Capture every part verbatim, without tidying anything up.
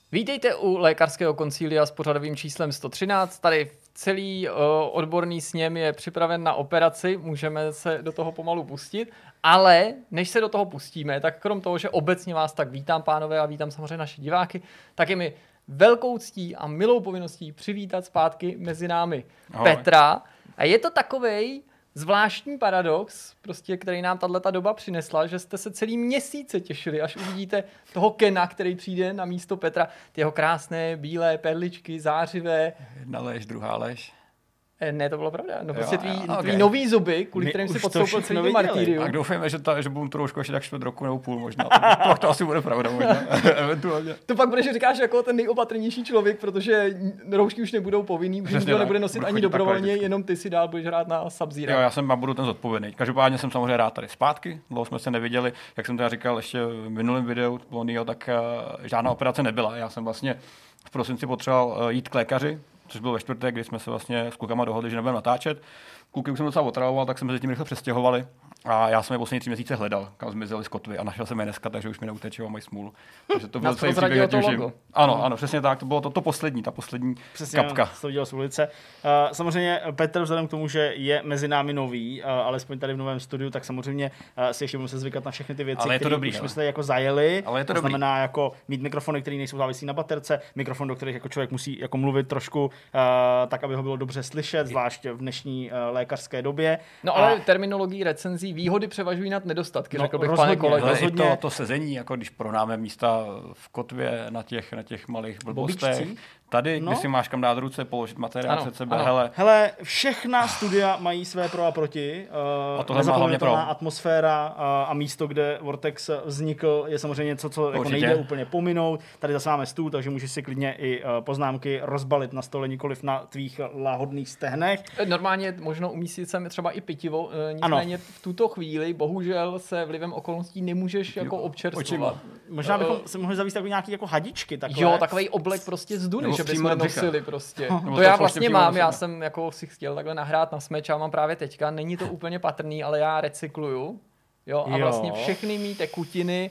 Vítejte u Lékařského koncilia s pořadovým číslem sto třináct. Tady celý uh, odborný sněm je připraven na operaci, můžeme se do toho pomalu pustit, ale než se do toho pustíme, tak krom toho, že obecně vás tak vítám, pánové, a vítám samozřejmě naše diváky, tak je mi velkou ctí a milou povinností přivítat zpátky mezi námi Ahoj. Petra. A je to takovej zvláštní paradox, prostě, který nám tato doba přinesla, že jste se celý měsíce těšili, až uvidíte toho Kena, který přijde na místo Petra. Ty jeho krásné, bílé perličky, zářivé. Jedna lež, druhá lež. Ne, to bylo pravda. No prostě jo, tvý, okay. tvý nový zuby, kvůli kterým si podstoupil celý to martýrium. Tak doufujeme, že, ta, že budu tu roušku ještě tak čtvrt roku nebo půl možná. To, to asi bude pravda možná. Eventuálně. To pak bude, že říkáš jako ten nejopatrnější člověk, protože roušky už nebudou povinný, už nikdo nebude nosit ani dobrovolně, jenom ty si dál budeš hrát na Sub-Zero. Jo, já jsem budu ten zodpovědný. Každopádně jsem samozřejmě rád tady zpátky. Dlouho jsme se neviděli. Jak jsem teda říkal ještě v minulém videu Bonio, tak uh, žádná operace nebyla. Já jsem vlastně v prosinci potřeboval uh, jít k lékaři, což bylo ve čtvrtek, kdy jsme se vlastně s klukama dohodli, že nebudeme natáčet. Kluky už jsem docela otravoval, tak jsme se tím rychle přestěhovali. A já jsem je poslední tři měsíce hledal, kam zmizeli z kotvy, a našel jsem je dneska, takže už mi neutečí a mají smůlu. Takže to bylo celý příběh, to logo. Ano, ano, přesně tak, to bylo to, to poslední, ta poslední přesně, kapka. Přesně, to udělal z ulice. Uh, samozřejmě Petr, vzhledem k tomu, že je mezi námi nový, uh, alespoň tady v novém studiu, tak samozřejmě uh, si ještě musíme zvykat na všechny ty věci, které už jsme se jako zajeli. Ale je to, to dobrý. Znamená jako mít mikrofony, které nejsou závislí na baterce, mikrofon, do kterých jako člověk musí jako mluvit trošku, uh, tak aby ho bylo dobře slyšet, zvlášť v dnešní uh, lékařské době. No ale a... terminologií recenzí výhody převažují nad nedostatky, no, řekl bych, rozhodně, pane kolego. Rozhodně. To, to sezení, jako když pronáme místa v kotvě na těch, na těch malých blbostech. Tady, no. Když si máš kam dát ruce, položit materiál ano, před sebe, ano. hele. Hele, všechna studia mají své pro a proti. Uh, Nezapomenutelná atmosféra uh, a místo, kde Vortex vznikl, je samozřejmě něco, co jako nejde úplně pominout. Tady zase máme stůl, takže můžeš si klidně i uh, poznámky rozbalit na stole, nikoliv na tvých lahodných stehnech. Normálně možno umístit sem třeba i pitivo, uh, nicméně ano. v tuto chvíli bohužel se vlivem okolností nemůžeš jako občerstvovat. Možná bychom uh, se mohli zavíst jako nějaký jako hadičky. Takové. Jo, takovej oblek prostě z duny, že bychom nosili prostě. No, to já vlastně mám, já jsem jako si chtěl takhle nahrát na smeč, já mám právě teďka, není to úplně patrný, ale já recykluju, jo, a vlastně všechny mý tekutiny,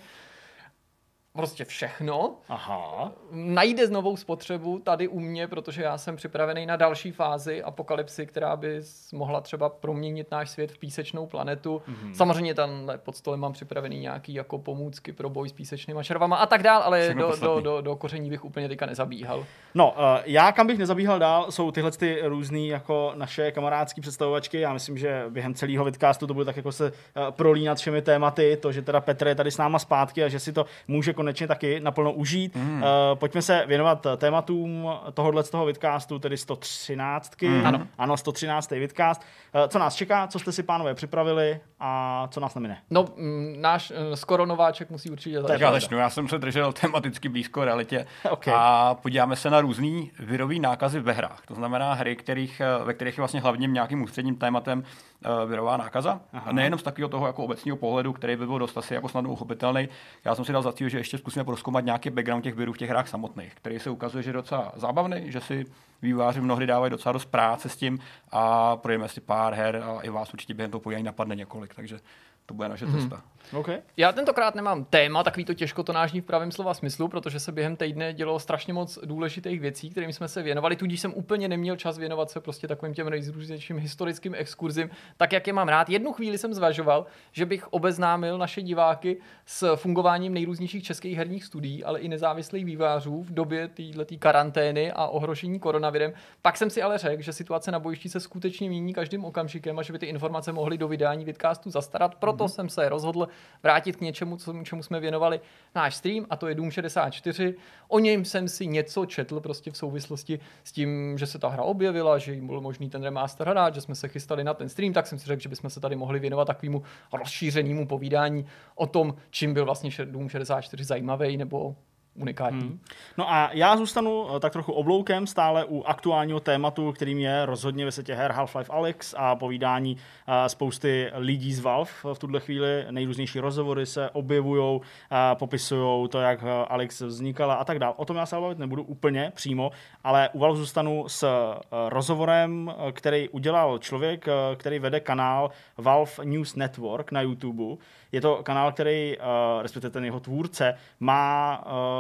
prostě všechno, Aha. najde novou spotřebu tady u mě, protože já jsem připravený na další fázi apokalypsy, která by mohla třeba proměnit náš svět v písečnou planetu. Mm-hmm. Samozřejmě tamhle pod stolem mám připravený nějaký jako pomůcky pro boj s písečnýma červama a tak dál, ale do, do, do, do koření bych úplně teďka nezabíhal. No, uh, já kam bych nezabíhal dál, jsou tyhle ty různý jako naše kamarádský představovačky. Já myslím, že během celého vidcastu to bude tak jako se uh, prolínat všemi tématy, to, že teda Petr je tady s náma zpátky a že si to může konečně taky naplno užít. Mm. Uh, pojďme se věnovat tématům tohohle z toho vidcastu, tedy sto třináct. Mm. Ano. ano, sto třináctý vidcast. Uh, co nás čeká, co jste si, pánové, připravili a co nás nemine? No, m, náš m, skoro nováček musí určitě začít. Já začnu, já jsem se držel tematicky blízko realitě okay. a podíváme se na různý virový nákazy ve hrách. To znamená hry, kterých, ve kterých je vlastně hlavním nějakým ústředním tématem uh, virová nákaza. Aha. A nejenom z takového toho jako obecního pohledu, který by byl dost asi jako snadno uchopitelný. Já jsem si dal za cíl, že ještě zkusíme prozkoumat nějaký background těch virů v těch hrách samotných, který se ukazuje, že je docela zábavný, že si vývojáři mnohdy dávají docela dost práce s tím a projeme si pár her a i vás určitě během toho povídání napadne několik, takže to bude naše hmm. cesta. Okay. Já tentokrát nemám téma, takový to těžkotonážní v pravém slova smyslu, protože se během týdne dělo strašně moc důležitých věcí, kterým jsme se věnovali, tudíž jsem úplně neměl čas věnovat se prostě takovým těm nejrůznějším historickým exkurzím, tak jak je mám rád. Jednu chvíli jsem zvažoval, že bych obeznámil naše diváky s fungováním nejrůznějších českých herních studií, ale i nezávislých vývojářů v době této karantény a ohrožení koronavirem. Pak jsem si ale řekl, že situace na bojišti se skutečně mění každým okamžikem a že by ty informace mohly do vydání vidcastu zastarat. Proto mm-hmm. jsem se rozhodl vrátit k něčemu, co, čemu jsme věnovali náš stream, a to je Doom šedesát čtyři. O něm jsem si něco četl prostě v souvislosti s tím, že se ta hra objevila, že jim byl možný ten remaster hrát, že jsme se chystali na ten stream, tak jsem si řekl, že bychom se tady mohli věnovat takovému rozšířenému povídání o tom, čím byl vlastně Doom šedesát čtyři zajímavý nebo unikátní. Hmm. No a já zůstanu tak trochu obloukem stále u aktuálního tématu, kterým je rozhodně ve světě her Half-Life Alyx a povídání spousty lidí z Valve. V tuhle chvíli nejrůznější rozhovory se objevujou, popisují to, jak Alyx vznikala a tak dále. O tom já se bavit nebudu úplně přímo, ale u Valve zůstanu s rozhovorem, který udělal člověk, který vede kanál Valve News Network na YouTube. Je to kanál, který, respektive ten jeho tvůrce, má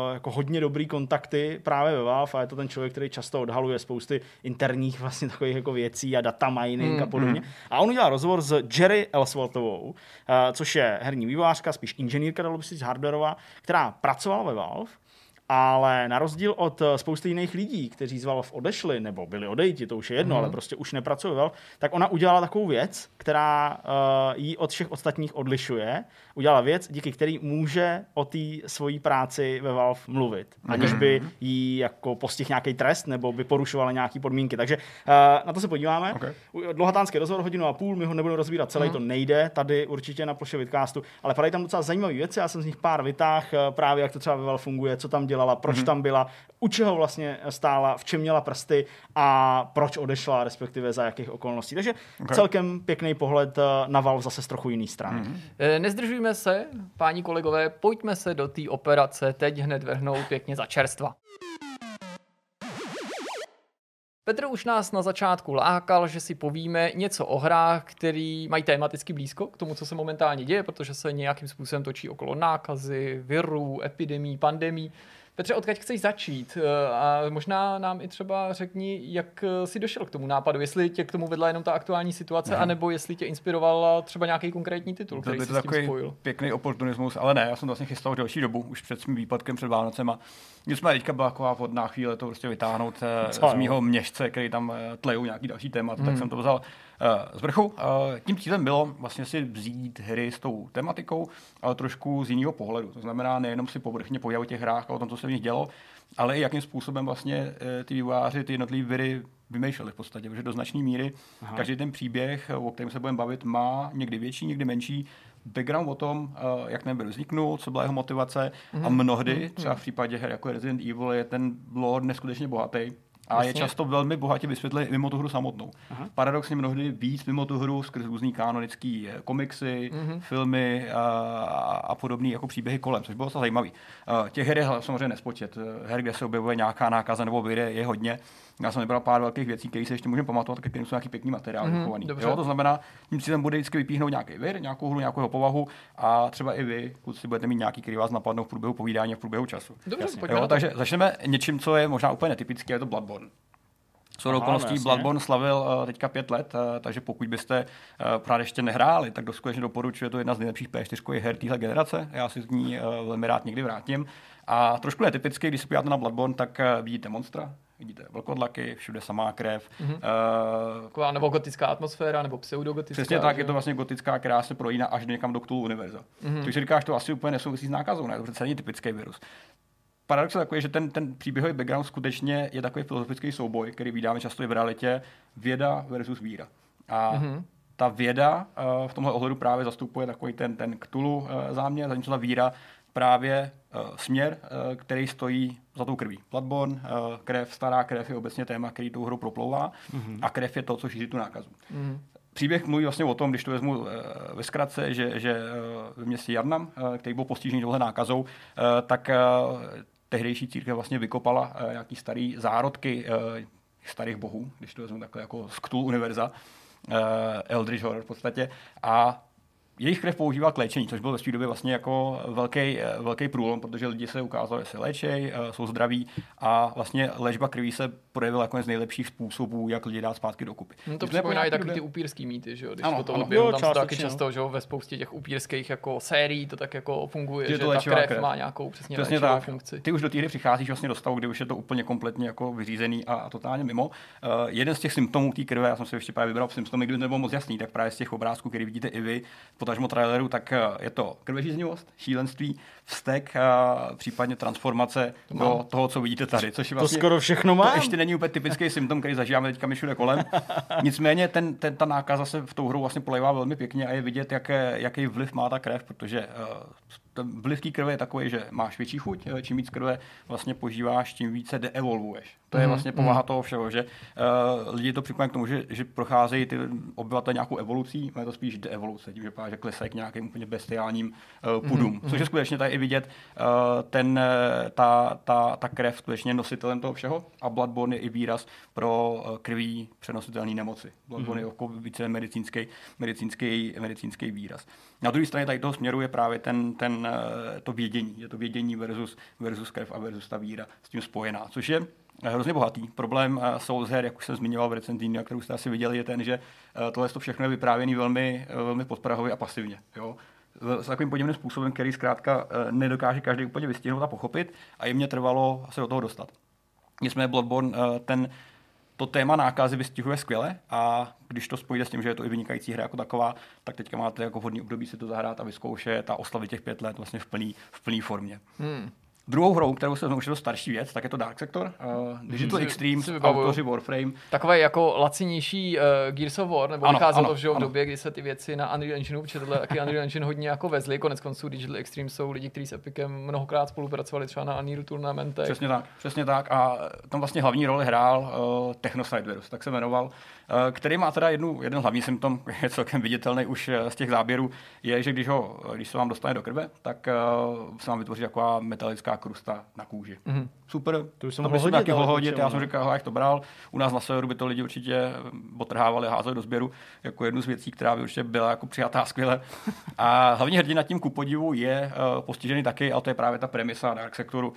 jako hodně dobrý kontakty právě ve Valve a je to ten člověk, který často odhaluje spousty interních vlastně takových jako věcí a data mining mm, a podobně. Mm. A on udělal rozhovor s Jerry Ellsworthovou, uh, což je herní vývojářka, spíš inženýrka, dalo by si říct hardwareová, která pracovala ve Valve, ale na rozdíl od spousty jiných lidí, kteří z Valve odešli, nebo byli odejti, to už je jedno, mm. ale prostě už nepracují ve Valve, tak ona udělala takovou věc, která uh, ji od všech ostatních odlišuje. Udělala věc, díky který může o té svojí práci ve Valve mluvit, mm. aniž by jí jako postihl nějaký trest, nebo by porušovala nějaké podmínky. Takže uh, na to se podíváme. Okay. Dlouhatánský rozhovor, hodinu a půl, my ho nebudeme rozbírat celý, mm. to nejde tady určitě na ploše vidcastu, ale padají tam docela zajímavé věci, já jsem z nich pár vytáh, právě jak to třeba ve Valve funguje, co tam dělala, proč mm-hmm. tam byla, u čeho vlastně stála, v čem měla prsty a proč odešla, respektive za jakých okolností. Takže okay. celkem pěkný pohled na Valve zase z trochu jiný strany. Mm-hmm. Nezdržujme se, páni kolegové, pojďme se do té operace teď hned vrhnout pěkně za čerstva. Petr už nás na začátku lákal, že si povíme něco o hrách, které mají tematicky blízko k tomu, co se momentálně děje, protože se nějakým způsobem točí okolo nákazy, virů, epidemí, pandemí. Petře, odkud chceš začít? A možná nám i třeba řekni, jak jsi došel k tomu nápadu, jestli tě k tomu vedla jenom ta aktuální situace, ne. anebo jestli tě inspiroval třeba nějaký konkrétní titul, který jsi s tím spojil. Pěkný oportunismus, ale ne, já jsem to vlastně chystal delší dobu, už před svým výpadkem před Vánocema. Nicméně teďka byla taková vhodná chvíle to prostě vytáhnout Co, z mýho měšce, který tam tlejou nějaký další témat, hmm. tak jsem to vzal z vrchu. Tím cílem bylo vlastně si vzít hry s tou tematikou, ale trošku z jiného pohledu. To znamená nejenom si povrchně povídat o těch hrách a o tom, co se v nich dělo, ale i jakým způsobem vlastně ty vývojáři, ty jednotlivé viry vymýšleli v podstatě, protože do značné míry Aha. každý ten příběh, o kterém se budeme bavit, má někdy větší, někdy menší background o tom, jak ten vir vzniknul, co byla jeho motivace mm-hmm. a mnohdy, třeba v případě her jako Resident Evil, je ten lore neskutečně bohatý. A vlastně. Je často velmi bohatě vysvětlit mimo tu hru samotnou. Aha. Paradoxně mnohdy víc mimo tu hru skrz různý kanonický komiksy, mm-hmm. filmy a, a podobné jako příběhy kolem, což bylo docela zajímavý. Těch her je samozřejmě nespočet. Her, kde se objevuje nějaká nákaza nebo vir, je hodně. Já jsem vybral pár velkých věcí, které se ještě můžeme pamatovat, ke kterým jsou nějaký pěkný materiál vychovaný. Mm-hmm, jo, to znamená, tím cílem bude vždycky vypíchnout nějaký vir, nějakou hru, nějakou povahu a třeba i vy, kluci, budete mít nějaký, který vás napadnou v průběhu povídání a v průběhu času. Dobře, jo, takže začneme něčím, co je možná úplně netypické, je to Bloodborne. Shodou okolností Bloodborne slavil uh, teďka pět let, uh, takže pokud byste uh, právě ještě nehráli, tak skutečně doporučuji, je to jedna z nejlepších P čtyři her téhle generace. Já si z ní uh, velmi rád někdy vrátím. A trošku netypicky, když se podíváte na Bloodborne, tak uh, vidíte monstra, vidíte vlkodlaky, všude samá krev. Mm-hmm. Uh, Taková nebo gotická atmosféra, nebo pseudogotická. Přesně tak, že? Je to vlastně gotická, která se prolíná až někam do Cthulhu univerza. Mm-hmm. Takže si říkáš, to asi úplně nesouvisí s nákazou, ne? To přece není typický virus. Paradox je takový, že ten, ten příběhový background skutečně je takový filozofický souboj, který vídáme často i v realitě, věda versus víra. A mm-hmm. ta věda uh, v tomhle ohledu právě zastupuje takový ten, ten Cthulhu uh, záměr, zatímco ta víra právě uh, směr, uh, který stojí za tou krví. Bloodborne, uh, krev, stará krev je obecně téma, který tou hru proplouvá mm-hmm. a krev je to, co šíří tu nákazu. Mm-hmm. Příběh mluví vlastně o tom, když to vezmu uh, ve zkratce, že, že uh, v městě Jarnam, uh, který byl postižený touhle nákazou, uh, tak uh, tehdejší církev vlastně vykopala uh, nějaký starý zárodky uh, starých bohů, když to vezmu takhle jako z Cthulhu univerza, uh, Eldritch Horror v podstatě, a jejich krev používal k léčení, což byl ve své době vlastně jako velký, velký průlom, protože lidi se ukázali, že se léčej, jsou zdraví a vlastně léčba krví se projevila jako jeden z nejlepších způsobů, jak lidi dát zpátky dokupy. No to připomíná i takový ty upírský mýty, že jo? Když ano, to odběhnu, tam se to taky často, že jo, ve spoustě těch upírských jako sérií to tak jako funguje, že, že ta krev, krev má nějakou přesně, přesně léčivou funkci. Ty už do té hry přicházíš vlastně do stavu, kdy už je to úplně kompletně jako vyřízený a, a totálně mimo. Uh, jeden z těch symptomů té krve, já jsem si ještě právě vybral symptomy, kdyby to nebylo moc jasný, tak právě z těch obrázků, který vidíte i vy, potažmo traileru, tak je to krvežíznivost, šílenství, vztek a případně transformace to do toho, co vidíte tady. Což vlastně, to skoro všechno má. To ještě není úplně typický symptom, který zažíváme teďka my všude kolem. Nicméně ten, ten, ta nákaza se v tou hrou vlastně polejvá velmi pěkně a je vidět, jaké, jaký vliv má ta krev, protože uh, vliv té krve je takový, že máš větší chuť, čím víc krve vlastně požíváš, tím více deevolvuješ. To je vlastně povaha toho všeho, že uh, lidi to připomínají k tomu, že, že procházejí ty obyvatelé nějakou evolucí, ale je to spíš deevoluce, tím, že pár že klesají k nějakým úplně bestiálním uh, pudům. Mm-hmm. Což je skutečně tady i vidět, uh, ten, ta, ta, ta krev skutečně nositelem toho všeho a Bloodborne je i výraz pro uh, krví přenositelné nemoci. Bloodborne mm-hmm. je jako více medicínský, medicínský, medicínský výraz. Na druhé straně tady toho směru je právě ten, ten ten, to vědění. Je to vědění versus, versus krev a versus ta víra s tím spojená, což je hrozně bohatý. Problém Souls her, jak už jsem zmiňoval v recenzii, kterou jste asi viděli, je ten, že tohle to všechno je vyprávěný velmi, velmi podprahově a pasivně. Jo? S takovým podivným způsobem, který zkrátka nedokáže každý úplně vystihnout a pochopit a jim mě trvalo se do toho dostat. Nicméně Bloodborne ten to téma nákazy vystihuje skvěle a když to spojíte s tím, že je to i vynikající hra jako taková, tak teďka máte jako vhodný období si to zahrát a vyzkoušet a oslavit těch pět let vlastně v plný, v plný formě. Hmm. Druhou hrou, kterou se už je to starší věc, tak je to Dark Sector, uh, Digital hmm. Extremes, autoři Warframe. Takové jako lacinější uh, Gears of War, nebo vycházelo to v, v době, kdy se ty věci na Unreal Engineu, protože tohle taky Unreal Engine hodně jako vezli, konec konců Digital Extremes jsou lidi, kteří s Epicem mnohokrát spolupracovali třeba na Unreal Tournamentech. Přesně tak, přesně tak a tam vlastně hlavní roli hrál uh, Technoside Virus, tak se jmenoval, uh, který má teda jednu, jeden hlavní symptom, je celkem viditelný už z těch záběrů, je, že když, ho, když se vám dostane do krve, tak uh, se vám vytvoří taková metalická krusta na kůži. Mm-hmm. Super, to jsem mohl taky hodit, já jsem říkal, jak to bral, u nás na severu by to lidi určitě otrhávali, házeli do sběru jako jednu z věcí, která by určitě byla jako přijatá skvěle. A hlavní hrdina tím ku podivu je uh, postižený taky, ale to je právě ta premisa Dark Sectoru, uh,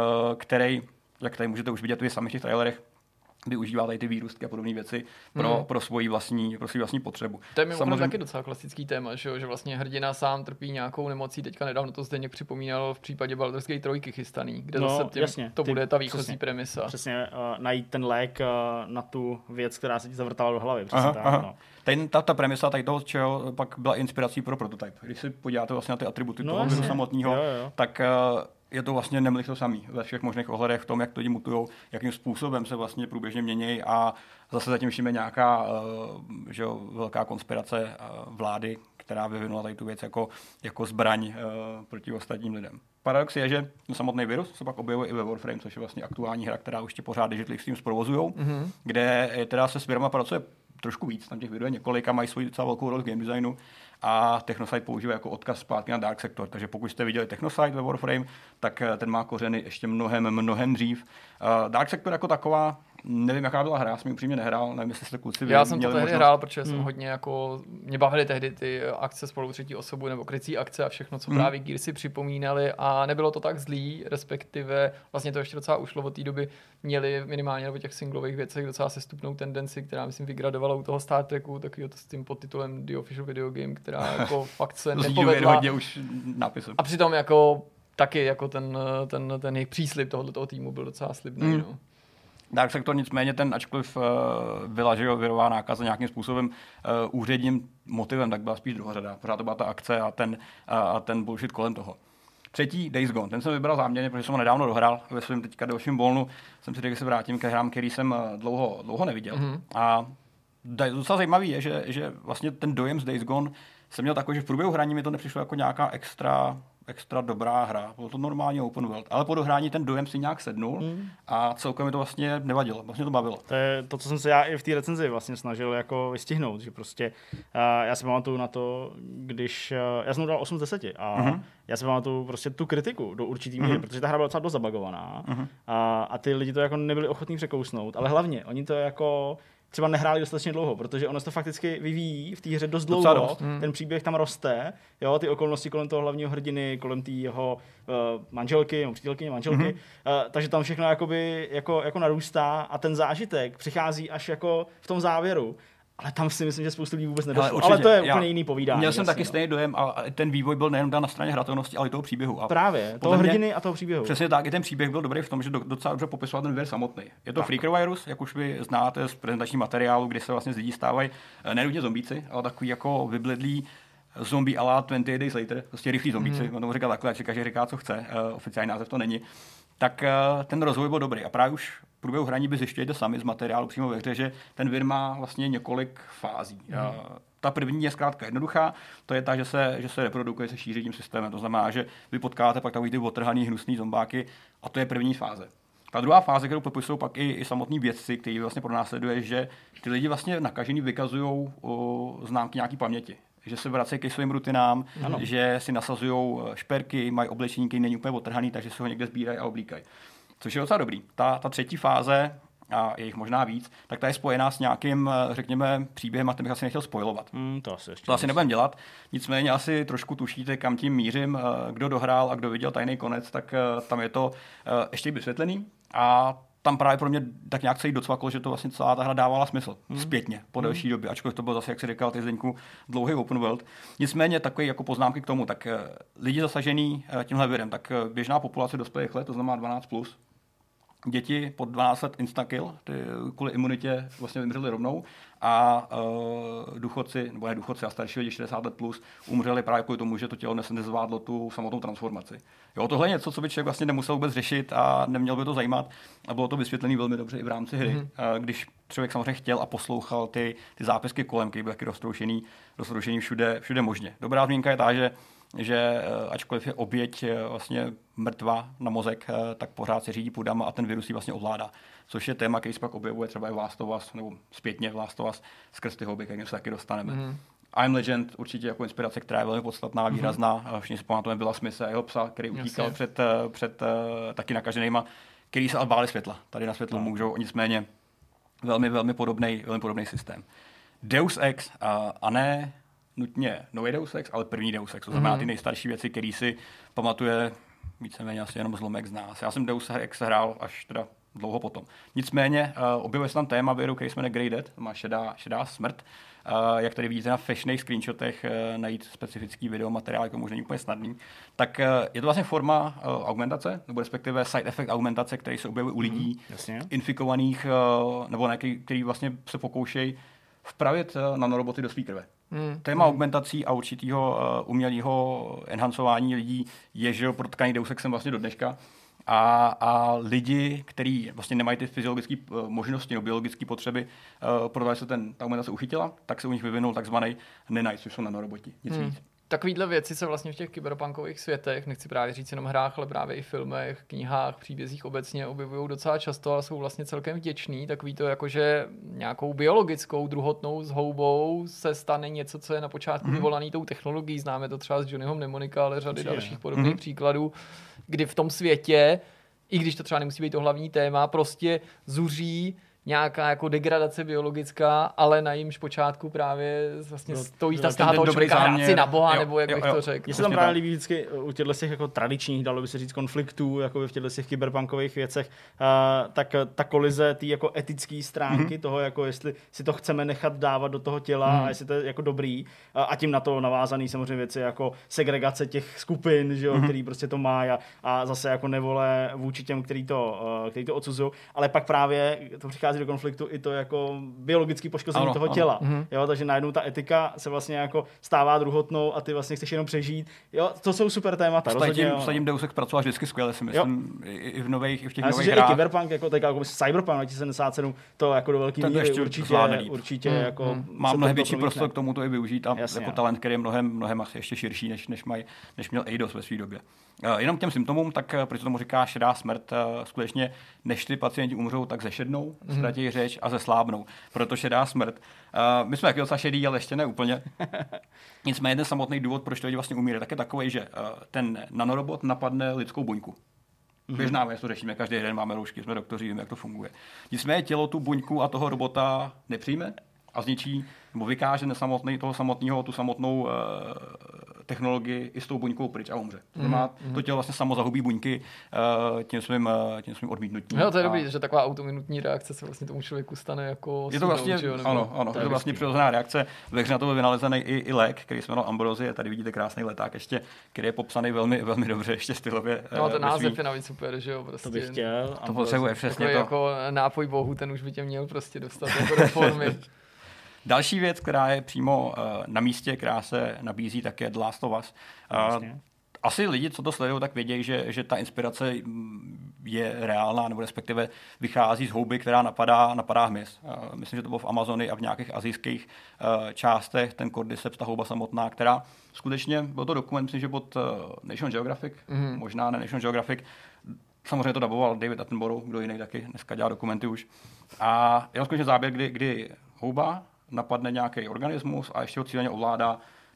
který, jak tady můžete už vidět vy sami v těch trailerech, využívá tady ty výrůstky a podobné věci pro, hmm. pro svoji vlastní, pro svou vlastní potřebu. To je mimochodem Samozřejmě... taky docela klasický téma, že, že vlastně hrdina sám trpí nějakou nemocí. Teďka nedávno to Zdeněk připomínal v případě Baldur's Gate trojky chystaný, kde no, zase tím, jasně, to ty, bude ta výchozí přesně, premisa. Přesně, uh, najít ten lék uh, na tu věc, která se ti zavrtala do hlavy. Přesně aha, tak, aha. No. Ten, ta, ta premisa tady toho, čeho pak byla inspirací pro prototyp. Když si podíváte vlastně na ty atributy no, toho viru samotného, tak uh, je to vlastně nemlich to samý ve všech možných ohledech v tom, jak to lidi mutujou, jakým způsobem se vlastně průběžně mění a zase zatím všíme nějaká uh, že jo, velká konspirace uh, vlády, která vyvinula tady tu věc jako, jako zbraň uh, proti ostatním lidem. Paradox je, že samotný virus se pak objevuje i ve Warframe, což je vlastně aktuální hra, která už pořád Digital Extremes provozujou, mm-hmm. kde je teda se s firma pracuje trošku víc, tam těch videí je několik a mají svoji docela velkou roli v game designu a Technoside používá jako odkaz zpátky na Dark Sector, takže pokud jste viděli Technoside ve Warframe, tak ten má kořeny ještě mnohem, mnohem dřív. Uh, Dark Sector jako taková, nevím, jaká byla hra, já jsem ji upřímně nehrál, nevím, jestli jste kluci Já jsem to tehdy možnost... hrál, protože hmm. jsem hodně jako, mě bavily tehdy ty akce spolu třetí osobu nebo krycí akce a všechno, co hmm. právě Gearsy připomínali a nebylo to tak zlý, respektive vlastně to ještě docela ušlo od té doby, měli minimálně nebo těch singlových věcech docela sestupnou tendenci, která myslím vygradovala u toho Star Treku, takovýho to s tím podtitulem The Official Video Game, která jako fakt se nepovedla. Hodně už nápisem. A přitom jako taky jako ten, ten, ten jejich příslib tohoto týmu byl docela slibný. Hmm. No. Dark Sector nicméně ten, ačkoliv uh, byla, že jo, virová nákaza nějakým způsobem uh, úředním motivem, tak byla spíš druhořada. Pořád to byla ta akce a ten, uh, a ten bullshit kolem toho. Třetí, Days Gone. Ten jsem vybral záměrně, protože jsem ho nedávno dohrál ve svém teďka dalším volnu. Jsem si řekl, že se vrátím ke hrám, který jsem dlouho, dlouho neviděl. Mm-hmm. A docela zajímavý je, že, že vlastně ten dojem z Days Gone jsem měl takový, že v průběhu hraní mi to nepřišlo jako nějaká extra extra dobrá hra. Bylo to normálně open world, ale po dohrání ten dojem si nějak sednul mm. a celkem mi to vlastně nevadilo. Vlastně to bavilo. To je to, co jsem se já i v té recenzi vlastně snažil jako vystihnout, že prostě uh, já si pamatuju na to, když uh, já jsem dal osm z deseti a mm-hmm. já si pamatuju prostě tu kritiku do určitý míry, mm-hmm. protože ta hra byla docela dost zabagovaná mm-hmm. a, a ty lidi to jako nebyli ochotní překousnout, ale hlavně oni to jako třeba nehráli dostatečně dlouho, protože ono se to fakticky vyvíjí v té hře dost dlouho, dost. ten příběh tam roste, jo, ty okolnosti kolem toho hlavního hrdiny, kolem té jeho uh, manželky, nebo přítelkyně manželky, mm-hmm. uh, takže tam všechno jakoby, jako, jako narůstá a ten zážitek přichází až jako v tom závěru. Ale tam si myslím, že spoustu lidí vůbec nedošlo. Ale, ale to je úplně já, jiný povídání. Měl jsem jasně, taky no. stejný dojem a ten vývoj byl nejen na straně hratelnosti, ale i toho příběhu. A právě, toho hrdiny a toho příběhu. Přesně tak, i ten příběh byl dobrý v tom, že docela dobře popisoval ten vir samotný. Je to Freaker Virus, jak už vy znáte z prezentačního materiálu, kdy se vlastně z lidí stávají nenudně zombíci, ale takový jako vybledlý zombie a la dvacet Days Later, prostě rychlí zombíci. Mm. On tomu říká takhle, že každý říká, co chce. Uh, oficiální název to není. Tak uh, ten rozvoj byl dobrý. A právě už v průběhu hraní by zjišťujete sami z materiálu přímo ve hře, že ten vir má vlastně několik fází. Mm. Uh, ta první je zkrátka jednoduchá, to je ta, že se, že se reprodukuje se šířením systémem. To znamená, že vy potkáte pak takový ty otrhaný hnusný zombáky a to je první fáze. Ta druhá fáze, kterou popisují pak i, i samotní vědci, kteří vlastně pronásleduje, že ty lidi vlastně nakažený vykazují známky nějaký paměti. Že se vracejí ke svým rutinám, ano. že si nasazují šperky, mají oblečení, který není úplně otrhaný, takže si ho někde sbírají a oblíkají. Což je docela dobrý. Ta, ta třetí fáze a je jich možná víc, tak ta je spojená s nějakým, řekněme, příběhem a ten bych asi nechtěl spoilovat. Mm, to asi, to asi nebudem dělat, nicméně asi trošku tušíte, kam tím mířím, kdo dohrál a kdo viděl Tajný konec, tak tam je to ještě vysvětlený a tam právě pro mě tak nějak se jí docvaklo, že to vlastně celá ta hra dávala smysl. Hmm. Zpětně, po delší hmm. době, ačkoliv to bylo zase, jak si říkal, ty Zdeňku, dlouhý open world. Nicméně takové jako poznámky k tomu, tak lidi zasažený tímhle virem, tak běžná populace dospělých let, to znamená dvanáct plus, děti pod dvanáct let instakill, ty kvůli imunitě vlastně vymřeli rovnou a uh, důchodci, nebo ne důchodci a starší lidi šedesát let plus umřeli právě kvůli tomu, že to tělo dnes nezvládlo tu samotnou transformaci. Jo, tohle je něco, co by člověk vlastně nemusel vůbec řešit a neměl by to zajímat a bylo to vysvětlené velmi dobře i v rámci hry, mm-hmm. uh, když člověk samozřejmě chtěl a poslouchal ty, ty zápisky kolem, který byl taky roztroušený, roztroušený všude, všude možně. Dobrá zmínka je ta, že že ačkoliv je oběť vlastně mrtva na mozek, tak pořád se řídí půdama a ten virus ji vlastně ovládá. Což je téma, který se pak objevuje třeba i v Last of Us, nebo zpětně v Last of Us skrz ty hobby, kterým se taky dostaneme. Mm-hmm. I'm Legend určitě jako inspirace, která je velmi podstatná, výrazná. Mm-hmm. Všichni si pamatujeme Billa Smithe a jeho psa, který utíkal před, před taky nakaženýma, který se ale báli světla. Tady na světlo no. můžou, nicméně velmi, velmi podobný, velmi podobný systém. Deus Ex a, a ne nutně nový Deus Ex, ale první Deus Ex. To znamená ty nejstarší věci, který si pamatuje víceméně asi jenom zlomek z nás. Já jsem Deus Ex hrál až teda dlouho potom. Nicméně uh, objevuje se tam téma viru, který se jmenuje Grey Death, má šedá, šedá smrt. Uh, jak tady vidíte na fashioných screenshotech, uh, najít specifický videomateriál, jako možná není úplně snadný, tak uh, je to vlastně forma uh, augmentace, nebo respektive side effect augmentace, který se objevuje u lidí mm, infikovaných, uh, nebo nějaký, který vlastně se pokoušejí vpravit uh, nanoroboty do své krve. Hmm. Téma hmm. augmentací a určitého uh, umělého enhancování lidí je, že pro tkaný Deus Exem vlastně do dneška. A, a lidi, kteří vlastně nemají ty fyziologické uh, možnosti nebo biologické potřeby, uh, protože se ten, ta augmentace uchytila, tak se u nich vyvinul takzvaný nanite, což jsou nanoroboti. Nic hmm. víc. Takovýhle věci se vlastně v těch kyberpunkových světech, nechci právě říct jenom hrách, ale právě i filmech, knihách, příbězích obecně objevují docela často a jsou vlastně celkem vděční. Takový to jako, že nějakou biologickou druhotnou s houbou se stane něco, co je na počátku mm-hmm. vyvolaný tou technologií. Známe to třeba z Johnnyho Mnemonika, ale řady Určitě. dalších podobných mm-hmm. příkladů, kdy v tom světě, i když to třeba nemusí být to hlavní téma, prostě zuří nějaká jako degradace biologická, ale na jímž počátku právě vlastně no, stojí ta snaha toho člověka hrát si na boha, jo, nebo jak jo, bych jo. to řekl. Mně se tam právě líbí vždycky u těchto těch jako tradičních, dalo by se říct, konfliktů, jako v těchto těch kyberpunkových věcech, uh, tak ta kolize té jako etické stránky mm-hmm. toho, jako jestli si to chceme nechat dávat do toho těla mm-hmm. a jestli to je jako dobrý, uh, a tím na to navázaný samozřejmě věci jako segregace těch skupin, že jo, mm-hmm. který prostě to má a, a zase jako nevole vůči těm, který to, uh, který to odsuzují, ale pak právě to přichází do konfliktu i to jako biologické poškození ano, toho ano. těla. Mm-hmm. Jo, takže najednou ta etika se vlastně jako stává druhotnou a ty vlastně chceš jenom přežít. Jo, to jsou super témata. S tím, s tím Deus Ex pracoval vždycky skvěle, si myslím, i, i v nových, i v těch a nových hrách. hrách. I Cyberpunk, jako, tak, jako Cyberpunk dva tisíce sedmdesát sedm, to jako do velký míry určitě, určitě mm, jako mm. Má mnohem větší prostor k tomu to i využít a Jasně, jako talent, který je mnohem, mnohem asi ještě širší, než, než, maj, než měl Eidos ve své době. Uh, jenom těm symptomům, tak proč tomu říká šedá smrt, uh, skutečně než ty pacienti umřou, tak zešednou, mm. ztratí řeč a zeslábnou. Proto šedá smrt. Uh, my jsme taky docela šedý, ale ještě ne úplně. Nicméně ten samotný důvod, proč to lidi vlastně umírají, tak je takový, že uh, ten nanorobot napadne lidskou buňku. Mm-hmm. Běžná věc, to řešíme, každý den máme roušky, jsme doktoři, víme, jak to funguje. Nicméně tělo tu buňku a toho robota nepřijme a zničí, nebo vykáže samotný, toho samotného, tu samotnou uh, technologii i s tou buňkou pryč a umře. To znamená, mm-hmm. to tělo vlastně samo zahubí buňky uh, tím svým, uh, tím svým odmítnutím. No, to je a... dobrý, že taková autoimunitní reakce se vlastně tomu člověku stane jako je to vlastně, sudou, ano, ano, to je to vlastně přirozená reakce. Ve hře na to byl vynalezený i, i lék, který se jmenoval Ambrozie. Tady vidíte krásný leták ještě, který je popsaný velmi, velmi dobře, ještě stylově. No, ten název je navíc super, že jo, prostě. To bych chtěl. To potřebuje přesně to. Jako nápoj bohu, ten už by tě měl prostě dostat jako do formy. Další věc, která je přímo uh, na místě, která se nabízí, tak je The Last of Us. Uh, asi lidi, co to sledují, tak vědějí, že, že ta inspirace je reálná, nebo respektive vychází z houby, která napadá, napadá hmyz. Uh, myslím, že to bylo v Amazonii a v nějakých asijských uh, částech, ten cordyceps, ta houba samotná, která skutečně, byl to dokument, myslím, že pod uh, National Geographic, mm-hmm. možná ne National Geographic, samozřejmě to daboval David Attenborough, kdo jiný taky dneska dělá dokumenty už. A je skutečně záběr, kdy, kdy houba napadne nějaký organismus a ještě ho cíleně ovládá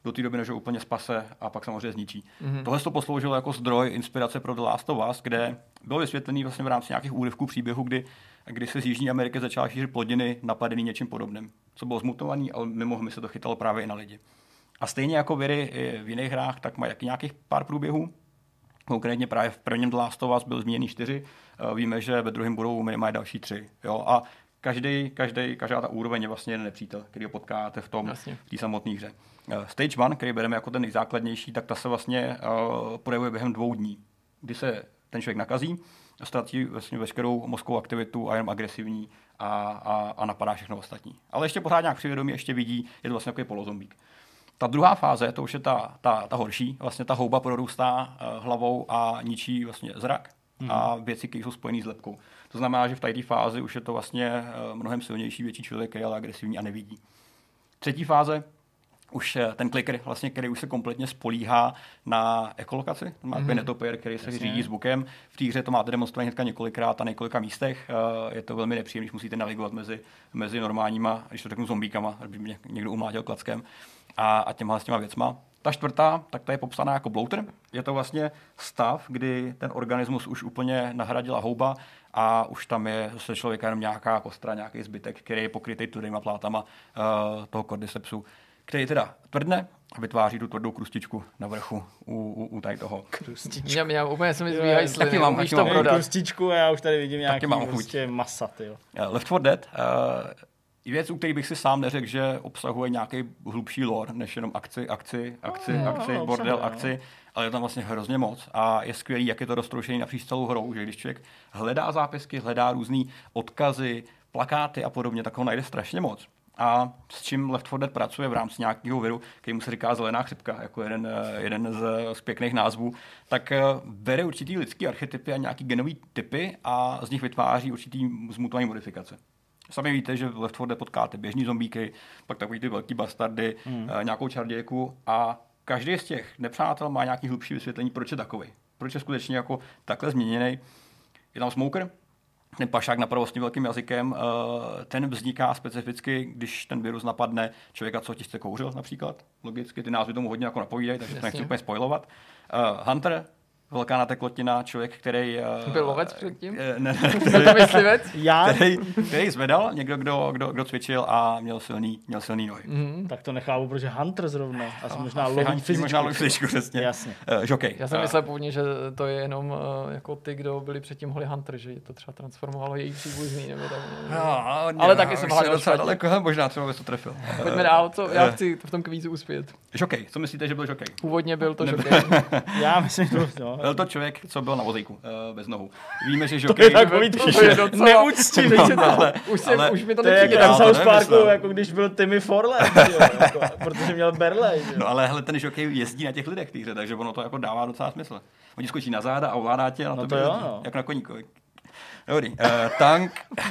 do té doby, než ho úplně spase a pak samozřejmě zničí. Mm-hmm. Tohle to posloužilo jako zdroj inspirace pro The Last of Us, kde bylo vysvětlený vlastně v rámci nějakých úryvků příběhu, kdy, kdy se z Jižní Ameriky začaly šířit plodiny napadený něčím podobným. Co bylo zmutovaný, ale mimo hmy se to chytalo právě i na lidi. A stejně jako viry v jiných hrách, tak mají taky nějakých pár průběhů. Konkrétně právě v prvním The Last of Us byl zmíněný čtyři. Víme, že ve druhém budou minimálně další tři. Jo? A každý, každý, každá ta úroveň je vlastně jeden nepřítel, který ho potkáte v tom, v té samotné hře. Stage one, který bereme jako ten nejzákladnější, tak ta se vlastně uh, projevuje během dvou dní, kdy se ten člověk nakazí, ztratí vlastně veškerou mozkovou aktivitu a jenom agresivní a, a, a napadá všechno ostatní. Ale ještě pořád nějak přivědomí ještě vidí, je to vlastně takový polozombík. Ta druhá fáze, to už je ta, ta, ta horší, vlastně ta houba prorůstá uh, hlavou a ničí vlastně zrak mm. a věci, které jsou spojené s lepkou. To znamená, že v této fázi už je to vlastně uh, mnohem silnější, větší člověk, který je ale agresivní a nevidí. Třetí fáze, už ten kliker, vlastně, který už se kompletně spolíhá na ekolokaci. Má takový mm. netopir, který se Jasně. řídí zvukem. V té hře to máte demonstrovat hnedka několikrát a několika místech. Uh, je to velmi nepříjemné, když musíte navigovat mezi, mezi normálníma, když to řeknu zombíkama, aby mě někdo umlátil klackem. A, a těmhle s těma věcma. Ta čtvrtá, tak ta je popsaná jako bloater. Je to vlastně stav, kdy ten organismus už úplně nahradila houba a už tam je se člověka jenom nějaká kostra, nějaký zbytek, který je pokrytý tvrdýma plátama uh, toho cordycepsu, který teda tvrdne a vytváří tu tvrdou krustičku na vrchu u, u, u tady toho. Krustičku. Já, já úplně se mi zbývají sliny, taky mám, umíš taky to mám. prodat. Krustičku a já už tady vidím nějaký prostě masa, tyjo. Left four Dead uh, věc, u který bych si sám neřekl, že obsahuje nějaký hlubší lore, než jenom akci, akci, akci, no, akci, no, bordel, obsahuje, akci, ale je tam vlastně hrozně moc a je skvělý, jak je to roztroušený napříč celou hrou, že když člověk hledá zápisky, hledá různý odkazy, plakáty a podobně, tak ho najde strašně moc. A s čím Left four Dead pracuje v rámci nějakého viru, který mu se říká zelená chřipka, jako jeden, jeden z, z pěkných názvů, tak bere určitý lidský archetypy a nějaký genový typy a z nich vytváří určitý zmutovaný modifikace. Sami víte, že v Left four Dead potkáte běžní zombíky, pak takový ty velký bastardy, hmm. nějakou čarodějku a každý z těch nepřátel má nějaký hlubší vysvětlení, proč je takový. Proč je skutečně jako takhle změněný. Je tam smoker, ten pašák napravo s tím velkým jazykem, ten vzniká specificky, když ten virus napadne člověka, co těžce kouřil například. Logicky ty názvy tomu hodně jako napovídají, takže Jasně. to nechci úplně spoilovat. Hunter, velká nateklotina, člověk, který... Byl lovec předtím? Ne, ne, Byl to myslivec? Já? Který, který zvedal, někdo, kdo, kdo, kdo cvičil a měl silný, měl silný nohy. Mm-hmm. Tak to nechápu, protože Hunter zrovna. Asi možná loví fyzičku. Možná loví fyzičku, přesně. Jasně. Uh, žokej. Já jsem myslel původně, že to je jenom uh, jako ty, kdo byli předtím Holly Hunter, že to třeba transformovalo její příbuzný, nebo tak. No, no, ale taky jsem hádal docela daleko, možná třeba bys to trefil. Pojďme dál, co? Já chci v tom kvízu uspět. Žokej, co myslíte, že byl žokej? Původně byl to žokej. Já myslím, že to byl to člověk, co byl na vozíku, uh, bez nohou. Víme, že žokej... To je takový neúctivý. Už, ale, už mi to, to je jak tam South Parku, jako když byl Timmy Forley, jako, protože měl berlej. Jo. No ale hele, ten žokej jezdí na těch lidech v hře, takže ono to jako dává docela smysl. Oni skočí na záda a ovládá tě na no to, to jo, no. Jak na koníkovi. Dobrý. Uh, tank.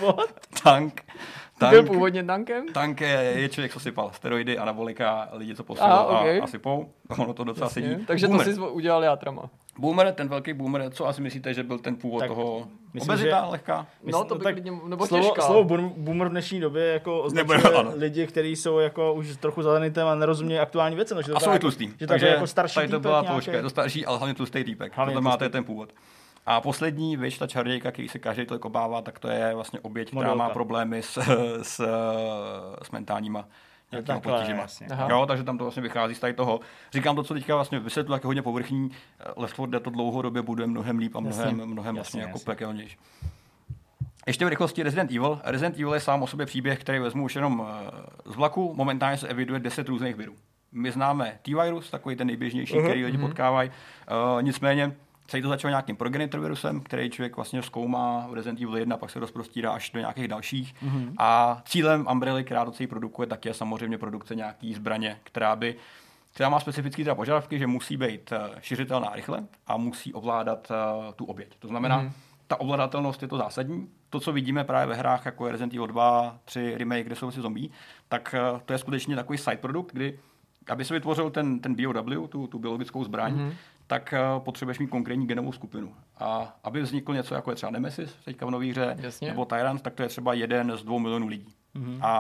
tank. Tank, byl původně tankem? Tank je, je člověk, co sypal steroidy, anabolika, lidi, co posilují okay. a, a sypou. Ono to docela Jasně. sedí. Takže boomer. to jsi udělal játrama. Boomer, ten velký boomer, co asi myslíte, že byl ten původ tak toho myslím, obezita, že... lehká? Myslím, no to by klidně, nebo slovo, těžká. Slovo boomer v dnešní době jako označuje lidi, kteří jsou jako už trochu zelený a nerozumějí aktuální věci. No, že to a jsou i tlustý. Že takže jako starší tady to byla poučka, je to starší, ale hlavně tlustý týpek. Tohle máte ten původ. A poslední věc, ta čarodějka, který se každý tolik obává, tak to je vlastně oběť, která Modelka. má problémy s, s, s mentálníma nějakýma potížima. Jo, takže tam to vlastně vychází z tady toho. Říkám to, co teďka vlastně vysvětlu, jak je hodně povrchní. Left four Dead to dlouhodobě bude mnohem líp a mnohem, jasně, mnohem jasně, vlastně jasně. jako pekelnější. Ještě v rychlosti Resident Evil. Resident Evil je sám o sobě příběh, který vezmu už jenom z vlaku. Momentálně se eviduje deset různých virů. My známe T-virus, takový ten nejběžnější, uh-huh, který lidi uh-huh. potkávají. Uh, nicméně celý to začalo nějakým progenitor virusem, který člověk vlastně zkoumá v Resident Evil jedna, pak se rozprostírá až do nějakých dalších. Mm-hmm. A cílem Umbrelly, která to celý produkuje, tak je samozřejmě produkce nějaký zbraně, která by která má specifické teda požadavky, že musí být šiřitelná rychle a musí ovládat uh, tu oběť. To znamená, mm-hmm. ta ovladatelnost je to zásadní. To, co vidíme právě ve hrách, jako je Resident Evil dva, tři, remake, kde jsou si zombie, tak uh, to je skutečně takový side produkt, kdy aby se vytvořil ten, ten B O W, tu, tu biologickou zbraň, mm-hmm. tak uh, potřebuješ mít konkrétní genovou skupinu. A aby vznikl něco, jako je třeba Nemesis, teďka v nový hře, Jasně. nebo Tyrant, tak to je třeba jeden z dvou milionů lidí. Mm-hmm. A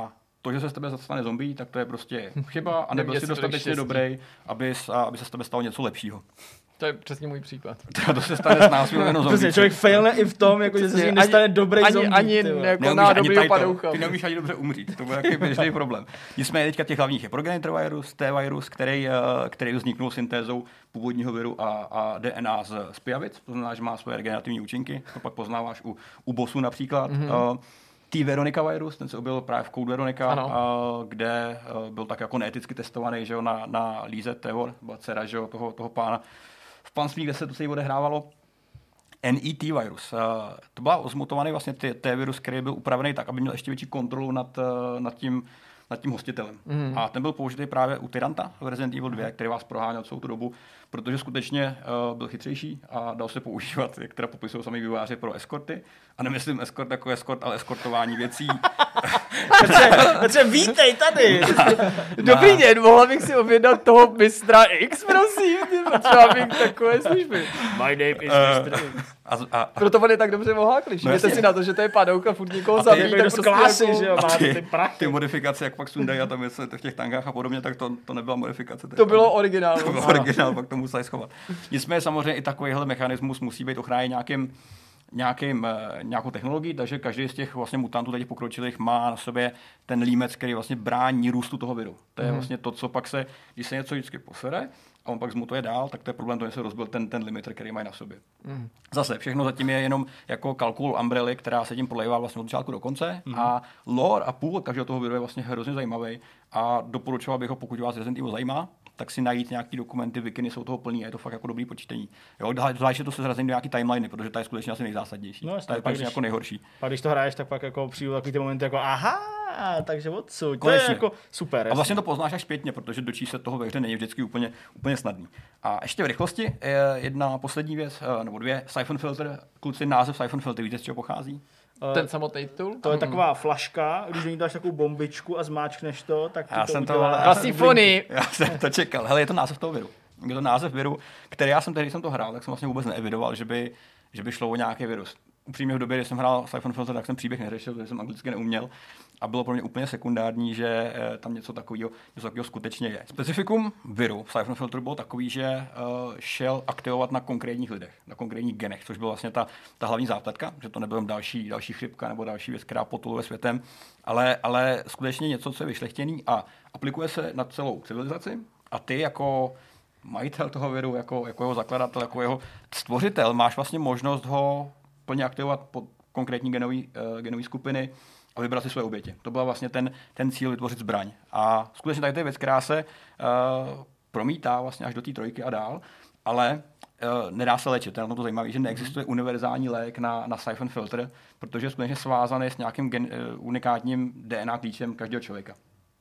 to, že se z tebe stane zombie, tak to je prostě chyba a nebyl jsi dostatečně dobrý, aby, aby se z tebe stalo něco lepšího. To je přesně můj případ. To se stane s nás jenom zombie. Člověk failne i v tom, jako že se z něj nestane dobrý ani, zombie. Ani jako nádobýho padoucha. Ty neumíš ani dobře umřít, to byl takový běžný problém. Nicméně teďka těch hlavních je progenitor virus, T-virus, který, který vzniknul syntézou původního viru a, a D N A z, z pijavic, to znamená, že má svoje regenerativní účinky, to pak poznáváš u, u bossů například. Mm-hmm. Uh, T-Veronica virus, ten se objevil právě v Code Veronica, uh, kde uh, byl tak jako neeticky testovaný, že jo, na, na Líze Trevor, byla dcera, že jo, toho, toho pána. V panství, kde se to se jí odehrávalo, N E T virus. Uh, to byl ozmutovaný vlastně T-virus, který byl upravený tak, aby měl ještě větší kontrolu nad, uh, nad, tím, nad tím hostitelem. Mm. A ten byl použitý právě u Tyranta v Resident Evil dva, který vás proháněl celou tu dobu, protože skutečně uh, byl chytřejší a dal se používat, jak teda popisují sami vývojáři, pro eskorty. A nemyslím eskort jako eskort, ale eskortování věcí. Petře, vítej tady! Dobrý den, mohla bych si objednat toho mistra X, prosím, potřeba bych takové služby. My name is Uh, mister X. A, a, a, Proto on je tak dobře oháklý. Všimněte si na to, že to je padouka, furt někoho zabíjí. Ty, prostě klasy, jako, že jo, má ty, ty prachy. Ty modifikace, jak pak sundají a tam je v těch tankách a podobně, tak to, to nebyla modifikace. To bylo originál. To bylo originál, pak to museli schovat. Nicméně samozřejmě i takovýhle mechanismus musí být ochráněn nějakým Nějakým, nějakou technologií, takže každý z těch vlastně mutantů těch pokročilých má na sobě ten límec, který vlastně brání růstu toho viru. To je mm. vlastně to, co pak se, když se něco vždycky posere a on pak zmutuje dál, tak to je problém, to, že se rozbil ten, ten limiter, který mají na sobě. Mm. Zase, všechno zatím je jenom jako kalkul Umbrelly, která se tím prolejvá vlastně od začátku do konce mm. a lore a původ každého toho viru je vlastně hrozně zajímavý a doporučoval bych ho, pokud vás Resident Evil zajímá, tak si najít nějaký dokumenty, wikiny jsou toho plný a je to fakt jako dobrý počítání. Jo, zvláště to se zrazení do nějaký timeliny, protože ta je skutečně asi nejzásadnější. No, ta je pak jako nejhorší. Pak když to hraješ, tak pak jako přijdu takový ty momenty jako aha, takže odsud. To je jako super. Jasný. A vlastně to poznáš až zpětně, protože dočíst se toho ve hře není vždycky úplně, úplně snadný. A ještě v rychlosti jedna poslední věc, nebo dvě, Siphon Filter, kluci, název Siphon Filter, víte, z čeho pochází? Ten samotný titul? To je taková flaška, když do ní dáš takovou bombičku a zmáčkneš to, tak já to jsem to udělá... Klasifony. Já jsem to čekal. Hele, je to název toho viru. Je to název viru, který já jsem tehdy jsem to hrál, tak jsem vlastně vůbec neevidoval, že by, že by šlo o nějaký virus. Upřímně v době, kdy jsem hrál Siphon Filter, tak jsem příběh neřešil, protože jsem anglicky neuměl. A bylo pro mě úplně sekundární, že e, tam něco takového, něco takového skutečně je. Specifikum viru v Siphon Filteru bylo takový, že e, šel aktivovat na konkrétních lidech, na konkrétních genech, což byla vlastně ta, ta hlavní zápletka, že to nebylo další, další chřipka nebo další věc, která potuluje světem, ale, ale skutečně něco, co je vyšlechtěný a aplikuje se na celou civilizaci a ty jako majitel toho viru, jako, jako jeho zakladatel, jako jeho stvořitel, máš vlastně možnost ho plně aktivovat pod konkrétní genový, uh, genový skupiny a vybrat si své oběti. To byl vlastně ten, ten cíl vytvořit zbraň. A skutečně tady to je věc, která se uh, promítá vlastně až do té trojky a dál, ale uh, nedá se léčit. To je na to zajímavé, že neexistuje univerzální lék na, na Siphon Filter, protože je skutečně svázaný s nějakým gen, uh, unikátním D N A klíčem každého člověka.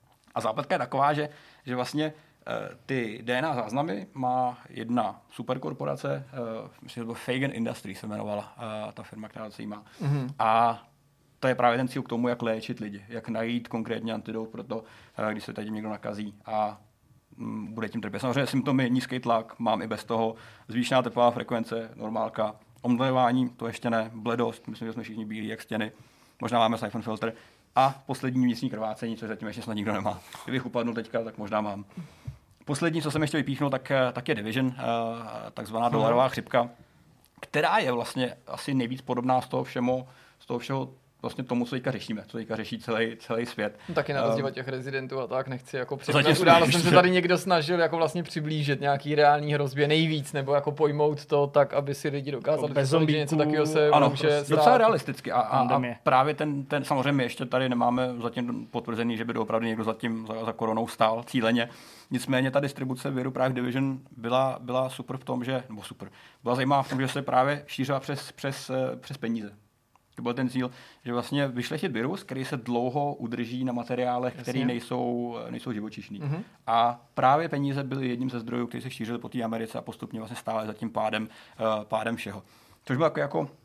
A zápletka je taková, že, že vlastně uh, ty D N A záznamy má jedna superkorporace, uh, myslím, že to bylo Fagan Industries se jmenovala uh, ta firma, která se jí má. Mm-hmm. A to je právě ten cíl k tomu, jak léčit lidi, jak najít konkrétně antidot pro to, když se tady někdo nakazí a mm, bude tím trpět. Samozřejmě symptomy, nízký tlak, mám i bez toho, zvýšená tepová frekvence, normálka, omdlevání, to ještě ne, bledost, myslím, že jsme všichni bílí jak stěny, možná máme Siphon Filter a poslední vnitřní krvácení, což zatím ještě snad nikdo nemá. Kdybych upadnul teďka, tak možná mám. Poslední, co jsem ještě vypíchnul, tak, tak je Division, takzvaná dolarová chřipka, která je vlastně asi nejvíc podobná z toho všemu, z toho všeho vlastně tomu, co teďka řešíme, co teďka řeší celý, celý svět. No, taky na rozdíl um, těch rezidentů a tak nechci jako přiblížit. Událost jsem se tady někdo snažil jako vlastně přiblížit nějaký reální hrozbě nejvíc, nebo jako pojmout to tak, že si lidi dokázali představit, že něco takového se ano, může prostě stát. Docela realisticky. A, a, a právě ten, ten, samozřejmě ještě tady nemáme zatím potvrzený, že by opravdu někdo zatím za, za koronou stál cíleně. Nicméně ta distribuce viru právě Division byla, byla super v tom, že, nebo super, byla zajímavá v tom, že se právě šířila přes, přes, přes peníze. To byl ten cíl, že vlastně vyšlechtit virus, který se dlouho udrží na materiálech, které nejsou, nejsou živočišný. Mm-hmm. A právě peníze byly jedním ze zdrojů, který se šířily po té Americe a postupně vlastně stále za tím pádem, uh, pádem všeho. Což byl jako, jako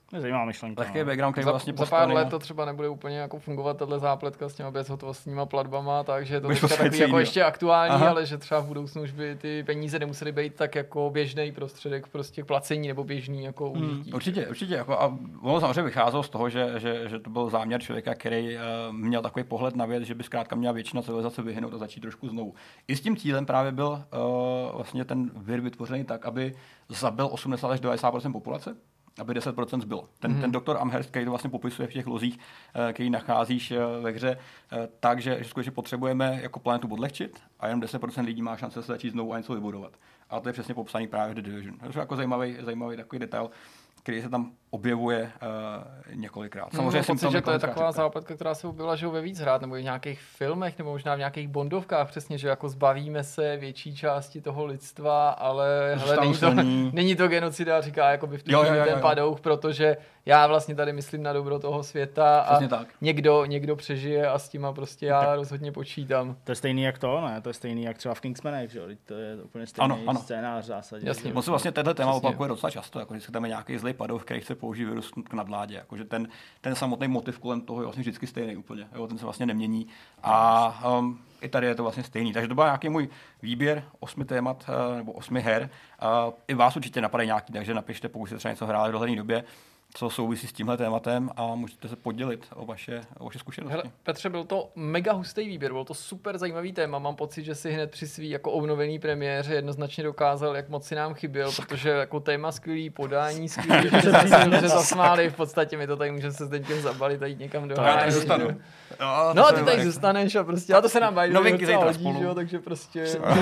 Je zajímavá myšlenka. Lehký background, který za, vlastně za pár let to třeba nebude úplně jako fungovat tato zápletka s těma bezhotovostníma platbama, takže to je takový jako ještě aktuální, Aha. ale že třeba v budoucnu už by ty peníze nemusely být tak jako běžný prostředek prostě k placení nebo běžný jako hmm. užití. Určitě, určitě. Jako, a ono samozřejmě vycházelo z toho, že, že, že to byl záměr člověka, který uh, měl takový pohled na věc, že by zkrátka měla většina civilizace vyhnout a začít trošku znovu. I s tím cílem právě byl uh, vlastně ten vir vytvořený tak, aby zabil osmdesát až devadesát procent populace, aby deset procent zbylo. Ten, mm. ten doktor Amherst, který to vlastně popisuje v těch lozích, který nacházíš ve hře, takže že skutečně potřebujeme jako planetu odlehčit a jenom deset procent lidí má šance se začít znovu a něco vybudovat. A to je přesně popsaný právě v The Division. To je jako zajímavý, zajímavý takový detail, který se tam objevuje uh, několikrát. Samozřejmě jsem pocit, že to je taková zápletka, která se objevila že ve víc hrát, nebo v nějakých filmech, nebo možná v nějakých bondovkách, přesně, že jako zbavíme se větší části toho lidstva, ale hele, není, to, není to genocida, říká jako by v tu ten padouch, protože já vlastně tady myslím na dobro toho světa a někdo, někdo přežije a s tím prostě já tak rozhodně počítám. To je stejný jak to, ne? To je stejný jak třeba v Kingsmanech, že? To je úplně stejný ano, ano. scénář v zásadě. Jasně. On se vlastně tenhle téma opakuje docela často, jako když tam je nějaký zlej padouch, který chce použít virus k nadvládě, jakože ten, ten samotný motiv kolem toho je vlastně vždycky stejný úplně, jo? Ten se vlastně nemění a um, i tady je to vlastně stejný. Takže to byl nějaký můj výběr osmi témat nebo osmi her. Uh, I vás určitě napadají nějaký, takže napište, pokud jste třeba něco hráli v dohledné době, co souvisí s tímhle tématem a můžete se podělit o vaše, o vaše zkušenosti. Hele, Petře, byl to mega hustý výběr, byl to super zajímavý téma. Mám pocit, že si hned při svý jako obnovený premiéře jednoznačně dokázal, jak moc si nám chyběl, protože jako téma skvělý, podání skvělý, že jsme se dobře zasmáli, v podstatě mi to tady může se s Deňkem zabalit a jít někam do háje. No, no a ty tady zůstaneš a prostě, a to se nám baví, novinky zítra hodí, že jo, takže prostě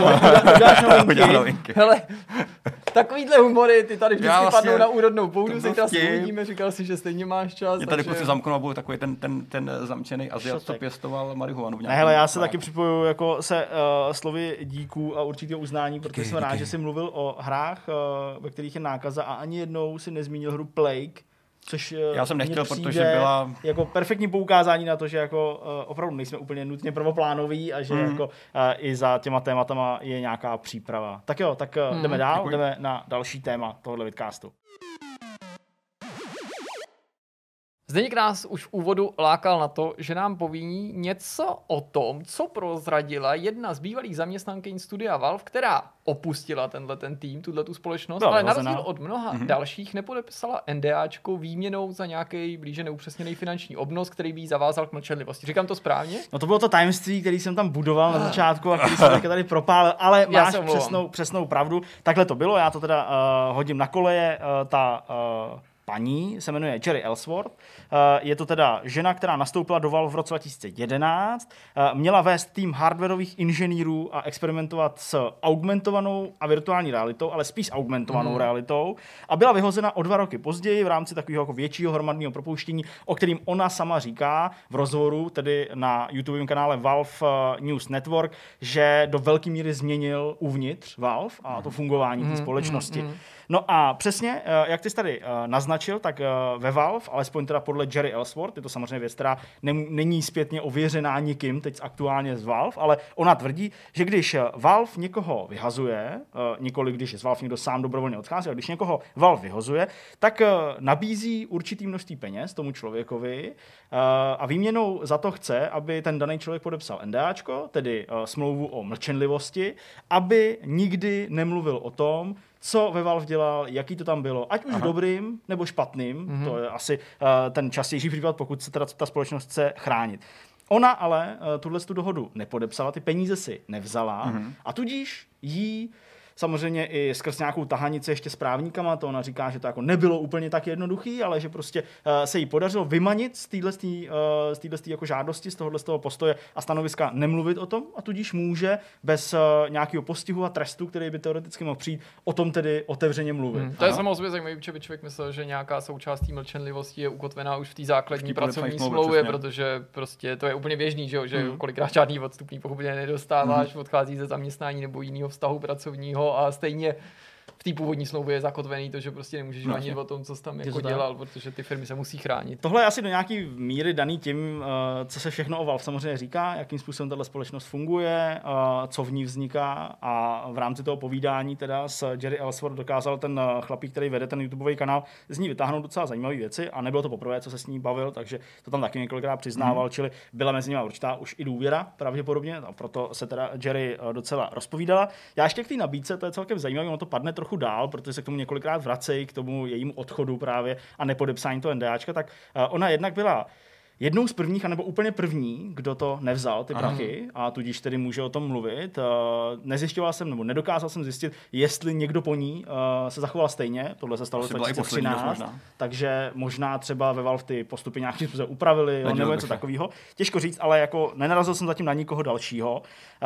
uděláš novinky. Hele, takovýhle humory, ty tady vždycky vlastně padnou na úrodnou půdu, zítra si uvidíme, říkal si, že stejně máš čas. Je tady takže... kluci zamknou a byl takový ten, ten, ten zamčený Aziat, co pěstoval marihuanu. Ne, hele, já se taky připojuju jako se uh, slovy díků a určitého uznání, protože díky, jsem rád, díky. Že jsi mluvil o hrách, uh, ve kterých je nákaza a ani jednou si nezmínil hru Plague, což já jsem nechtěl, protože byla jako perfektní poukázání na to, že jako uh, opravdu nejsme úplně nutně prvoplánoví a že mm. jako uh, i za těma tématama je nějaká příprava. Tak jo, tak uh, mm. jdeme dál, děkuji. Jdeme na další téma tohohle vidcastu. Zdeněk nás už v úvodu lákal na to, že nám poví něco o tom, co prozradila jedna z bývalých zaměstnankyň studia Valve, která opustila tenhle ten tým, tuhle tu společnost, Byla ale na vyhozená. rozdíl od mnoha Mhm. dalších nepodepsala NDAčko výměnou za nějaký blíže neupřesněný finanční obnos, který by jí zavázal k mlčenlivosti. Říkám to správně? No to bylo to tajemství, který jsem tam budoval na začátku a který jsem tady propálil, ale Já máš přesnou, přesnou pravdu. Takhle to bylo, já to teda uh, hodím na koleje, uh, ta uh, paní se jmenuje Jerry Ellsworth. Je to teda žena, která nastoupila do Valve v roce dva tisíce jedenáct. Měla vést tým hardwarových inženýrů a experimentovat s augmentovanou a virtuální realitou, ale spíš augmentovanou mm. realitou. A byla vyhozena o dva roky později v rámci takového jako většího hromadného propouštění, o kterým ona sama říká v rozhovoru, tedy na YouTubovém kanále Valve News Network, že do velké míry změnil uvnitř Valve a to fungování té mm, společnosti. Mm, mm. No a přesně, jak ty jsi tady naznačil, tak ve Valve, alespoň teda podle Jerry Ellsworth, je to samozřejmě věc, která není zpětně ověřená nikým, teď aktuálně z Valve, ale ona tvrdí, že když Valve někoho vyhazuje, nikoli když z Valve někdo sám dobrovolně odchází, ale když někoho Valve vyhazuje, tak nabízí určitý množství peněz tomu člověkovi a výměnou za to chce, aby ten daný člověk podepsal NDAčko, tedy smlouvu o mlčenlivosti, aby nikdy nemluvil o tom, co ve Valve dělal, jaký to tam bylo, ať už Aha. dobrým nebo špatným, mm-hmm. to je asi uh, ten častější případ, pokud se teda ta společnost chce chránit. Ona ale uh, tuhle tu dohodu nepodepsala, ty peníze si nevzala mm-hmm. a tudíž jí samozřejmě i skrz nějakou tahanici ještě s právníkama, to ona říká, že to jako nebylo úplně tak jednoduchý, ale že prostě uh, se jí podařilo vymanit z téhle uh, jako žádosti, z tohohle z toho postoje a stanoviska nemluvit o tom a tudíž může bez uh, nějakého postihu a trestu, který by teoreticky mohl přijít, o tom tedy otevřeně mluvit. Hmm. To je samozřejmě zajímavý, že by člověk myslel, že nějaká součást té mlčenlivosti je ukotvená už v té základní pracovní smlouvě, protože prostě to je úplně běžný, že, že hmm. kolikrát žádný odstupný pochopitelně nedostáváš, hmm. odchází ze zaměstnání nebo jiného vztahu pracovního a stejně v té původní smlouvě je zakotvený to, že prostě nemůžeš No, vanit o tom, co jsi tam jako to dělal, protože ty firmy se musí chránit. Tohle je asi do nějaký míry daný tím, co se všechno o Valve samozřejmě říká, jakým způsobem tato společnost funguje, co v ní vzniká, a v rámci toho povídání teda s Jerry Ellsworth dokázal ten chlapík, který vede ten YouTubeový kanál, z ní vytáhnout docela zajímavé věci, a nebylo to poprvé, co se s ní bavil, takže to tam taky několikrát přiznával, mm. čili byla mezi nimi určitá už i důvěra pravděpodobně, a proto se teda Jerry docela rozpovídala. Já ještě k té nabídce, to je celkem zajímavé, ono to padne trochu dál, protože se k tomu několikrát vracejí, k tomu jejímu odchodu právě a nepodepsání toho NDAčka, tak ona jednak byla jednou z prvních, anebo úplně první, kdo to nevzal, ty prachy, a tudíž tedy může o tom mluvit. Nezjišťoval jsem, nebo nedokázal jsem zjistit, jestli někdo po ní se zachoval stejně, tohle se stalo v dva tisíce třináct, takže možná třeba ve Valve ty postupy nějakým způsobem upravili, nebo něco takového. Těžko říct, ale jako nenarazil jsem zatím na nikoho dalšího.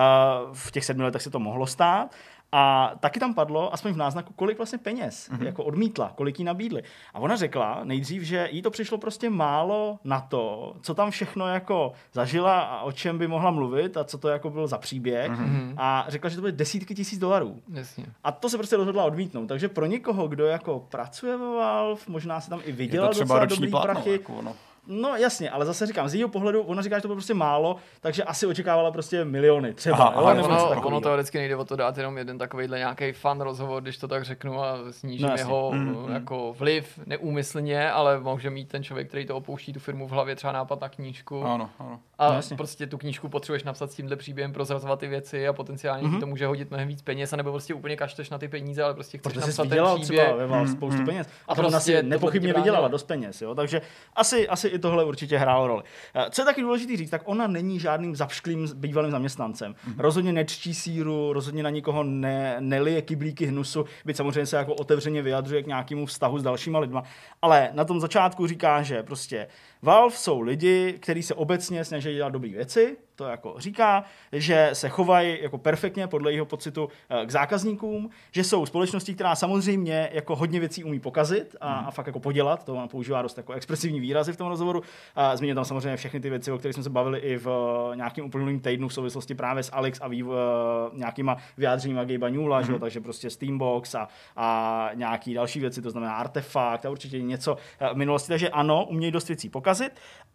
V těch sedmi letech se to mohlo stát. A taky tam padlo, aspoň v náznaku, kolik vlastně peněz mm-hmm. jako odmítla, kolik jí nabídli. A ona řekla nejdřív, že jí to přišlo prostě málo na to, co tam všechno jako zažila a o čem by mohla mluvit a co to jako bylo za příběh. Mm-hmm. A řekla, že to byly desítky tisíc dolarů. Jasně. A to se prostě rozhodla odmítnout. Takže pro někoho, kdo jako pracuje ve Valve, možná se tam i vydělal docela dobrý prachy. Jako no. No jasně, ale zase říkám, z jejího pohledu, ona říká, že to bylo prostě málo, takže asi očekávala prostě miliony třeba. Aha, jo, ale ono, ono to vždycky nejde o to dát jenom jeden takovejhle nějaký fan rozhovor, když to tak řeknu, a snížím no, jeho mm, jako vliv neúmyslně, ale může mít ten člověk, který to opouští tu firmu, v hlavě třeba nápad na knížku. Ano, ano. A no, prostě tu knížku potřebuješ napsat s tímhle příběhem, prozrazovat ty věci a potenciálně mm-hmm. to může hodit mnohem víc peněz, anebo prostě úplně kašteš na ty peníze, ale prostě chceš napsat ten příběh. Třeba ve spoustu mm-hmm. peněz. A, a to prostě ona si nepochybně vydělala dost peněz, jo. Takže asi asi i tohle určitě hrál roli. Co je taky důležitý říct, tak ona není žádným zapšklým bývalým zaměstnancem. Mm-hmm. Rozhodně nečtí síru, rozhodně na nikoho ne, nelije kyblíky hnusu, byť samozřejmě se jako otevřeně vyjadřuje k nějakému vztahu s dalšíma lidma. Ale na tom začátku říká, že prostě Valve jsou lidi, kteří se obecně snaží dělat dobré věci, to jako říká, že se chovají jako perfektně podle jeho pocitu k zákazníkům, že jsou společností, která samozřejmě jako hodně věcí umí pokazit a, a fakt jako podělat, to on používá dost jako expresivní výrazy v tom rozhovoru. Zmínil tam samozřejmě všechny ty věci, o kterých jsme se bavili i v nějakým uplynulým týdnu v souvislosti právě s Alex a vývo, nějakýma vyjádřeníma Gabe'a Newella, mm-hmm. takže prostě Steambox a, a nějaký další věci, to znamená Artefakt a určitě něco v minulosti, takže ano, umějí dost věcí pokazit,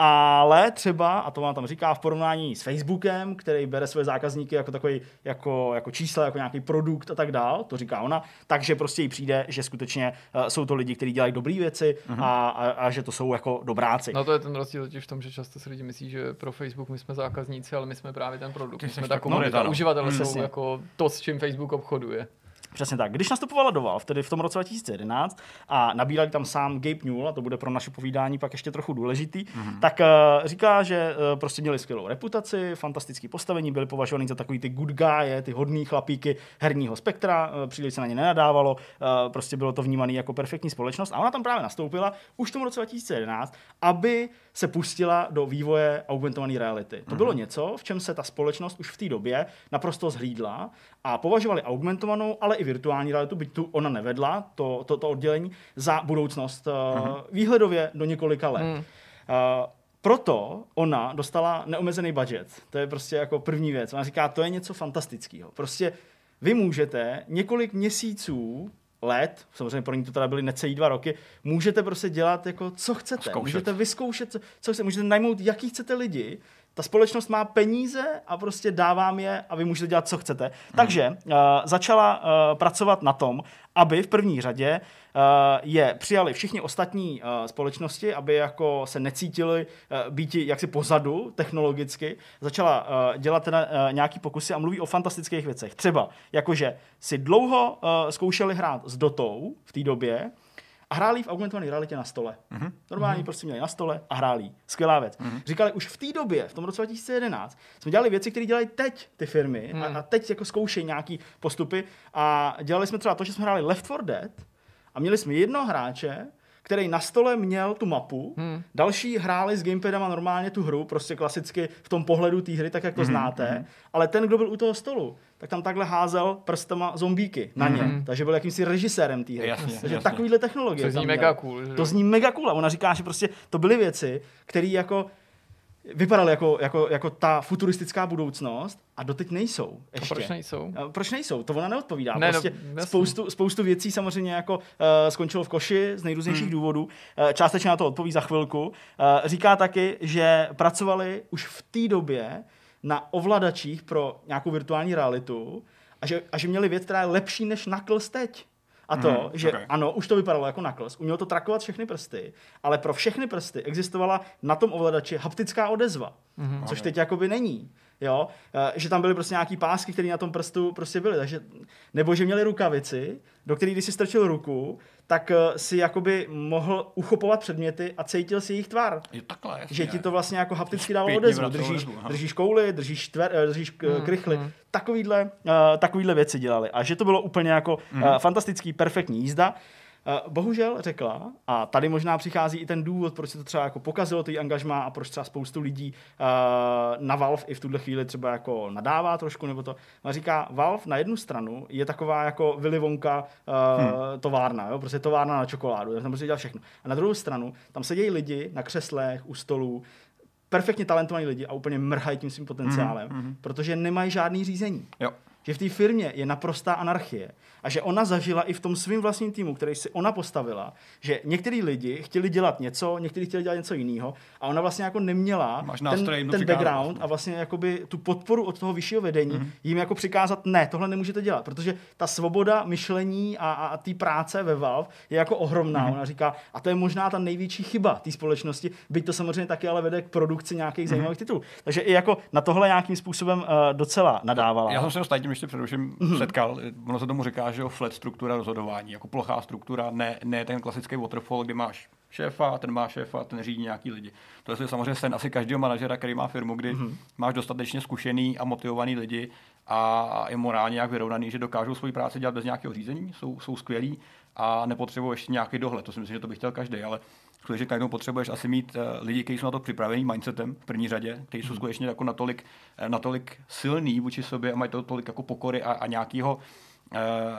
ale třeba, a to vám tam říká, v porovnání s Facebookem, který bere své zákazníky jako takový jako, jako čísla, jako nějaký produkt a tak dál, to říká ona, takže prostě jí přijde, že skutečně uh, jsou to lidi, kteří dělají dobré věci mm-hmm. a, a, a že to jsou jako dobráci. No to je ten rozdíl totiž v tom, že často si lidi myslí, že pro Facebook my jsme zákazníci, ale my jsme právě ten produkt. My jsme ta komunita, uživatelé mm, jsou jako to, s čím Facebook obchoduje. Přesně tak. Když nastupovala do Valve, tedy v tom roce dva tisíce jedenáct, a nabírali tam sám Gabe Newell, a to bude pro naše povídání pak ještě trochu důležitý, mm-hmm. tak uh, říká, že uh, prostě měli skvělou reputaci, fantastické postavení, byli považovaní za takový ty good guy, ty hodný chlapíky herního spektra, uh, příliš se na ně nenadávalo, uh, prostě bylo to vnímané jako perfektní společnost, a ona tam právě nastoupila už v tom roce dva tisíce jedenáct, aby se pustila do vývoje augmentované reality. Mm-hmm. To bylo něco, v čem se ta společnost už v té době naprosto zhlídla a považovali augmentovanou, ale i virtuální realitu, byť tu ona nevedla, to, to, to oddělení, za budoucnost uh, výhledově do několika let. Mm. Uh, proto ona dostala neomezený budget. To je prostě jako první věc. Ona říká, to je něco fantastického. Prostě vy můžete několik měsíců, let, samozřejmě pro ní to teda byly necelý dva roky, můžete prostě dělat jako co chcete. Zkoušet. Můžete vyzkoušet, co, co chcete. Můžete najmout, jaký chcete lidi. Ta společnost má peníze a prostě dávám je a vy můžete dělat, co chcete. Hmm. Takže uh, začala uh, pracovat na tom, aby v první řadě uh, je přijali všichni ostatní uh, společnosti, aby jako se necítili uh, býti jaksi pozadu technologicky. Začala uh, dělat teda, uh, nějaký pokusy a mluví o fantastických věcech. Třeba jakože si dlouho uh, zkoušeli hrát s Dotou v té době, a hráli v augmentované realitě na stole. Mm-hmm. Normálně mm-hmm. prostě měli na stole a hráli. Skvělá věc. Mm-hmm. Říkali, už v té době, v tom roce dva tisíce jedenáct, jsme dělali věci, které dělají teď ty firmy mm. a, a teď jako zkoušejí nějaký postupy a dělali jsme třeba to, že jsme hráli Left four Dead a měli jsme jednoho hráče, který na stole měl tu mapu, hmm. další hráli s gamepadama normálně tu hru, prostě klasicky v tom pohledu té hry, tak jak to hmm. znáte, hmm. ale ten, kdo byl u toho stolu, tak tam takhle házel prstama zombíky na ně, hmm. takže byl jakýmsi režisérem té hry. Jasně, takže jasně. takovýhle technologie. To zní mega cool. Že? To zní mega cool a ona říká, že prostě to byly věci, které jako vypadaly jako, jako, jako ta futuristická budoucnost a doteď nejsou. Ještě. A proč nejsou? Proč nejsou? To ona neodpovídá. Ne, prostě no, spoustu, spoustu věcí samozřejmě jako uh, skončilo v koši z nejrůznějších hmm. důvodů. Uh, částečně na to odpoví za chvilku. Uh, říká taky, že pracovali už v té době na ovladačích pro nějakou virtuální realitu a že, a že měli věc, která je lepší než Knuckles teď. A to, mm, že okay. ano, už to vypadalo jako Knuckles, umělo to trackovat všechny prsty, ale pro všechny prsty existovala na tom ovladači haptická odezva, mm, což okay. teď jakoby není. Jo? Že tam byly prostě nějaký pásky, které na tom prstu prostě byly. Takže, nebo že měli rukavici, do které když si strčil ruku, tak si jakoby mohl uchopovat předměty a cítil si jejich tvar. Je takhle, jasně, že ti to vlastně jako hapticky dávalo odezvu. Držíš, držíš kouli, držíš, tver, držíš mm, krychly. Mm. Takovýhle, uh, takovýhle věci dělali. A že to bylo úplně jako mm. uh, fantastický, perfektní jízda. Uh, bohužel řekla, a tady možná přichází i ten důvod, proč se to třeba jako pokazilo, ty angažmá a proč třeba spoustu lidí uh, na Valve i v tuhle chvíli třeba jako nadává trošku, nebo to. A říká, Valve na jednu stranu je taková jako Willy Wonka uh, hmm. továrna, jo? Prostě továrna na čokoládu, tam prostě dělá všechno. A na druhou stranu, tam sedějí lidi na křeslech, u stolů, perfektně talentovaní lidi a úplně mrhají tím svým potenciálem, mm-hmm. protože nemají žádný řízení. Jo. Že v té firmě je naprostá anarchie a že ona zažila i v tom svým vlastním týmu, který si ona postavila, že některý lidi chtěli dělat něco, někteří chtěli dělat něco jiného a ona vlastně jako neměla ten, ten background a vlastně jakoby tu podporu od toho vyššího vedení mm-hmm. jim jako přikázat, ne, tohle nemůžete dělat, protože ta svoboda myšlení a, a, a té práce ve Valve je jako ohromná. Mm-hmm. Ona říká, a to je možná ta největší chyba té společnosti, byť to samozřejmě taky ale vede k produkci nějakých mm-hmm. zajímavých titulů. Takže i jako na tohle nějakým způsobem uh, docela nadávala. Já jsem se ostatním ještě především mm-hmm. setkal, ono se tomu říká, že jo, flat struktura rozhodování, jako plochá struktura, ne, ne ten klasický waterfall, kdy máš šéfa, ten má šéfa, ten řídí nějaký lidi. To je samozřejmě sen asi každého manažera, který má firmu, kdy mm-hmm. máš dostatečně zkušený a motivovaný lidi a je morálně nějak vyrovnaný, že dokážou svoji práci dělat bez nějakého řízení, jsou, jsou skvělí a nepotřebují ještě nějaký dohled. To si myslím, že to bych chtěl každý, ale skutečně každou potřebuješ asi mít uh, lidi, kteří jsou na to připravení mindsetem v první řadě, kteří jsou skutečně jako natolik, natolik silný vůči sobě a mají to tolik jako pokory a, a nějakého uh,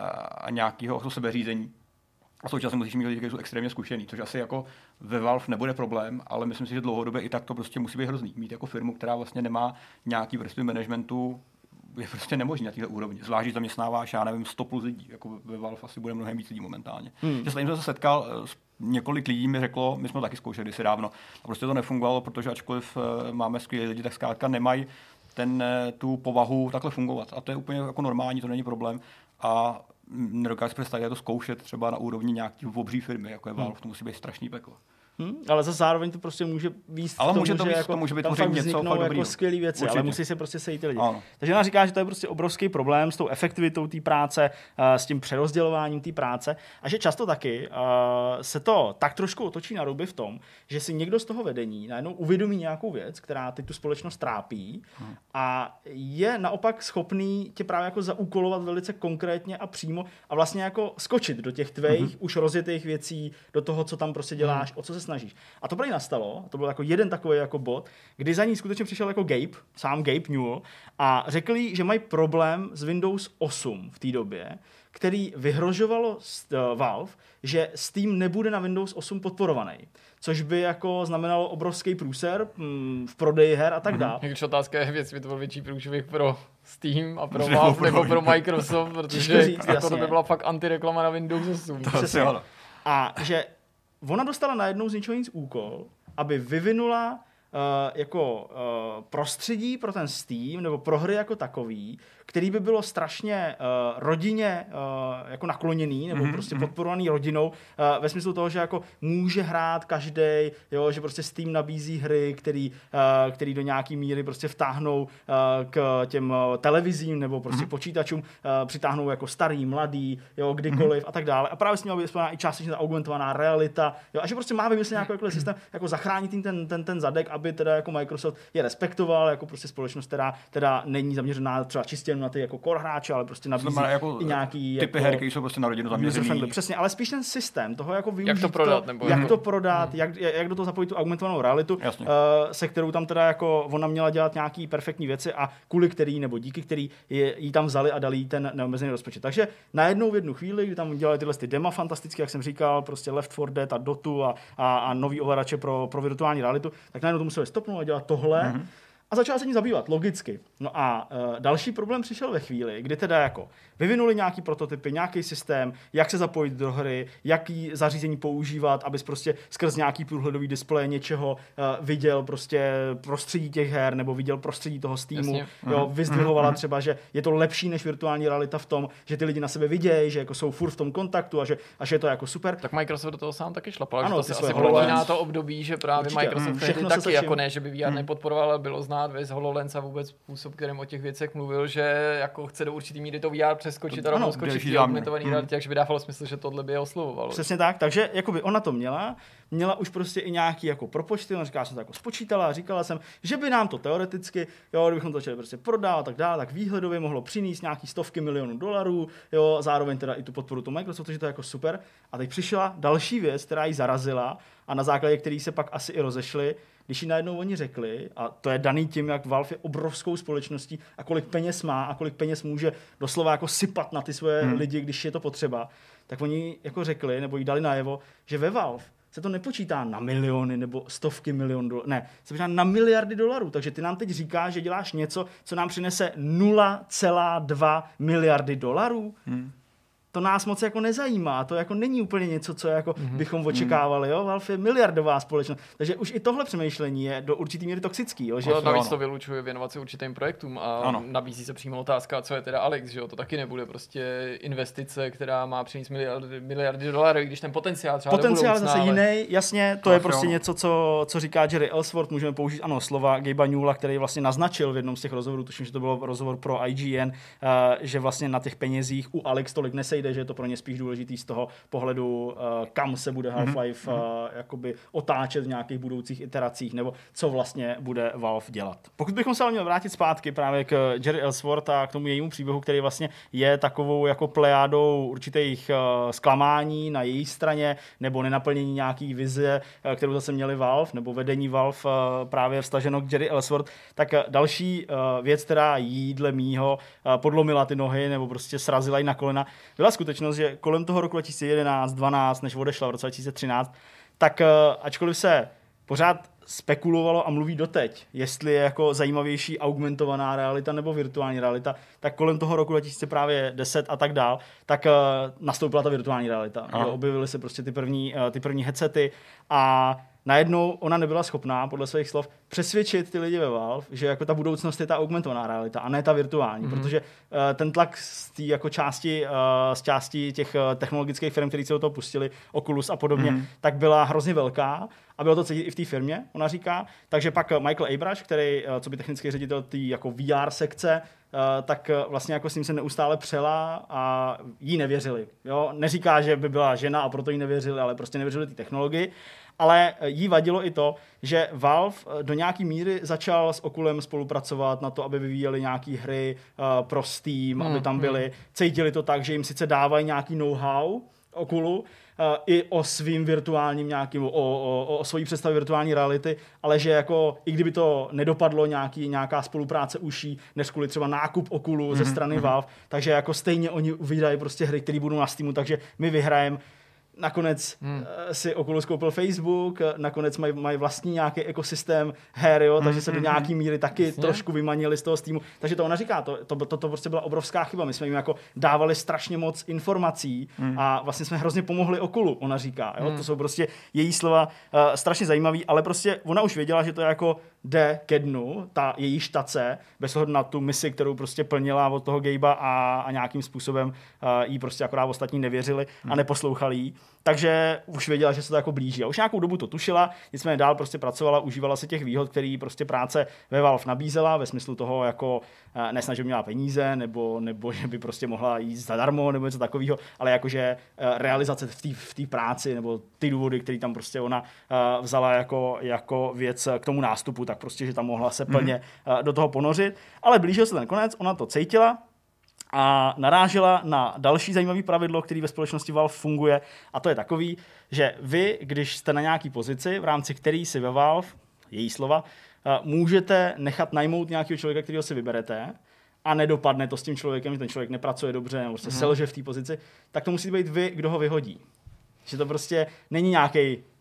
a nějakého sebeřízení. A současně musíš mít lidi, kteří jsou extrémně zkušený, což asi jako ve Valve nebude problém, ale myslím si, že dlouhodobě i tak to prostě musí být hrozný. Mít jako firmu, která vlastně nemá nějaký vrstvy managementu, je prostě nemožný na této úrovni. Zvlášť, že zaměstnáváš, já nevím, sto plus lidí. Jako ve Valve asi bude mnohem víc lidí momentálně. Hmm. Že jsem se setkal, několik lidí mi řeklo, my jsme to taky zkoušeli kdysi dávno, a prostě to nefungovalo, protože ačkoliv máme skvělé lidi, tak zkrátka nemají ten, tu povahu takhle fungovat. A to je úplně jako normální, to není problém. A nedokážu si představit, jak to zkoušet třeba na úrovni nějaké obří firmy, jako je Valve, hmm. to musí být strašný peklo. Hmm, ale za zároveň to prostě může víc ale tomu, může to že víc, jako, to může být tam fakt něco vzniknou jako skvělý věci, určitě. Ale musí se prostě sejít ty lidi. Ano. Takže ona říká, že to je prostě obrovský problém s tou efektivitou té práce, uh, s tím přerozdělováním té práce a že často taky uh, se to tak trošku otočí na ruby v tom, že si někdo z toho vedení najednou uvědomí nějakou věc, která teď tu společnost trápí hmm. a je naopak schopný tě právě jako zaúkolovat velice konkrétně a přímo a vlastně jako skočit do těch tvých hmm. už rozjetých věcí, do toho, co tam prostě děláš, hmm. o co se snažíš. A to nastalo, to byl jako jeden takový jako bod, kdy za ní skutečně přišel jako Gabe, sám Gabe Newell, a řekl jí, že mají problém s Windows osm v té době, který vyhrožovalo uh, Valve, že Steam nebude na Windows osm podporovaný. Což by jako znamenalo obrovský průser mm, v prodeji her a tak dále. Když otázka je věc, by to byl větší průšvih pro Steam a pro Valve nebo pro Microsoft, protože říct, jako to by byla fakt antireklama na Windows osm. To a že ona dostala najednou z ničeho nic úkol, aby vyvinula uh, jako uh, prostředí pro ten Steam nebo pro hry jako takový, který by bylo strašně uh, rodině uh, jako nakloněný nebo mm-hmm. prostě podporovaný rodinou uh, ve smyslu toho, že jako může hrát každej, jo, že prostě Steam nabízí hry, který, uh, který do nějaký míry prostě vtáhnou uh, k těm uh, televizím nebo prostě mm-hmm. počítačům, uh, přitáhnou jako starý, mladý, jo, kdykoliv mm-hmm. a tak dále. A právě s tím měla i částečně ta augmentovaná realita, jo, a že prostě má vymyslet nějaký jako systém, jako zachránit tím ten, ten, ten zadek, aby teda jako Microsoft je respektoval, jako prostě společnost, která teda není zaměřená třeba čistě na ty jako core hráče, ale prostě nabízí jako i nějaký typy jako, her, které jsou prostě na rodinu zaměřený. Přesně, ale spíš ten systém toho jako využít jak to prodat, to, nebo jak jako... to prodat, hmm. jak, jak do toho zapojit tu augmentovanou realitu, uh, se kterou tam teda jako ona měla dělat nějaký perfektní věci a kvůli který nebo díky který je, jí tam vzali a dali jí ten neomezený rozpočet. Takže najednou v jednu chvíli, kdy tam dělali tyhle ty dema fantastické, jak jsem říkal, prostě Left four Dead a Dotu a, a, a nový ovladače pro, pro virtuální realitu, tak najednou to museli museli stopnout a dělat tohle. Mm-hmm. A začala se ní zabývat, logicky. No a uh, další problém přišel ve chvíli, kdy teda jako vyvinuli nějaký prototypy, nějaký systém, jak se zapojit do hry, jaký zařízení používat, abys prostě skrz nějaký průhledový displej něčeho uh, viděl prostě prostředí těch her, nebo viděl prostředí toho Steamu. Jo, vyzdvihovala mm-hmm. třeba, že je to lepší než virtuální realita v tom, že ty lidi na sebe vidějí, že jako jsou furt v tom kontaktu a že, a že je to jako super. Tak Microsoft do toho sám taky šlapal, ano, že to se asi prolíná to období, že právě určitě. Microsoft mm, taky jako ne, že by V R mm. nepodporoval, ale bylo znát z HoloLens a vůbec způsob, kterým o těch věcech mluvil, že jako chce do určitý míry to V R přeskočit to, a rovnou skočit do augmentované reality, takže by dávalo smysl, že tohle by je oslovovalo. Přesně tak, takže jakoby ona to měla, měla už prostě i nějaký jako propočty, ona říká, jsem to jako spočítala a říkala jsem, že by nám to teoreticky, jo, kdybychom to začali prostě prodávat a tak dále, tak výhledově mohlo přinést nějaký stovky milionů dolarů, jo, zároveň teda i tu podporu toho Microsoftu, že to je jako super. A teď přišla další věc, která ji zarazila a na základě který se pak asi i rozešli, když ji najednou oni řekli, a to je daný tím, jak Valve je obrovskou společností a kolik peněz má a kolik peněz může doslova jako sypat na ty svoje hmm. lidi, když je to potřeba, tak oni jako řekli, nebo jí dali najevo, že ve Valve se to nepočítá na miliony nebo stovky milionů dolarů, ne, se počítá na miliardy dolarů, takže ty nám teď říkáš, že děláš něco, co nám přinese nula celá dva miliardy dolarů. Hmm. To nás moc jako nezajímá, to jako není úplně něco, co jako mm-hmm. bychom očekávali, jo, Valve je miliardová společnost, takže už i tohle přemýšlení je do určitý míry toxický, jo, že no, navíc to vylučuje věnovat se určitým projektům a ano. nabízí se přímo otázka, co je teda Alex, že jo, to taky nebude prostě investice, která má přinést miliardy, miliardy dolarů, když ten potenciál třeba potenciál zase ale... jiný, jasně, to Ach, je prostě jo. něco, co, co říká Jerry Ellsworth, můžeme použít, ano, slova Gabe'a Newella, který vlastně naznačil v jednom z těch rozhovorů, tuším, že to bylo rozhovor pro I G N, uh, že vlastně na těch penězích u Alex tolik nesejde, že je to pro ně spíš důležitý z toho pohledu, uh, kam se bude Half-Life uh, jakoby otáčet v nějakých budoucích iteracích, nebo co vlastně bude Valve dělat. Pokud bychom se ale měli vrátit zpátky právě k Jerry Ellsworth a k tomu jejímu příběhu, který vlastně je takovou jako plejádou určitých uh, zklamání na její straně, nebo nenaplnění nějaký vize, uh, kterou zase měli Valve, nebo vedení Valve uh, právě vztaženo k Jerry Ellsworth, tak uh, další uh, věc, která jí dle mýho uh, podlomila ty nohy, nebo prostě srazila jí na kolena, byla skutečnost, že kolem toho roku dva tisíce jedenáct dvanáct, než odešla v roce dva tisíce třináct, tak ačkoliv se pořád spekulovalo a mluví doteď, jestli je jako zajímavější augmentovaná realita nebo virtuální realita, tak kolem toho roku dva tisíce deset a tak dál, tak nastoupila ta virtuální realita. Objevily se prostě ty první, ty první headsety a najednou ona nebyla schopná, podle svých slov, přesvědčit ty lidi ve Valve, že jako ta budoucnost je ta augmentovaná realita a ne ta virtuální, mm-hmm. protože uh, ten tlak z té jako části, uh, z části těch uh, technologických firm, které se do toho pustili, Oculus a podobně, mm-hmm. tak byla hrozně velká a bylo to cítit i v té firmě, ona říká. Takže pak Michael Abrash, který, uh, co by technický ředitel té jako V R sekce, Uh, tak uh, vlastně jako s ním se neustále přela a jí nevěřili. Jo? Neříká, že by byla žena a proto jí nevěřili, ale prostě nevěřili té technologii. Ale jí vadilo i to, že Valve do nějaký míry začal s Oculem spolupracovat na to, aby vyvíjeli nějaký hry uh, pro Steam, hmm, aby tam byly. Hmm. Cítili to tak, že jim sice dávají nějaký know-how Oculu, uh, i o svým virtuálním nějakým, o, o, o svojí představě virtuální reality, ale že jako, i kdyby to nedopadlo nějaký, nějaká spolupráce uší, než kvůli třeba nákup Oculu mm-hmm. ze strany Valve, takže jako stejně oni vydají prostě hry, které budou na Steamu, takže my vyhrajeme. Nakonec hmm. si Oculus koupil Facebook, nakonec mají maj vlastní nějaký ekosystém her, jo, takže se do nějaký míry taky Jasně. trošku vymanili z toho Steamu. Takže to ona říká, to, to, to, to prostě byla obrovská chyba. My jsme jim jako dávali strašně moc informací hmm. a vlastně jsme hrozně pomohli Oculu, ona říká. Jo. Hmm. To jsou prostě její slova uh, strašně zajímavý, ale prostě ona už věděla, že to jako jde ke dnu, ta její štace, bez ohledu na tu misi, kterou prostě plnila od toho Gabe'a a, a nějakým způsobem uh, jí prostě akorát ostatní nevěřili hmm. a neposlouchali jí. Takže už věděla, že se to jako blíží. A už nějakou dobu to tušila, nicméně dál prostě pracovala, užívala se těch výhod, který prostě práce ve Valve nabízela, ve smyslu toho jako uh, nesnažit, že by měla peníze, nebo, nebo že by prostě mohla jít zadarmo, nebo něco takového, ale jakože uh, realizace v té práci, nebo ty důvody, které tam prostě ona uh, vzala jako, jako věc k tomu nástupu, tak prostě, že tam mohla se plně mm. do toho ponořit. Ale blížil se ten konec, ona to cítila a narážela na další zajímavý pravidlo, který ve společnosti Valve funguje, a to je takový, že vy, když jste na nějaký pozici, v rámci který si ve Valve, její slova, můžete nechat najmout nějakého člověka, kterého si vyberete, a nedopadne to s tím člověkem, že ten člověk nepracuje dobře, nebo se mm. selže v té pozici, tak to musí být vy, kdo ho vyhodí. Že to prostě není nějaký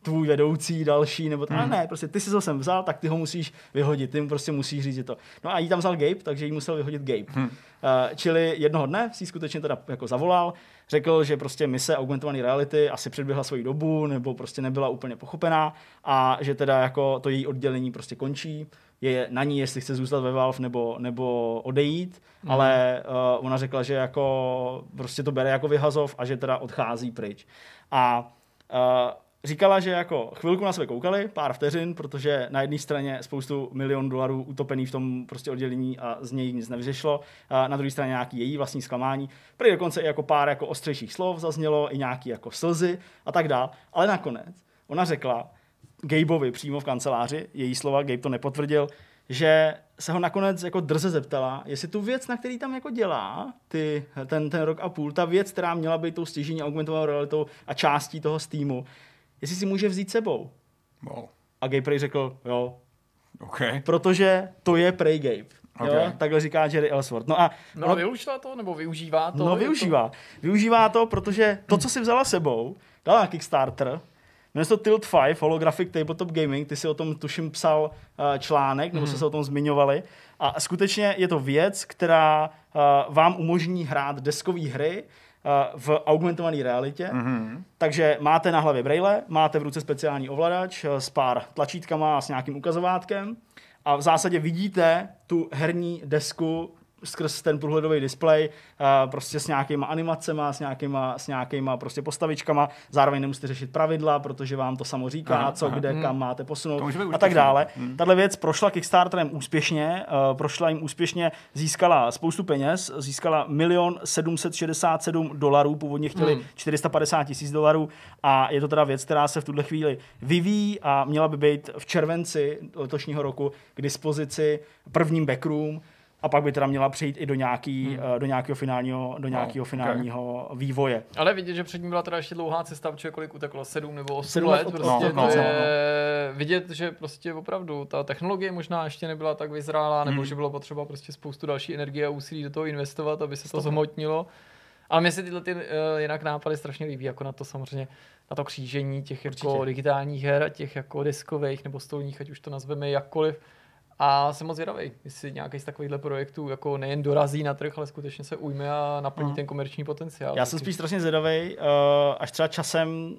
tvůj vedoucí další, nebo to, hmm. ale ne, prostě ty jsi ho sem vzal, tak ty ho musíš vyhodit, ty mu prostě musíš říct, že to. No a jí tam vzal Gabe, takže jí musel vyhodit Gabe. Hmm. Uh, čili jednoho dne si skutečně teda jako zavolal, řekl, že prostě mise augmentované reality asi předběhla svoji dobu, nebo prostě nebyla úplně pochopená a že teda jako to její oddělení prostě končí. Je na ní, jestli chce zůstat ve Valve nebo, nebo odejít, mm. ale uh, ona řekla, že jako prostě to bere jako vyhazov a že teda odchází pryč. A uh, říkala, že jako chvilku na sebe koukali, pár vteřin, protože na jedné straně spoustu milion dolarů utopený v tom prostě oddělení a z něj nic nevyřešlo, uh, na druhé straně nějaký její vlastní zklamání, prý dokonce i jako pár jako ostřejších slov zaznělo, i nějaký jako slzy a tak dál, ale nakonec ona řekla Gabeovi přímo v kanceláři, její slova, Gabe to nepotvrdil, že se ho nakonec jako drze zeptala, jestli tu věc, na který tam jako dělá ty, ten, ten rok a půl, ta věc, která měla být tou stěžejní augmentovanou realitou a částí toho Steamu, jestli si může vzít sebou. Wow. A Gabe prej řekl, jo, okay. protože to je prej Gabe. Okay. Jo, takhle říká Jerry Ellsworth. No a no, ono, využila to, nebo využívá to? No využívá. To... Využívá to, protože to, co si vzala sebou, dala na Kickstarter, jmenuje se to Tilt pět, Holographic Tabletop Gaming, ty si o tom tuším psal uh, článek, nebo mm. jste se o tom zmiňovali. A skutečně je to věc, která uh, vám umožní hrát deskové hry uh, v augmentované realitě. Mm-hmm. Takže máte na hlavě brejle, máte v ruce speciální ovladač uh, s pár tlačítkama a s nějakým ukazovátkem a v zásadě vidíte tu herní desku skrz ten průhledový displej, uh, prostě s nějakýma animacema, s nějakýma, s nějakýma prostě postavičkama, zároveň nemusíte řešit pravidla, protože vám to samo říká, aha, co, aha, kde, hmm. kam máte posunout a tak dále. Hmm. Tahle věc prošla Kickstarterem úspěšně, uh, prošla jim úspěšně, získala spoustu peněz, získala milion sedm set šedesát sedm dolarů, původně chtěli hmm. čtyři sta padesát tisíc dolarů a je to teda věc, která se v tuhle chvíli vyvíjí a měla by být v červenci letošního roku k dispozici prvním backroom. A pak by teda měla přejít i do, nějaký, hmm. do nějakého finálního, do nějakého no, finálního okay. vývoje. Ale vidět, že před ním byla teda ještě dlouhá cesta, protože kolik uteklo, sedm nebo osm let. Prostě no, no, je no. Vidět, že prostě opravdu ta technologie možná ještě nebyla tak vyzrálá, nebo hmm. že bylo potřeba prostě spoustu další energie a úsilí do toho investovat, aby se to zhmotnilo. Ale mně se tyhle ty, uh, jinak nápady strašně líbí, jako na to samozřejmě, na to křížení těch jako digitálních her a těch jako deskových nebo stolních, ať už to nazveme jakkoliv. A jsem moc zvědavý, jestli nějaký z takovýchhle projektů jako nejen dorazí na trh, ale skutečně se ujme a naplní uh-huh. ten komerční potenciál. Já jsem spíš strašně zvědavý, až třeba časem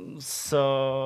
s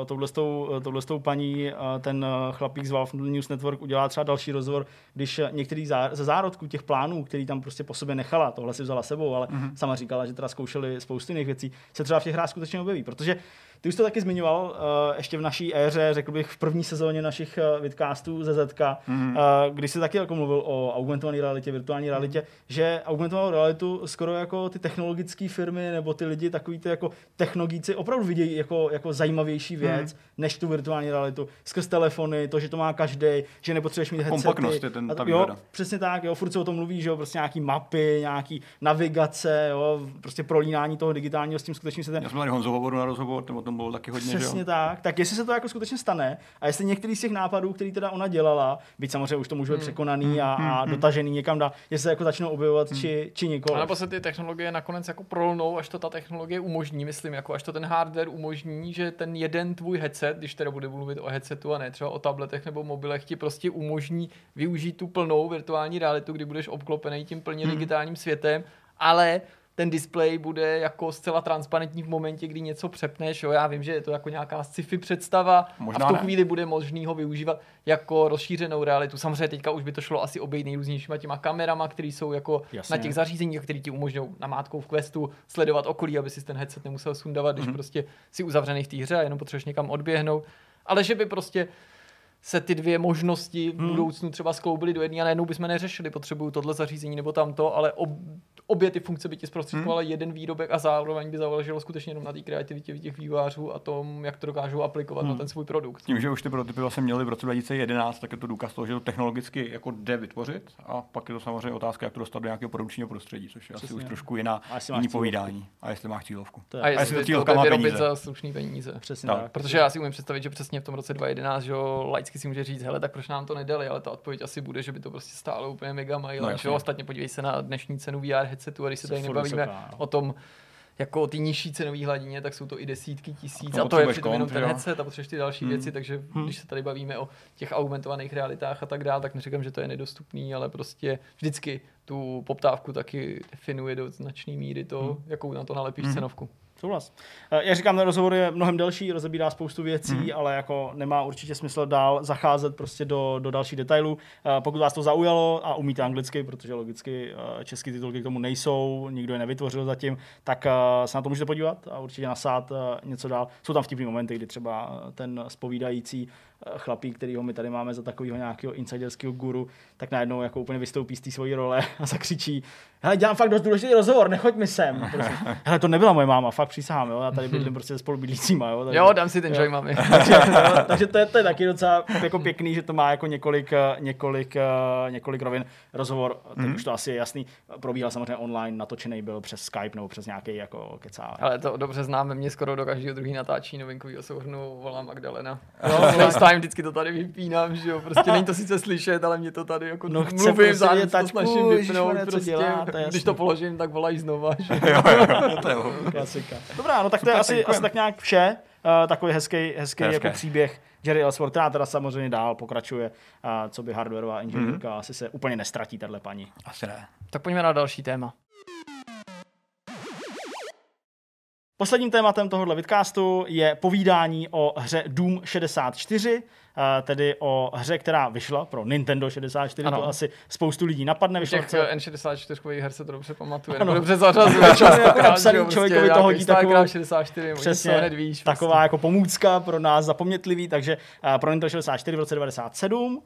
touhletou paní ten chlapík z Valve News Network udělá třeba další rozhovor, když některý ze zárodků těch plánů, který tam prostě po sobě nechala, tohle si vzala sebou, ale uh-huh. sama říkala, že teda zkoušeli spoustu jiných věcí, se třeba v těch hrách skutečně objeví, protože ty už to taky zmiňoval uh, ještě v naší éře, řekl bych v první sezóně našich uh, vidcastů ze Zetka, mm-hmm. uh, když se taky jako mluvil o augmentované realitě, virtuální realitě, mm-hmm. že augmentovanou realitu skoro jako ty technologické firmy nebo ty lidi, takový ty jako technologíci opravdu vidějí jako, jako zajímavější věc, mm-hmm. než tu virtuální realitu. Skrz telefony, to, že to má každý, že nepotřebuješ mít headsety. Kompaktnost je ten, ta jo, přesně tak, jo, furt se o tom mluví, že jo, prostě nějaký mapy, nějaký navigace, jo, prostě prolínání toho digitálního s tím skutečným světem. Já jsem tady Honzo hovoru na rozhovor, tom bylo taky hodně, přesně tak. Tak jestli se to jako skutečně stane a jestli některý z těch nápadů, který teda ona dělala, byť samozřejmě už to může být hmm. překonaný a, a hmm. dotažený někam dá, jestli se jako začnou objevovat hmm. či, či nikoliv. A nebo se ty technologie nakonec jako prolnou, až to ta technologie umožní, myslím, jako až to ten hardware umožní, že ten jeden tvůj headset, když teda bude mluvit o headsetu a ne třeba o tabletech nebo mobilech, ti prostě umožní využít tu plnou virtuální realitu, kdy budeš obklopený tím plně hmm. digitálním světem, ale ten displej bude jako zcela transparentní v momentě, kdy něco přepneš. Jo, já vím, že je to jako nějaká sci-fi představa. Možná a v tu chvíli bude možný ho využívat jako rozšířenou realitu. Samozřejmě teďka už by to šlo asi obejít nejrůznějšíma těma kamerama, které jsou jako Jasně. na těch zařízeních, které ti umožňují namátkou v Questu sledovat okolí, aby si ten headset nemusel sundavat, když mm-hmm. prostě si uzavřený v té hře a jenom potřebuješ někam odběhnout. Ale že by prostě se ty dvě možnosti v budoucnu třeba skloubily do jedné a najednou bychom neřešili, potřebuju tohle zařízení nebo tamto, ale ob, obě ty funkce by ti zprostředkovaly hmm. jeden výrobek a zároveň by záleželo skutečně jenom na té kreativitě těch vývojářů a tom, jak to dokážou aplikovat hmm. na ten svůj produkt. Tím, že už ty prototypy vlastně měly v roce dva tisíce jedenáct, tak je to důkaz toho, že to technologicky jako jde vytvořit a pak je to samozřejmě otázka, jak to dostat do nějakého produkčního prostředí, což je Přesně. asi už trošku jiná jiný povídání. A jestli máš cílovku. A, a jestli to cílovka má peníze za slušný peníze. Přesně tak. Protože já si umím představit, že přesně v tom roce dva tisíce jedenáct, že laicky si může říct, hele, tak proč nám to nedali, ale ta odpověď asi bude, že by to prostě stálo úplně mega mail. No, ostatně podívej se na dnešní cenu V R headsetu, a když se tady nebavíme o tom, jako ty nižší cenové hladině, tak jsou to i desítky tisíc A a to je přitom komp, jenom ten jo. headset a potřebuješ ty další Hmm. věci, takže Hmm. když se tady bavíme o těch augmentovaných realitách a tak dále, tak neříkám, že to je nedostupný, ale prostě vždycky tu poptávku taky definuje do značné míry to, Hmm. jakou na to nalepíš Hmm. cenovku. Souhlas. Eh, Jak říkám, ten rozhovor je mnohem delší, rozebírá spoustu věcí, Mhm. ale jako nemá určitě smysl dál zacházet prostě do, do dalších detailů. Eh, Pokud vás to zaujalo a umíte anglicky, protože logicky eh, český titulky k tomu nejsou, nikdo je nevytvořil zatím, tak eh, se na to můžete podívat a určitě nasát eh, něco dál. Jsou tam vtipný momenty, kdy třeba ten zpovídající eh, chlapík, kterýho my tady máme za takového nějakého insiderského guru, tak najednou jako úplně vystoupí z té svojí role a zakřičí: hele, dělám fakt dost důležitý rozhovor, nechoď mi sem. Prosím. Hele, to nebyla moje máma, fakt přísahám, jo, já tady bydlím prostě se spolubydlícíma, jo. Takže, Jo, dám si ten jo. joy, mami. takže, jo, takže to, je, to je taky docela jako pěkný, že to má jako několik, eh, několik, eh, několik rovin. Rozhovor, teď Mhm. už to asi je jasný, probíhal samozřejmě online, natočený byl přes Skype nebo přes nějaký jako kecá. Ale to dobře známe, mě skoro do každého druhý natáčí novinkovýho souhrnu volá Magdalena. Jo, FaceTime, vždycky to tady vypínám, že jo, prostě není to sice slyšet, ale mě to tady jako No chce mluvím, prostě zároveň vědět, to tačku, snažím vypnout, ježišmarja, co prostě, dělá, to je když jasný. to položím, tak volají znova, že jo, jo, to je jo. Klasika. Dobrá, no tak to je Super, asi, děkujem. asi tak nějak vše. Uh, takový hezký, hezký Hezké. jako příběh Jerry Ellsworth, která teda samozřejmě dál pokračuje, uh, co by hardwareová inženýrka, mm-hmm. asi se úplně nestratí tahle paní. Asi ne. Tak pojďme na další téma. Posledním tématem tohohle vidcastu je povídání o hře Doom šedesát čtyři, uh, tedy o hře, která vyšla pro Nintendo šedesát čtyři, Ano. to asi spoustu lidí napadne. Vyšla v Těch roce- N šedesát čtyři her se to dobře pamatuje, Ano. nebo dobře zařazuje častokrát, napsaný že jo, prostě člověkovi to nějaký hodí StarCraft takovou- šedesát čtyři, Přesně, něco hned víš. taková prostě. jako pomůcka pro nás zapomnětlivý, takže uh, pro Nintendo šedesát čtyři v roce devadesát sedm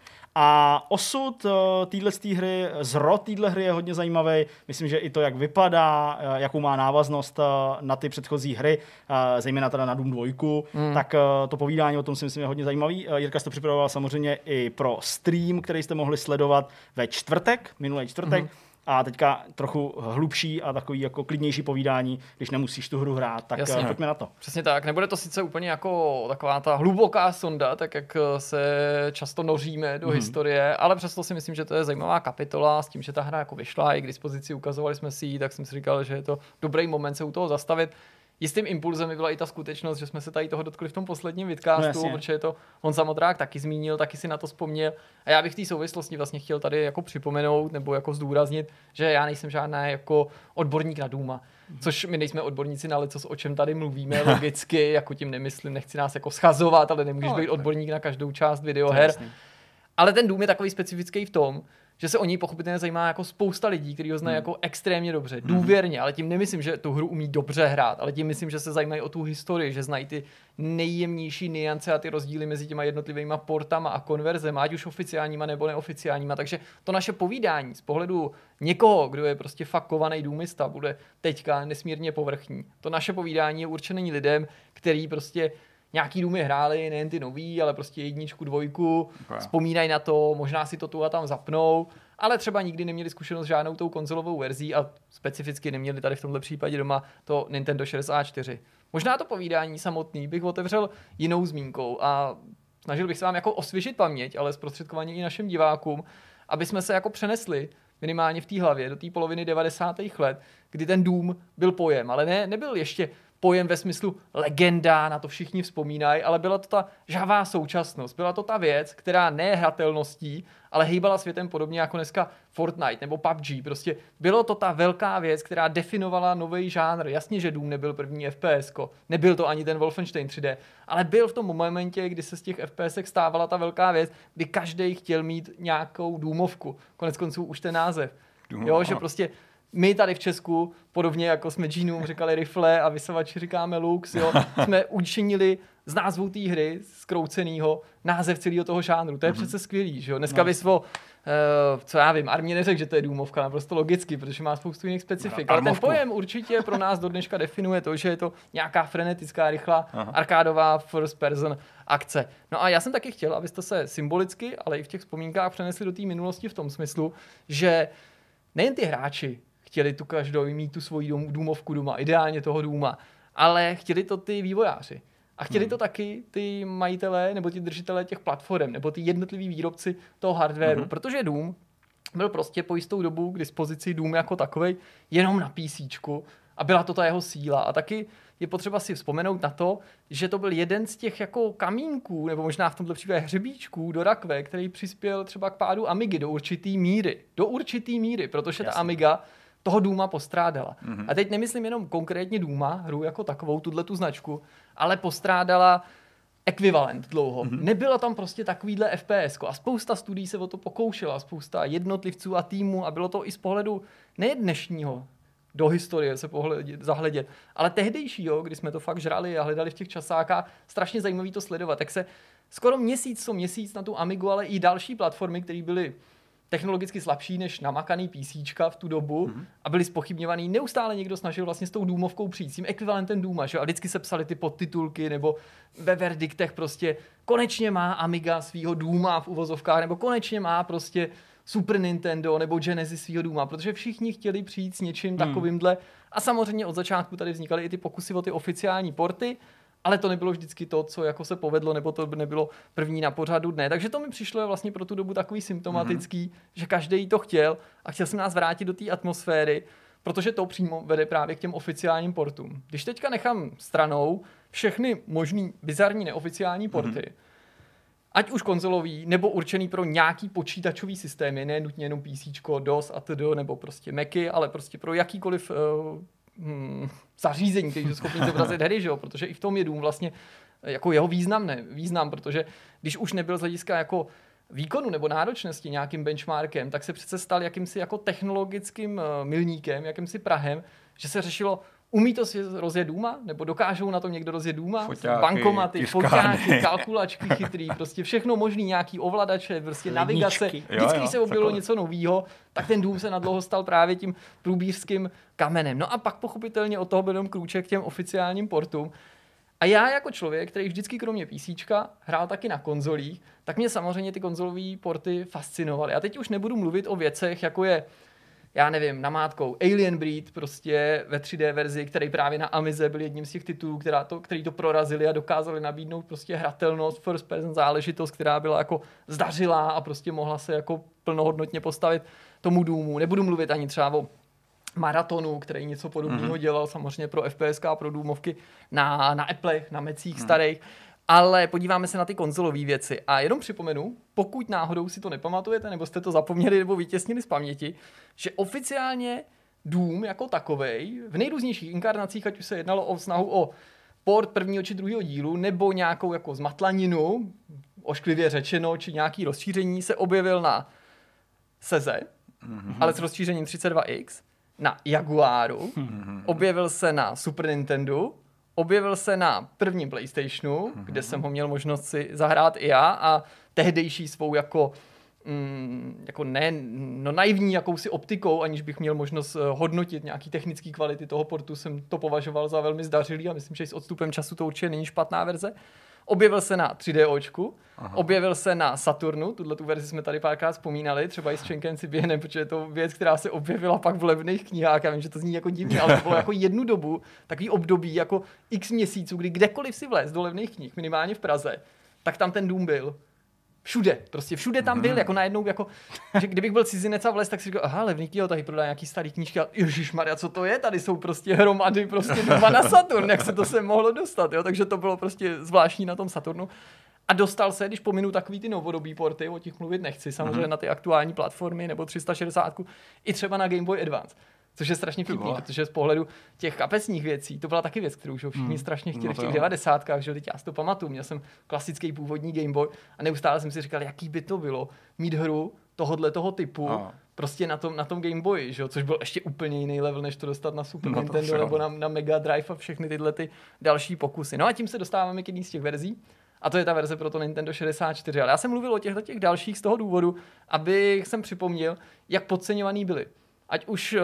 a osud uh, téhle hry, zrod téhle hry je hodně zajímavý. Myslím, že i to, jak vypadá, uh, jakou má návaznost uh, na ty předchozí hry, uh, zejména teda na Doom dva, Hmm. tak uh, to povídání o tom si myslím je hodně zajímavý. Uh, Jirka si to připravoval samozřejmě i pro stream, který jste mohli sledovat ve čtvrtek, minulý čtvrtek. Hmm. A teďka trochu hlubší a takový jako klidnější povídání, když nemusíš tu hru hrát, tak Jasně. uh, pojďme na to. Přesně tak, nebude to sice úplně jako taková ta hluboká sonda, tak jak se často noříme do Mhm. historie, ale přesto si myslím, že to je zajímavá kapitola s tím, že ta hra jako vyšla i k dispozici, ukazovali jsme si ji, tak jsem si říkal, že je to dobrý moment se u toho zastavit. Jistým impulzem mi byla i ta skutečnost, že jsme se tady toho dotkli v tom posledním No vidcastu, jasně. protože to Honza Modrák taky zmínil, taky si na to vzpomněl. A já bych v té souvislosti vlastně chtěl tady jako připomenout nebo jako zdůraznit, že já nejsem žádný jako odborník na Dooma. Což my nejsme odborníci na lecos, o čem tady mluvíme logicky, jako tím nemyslím, nechci nás jako schazovat, ale nemůžeš No, být tak. odborník na každou část To je videoher. jasný. Ale ten Doom je takový specifický v tom, že se o něj pochopitelně zajímá jako spousta lidí, kteří ho znají Hmm. jako extrémně dobře, důvěrně, ale tím nemyslím, že tu hru umí dobře hrát, ale tím myslím, že se zajímají o tu historii, že znají ty nejjemnější niance a ty rozdíly mezi těma jednotlivými portama a konverzema, ať už oficiálníma nebo neoficiálníma. Takže to naše povídání z pohledu někoho, kdo je prostě fakt kovaný důmista, bude teďka nesmírně povrchní. To naše povídání je určené lidem, který prostě nějaký Doomy hráli, nejen ty nový, ale prostě jedničku, dvojku, Okay. vzpomínají na to, možná si to tu a tam zapnou, ale třeba nikdy neměli zkušenost s žádnou tou konzolovou verzí a specificky neměli tady v tomhle případě doma to Nintendo šedesát čtyři. Možná to povídání samotný bych otevřel jinou zmínkou a snažil bych se vám jako osvěžit paměť, ale zprostředkovaně i našim divákům, aby jsme se jako přenesli minimálně v té hlavě do té poloviny devadesátých let, kdy ten Doom byl pojem, ale ne, nebyl ještě pojem ve smyslu legenda, na to všichni vzpomínají, ale byla to ta žhavá současnost. Byla to ta věc, která ne hratelností, ale hýbala světem podobně jako dneska Fortnite nebo P U B G. Prostě bylo to ta velká věc, která definovala nový žánr. Jasně, že Doom nebyl první F P S ko, nebyl to ani ten Wolfenstein tři dé, ale byl v tom momentě, kdy se z těch FPSek stávala ta velká věc, kdy každý chtěl mít nějakou Doomovku. Konec konců už ten název. Doom, Jo, že ano. prostě my tady v Česku, podobně jako jsme džínům říkali rifle a vysavači říkáme lux, jo, jsme učinili z názvu té hry, zkroucenýho, název celého toho žánru. To je mm-hmm. přece skvělý, že jo. Dneska No. bys o, uh, co já vím, armě neřekl, že to je Doomovka, naprosto logicky, protože má spoustu jiných specifik. Ale ten Armovku. pojem určitě pro nás do dneška definuje to, že je to nějaká frenetická, rychlá, Aha. arkádová first person akce. No a já jsem taky chtěl, abyste se symbolicky, ale i v těch vzpomínkách přenesli do té minulosti v tom smyslu, že nejen ty hráči chtěli tu každou mít tu svoji dům, důmovku doma, ideálně toho důma, ale chtěli to ty vývojáři. A chtěli hmm. to taky ty majitelé nebo ti držitelé těch platform nebo ty jednotliví výrobci toho hardwareu, hmm. protože Doom byl prostě po jistou dobu k dispozici Doom jako takovej jenom na PCčku a A byla to ta jeho síla. A taky je potřeba si vzpomenout na to, že to byl jeden z těch jako kamínků, nebo možná v tomto případě hřebíčků do rakve, který přispěl třeba k pádu Amigy do určitý míry. Do určitý míry, protože Jasně. ta Amiga toho Dooma postrádala. Mm-hmm. A teď nemyslím jenom konkrétně Dooma, hru jako takovou, tuhle značku, ale postrádala ekvivalent dlouho. Mm-hmm. Nebylo tam prostě takovýhle F P S ko a spousta studií se o to pokoušela, spousta jednotlivců a týmů a bylo to i z pohledu ne dnešního, do historie se pohledět, zahledět, ale tehdejšího, kdy jsme to fakt žrali a hledali v těch časákách, strašně zajímavý to sledovat. Tak se skoro měsíc co měsíc na tu Amigu, ale i další platformy, které byly technologicky slabší než namakaný PCčka v tu dobu mm-hmm. a byly zpochybňovaný. Neustále někdo snažil vlastně s tou Doomovkou přijít, s tím ekvivalentem Dooma, že? A vždycky se psali ty podtitulky nebo ve verdiktech prostě konečně má Amiga svýho Dooma v uvozovkách, nebo konečně má prostě Super Nintendo nebo Genesis svýho Dooma, protože všichni chtěli přijít s něčím hmm. takovýmhle a samozřejmě od začátku tady vznikaly i ty pokusy o ty oficiální porty, ale to nebylo vždycky to, co jako se povedlo, nebo to nebylo první na pořadu dne. Takže to mi přišlo vlastně pro tu dobu takový symptomatický, mm-hmm. že každý to chtěl a chtěl jsem nás vrátit do té atmosféry, protože to přímo vede právě k těm oficiálním portům. Když teďka nechám stranou všechny možný bizarní neoficiální porty, mm-hmm. ať už konzolový, nebo určený pro nějaký počítačový systémy, ne nutně jenom PCčko, DOS a td., nebo prostě Macy, ale prostě pro jakýkoliv uh, Hmm, zařízení, který jsou schopný zobrazit hry, že jo? Protože i v tom je Doom vlastně jako jeho významné, význam, protože když už nebyl z hlediska jako výkonu nebo náročnosti nějakým benchmarkem, tak se přece stal jakýmsi jako technologickým uh, milníkem, jakýmsi prahem, že se řešilo, umí to si rozjet Dooma? Nebo dokážou na to někdo rozjet Dooma? Foťáky, bankomaty, foťáky, kalkulačky chytrý, prostě všechno možný, nějaký ovladače, prostě navigace. Vždycky, jo, jo, se objevilo něco novýho, tak ten Doom se nadlouho stal právě tím průbířským kamenem. No a pak pochopitelně od toho byl jenom krůček k těm oficiálním portům. A já jako člověk, který vždycky kromě PCčka hrál taky na konzolích, tak mě samozřejmě ty konzolové porty fascinovaly. A teď už nebudu mluvit o věcech, jako je já nevím, namátkou Alien Breed prostě ve tři dé verzi, který právě na Amize byl jedním z těch titulů, která to, který to prorazili a dokázali nabídnout prostě hratelnost, first person záležitost, která byla jako zdařilá a prostě mohla se jako plnohodnotně postavit tomu Doomu. Nebudu mluvit ani třeba o Maratonu, který něco podobného mm-hmm. dělal samozřejmě pro F P S a pro Doomovky na, na Applech, na Mecích mm. starých. Ale podíváme se na ty konzolové věci. A jenom připomenu, pokud náhodou si to nepamatujete, nebo jste to zapomněli, nebo vytěsnili z paměti, že oficiálně Doom jako takovej v nejrůznějších inkarnacích, ať už se jednalo o snahu o port prvního či druhého dílu, nebo nějakou jako zmatlaninu, ošklivě řečeno, či nějaký rozšíření, se objevil na Seze, mm-hmm. ale s rozšířením třicet dva X, na Jaguaru, mm-hmm. objevil se na Super Nintendo, objevil se na prvním PlayStationu, mm-hmm. kde jsem ho měl možnost si zahrát i já a tehdejší svou jako, mm, jako ne, no naivní jakousi optikou, aniž bych měl možnost hodnotit nějaký technický kvality toho portu, jsem to považoval za velmi zdařilý a myslím, že s odstupem času to určitě není špatná verze. Objevil se na tři dé očku, Aha. objevil se na Saturnu, tuhle tu verzi jsme tady párkrát vzpomínali, třeba i s Čenkem si běhnem, protože je to věc, která se objevila pak v levných knihách, já vím, že to zní jako divně, ale to bylo jako jednu dobu, takový období, jako x měsíců, kdy kdekoliv si vlez do levných knih, minimálně v Praze, tak tam ten Doom byl. Všude, prostě všude tam byl, jako najednou, jako, že kdybych byl cizinec a vlez, tak si říkal, aha, levný kniho, tady prodá nějaký starý knížky a ježišmarja, co to je, tady jsou prostě hromady prostě Dooma na Saturn, jak se to sem mohlo dostat, jo, takže to bylo prostě zvláštní na tom Saturnu. A dostal se, když pominu takový ty novodobý porty, o těch mluvit nechci, samozřejmě mm-hmm. na ty aktuální platformy nebo tři sta šedesát, i třeba na Game Boy Advance. Což je strašně vtipný, protože z pohledu těch kapesních věcí, to byla taky věc, kterou už všichni hmm. strašně chtěli no v těch devadesátkách, že teď já si to pamatuju, měl jsem klasický původní Game Boy a neustále jsem si říkal, jaký by to bylo mít hru tohodle toho typu a. prostě na tom, na tom Game Boyi, že? Což byl ještě úplně jiný level, než to dostat na Super no Nintendo nebo na, na Mega Drive a všechny tyhle ty další pokusy. No a tím se dostáváme k jedný z těch verzí. A to je ta verze pro to Nintendo šedesát čtyři. Ale já jsem mluvil o těchto těch dalších z toho důvodu, abych jsem připomněl, jak podceňovaný byli. Ať už,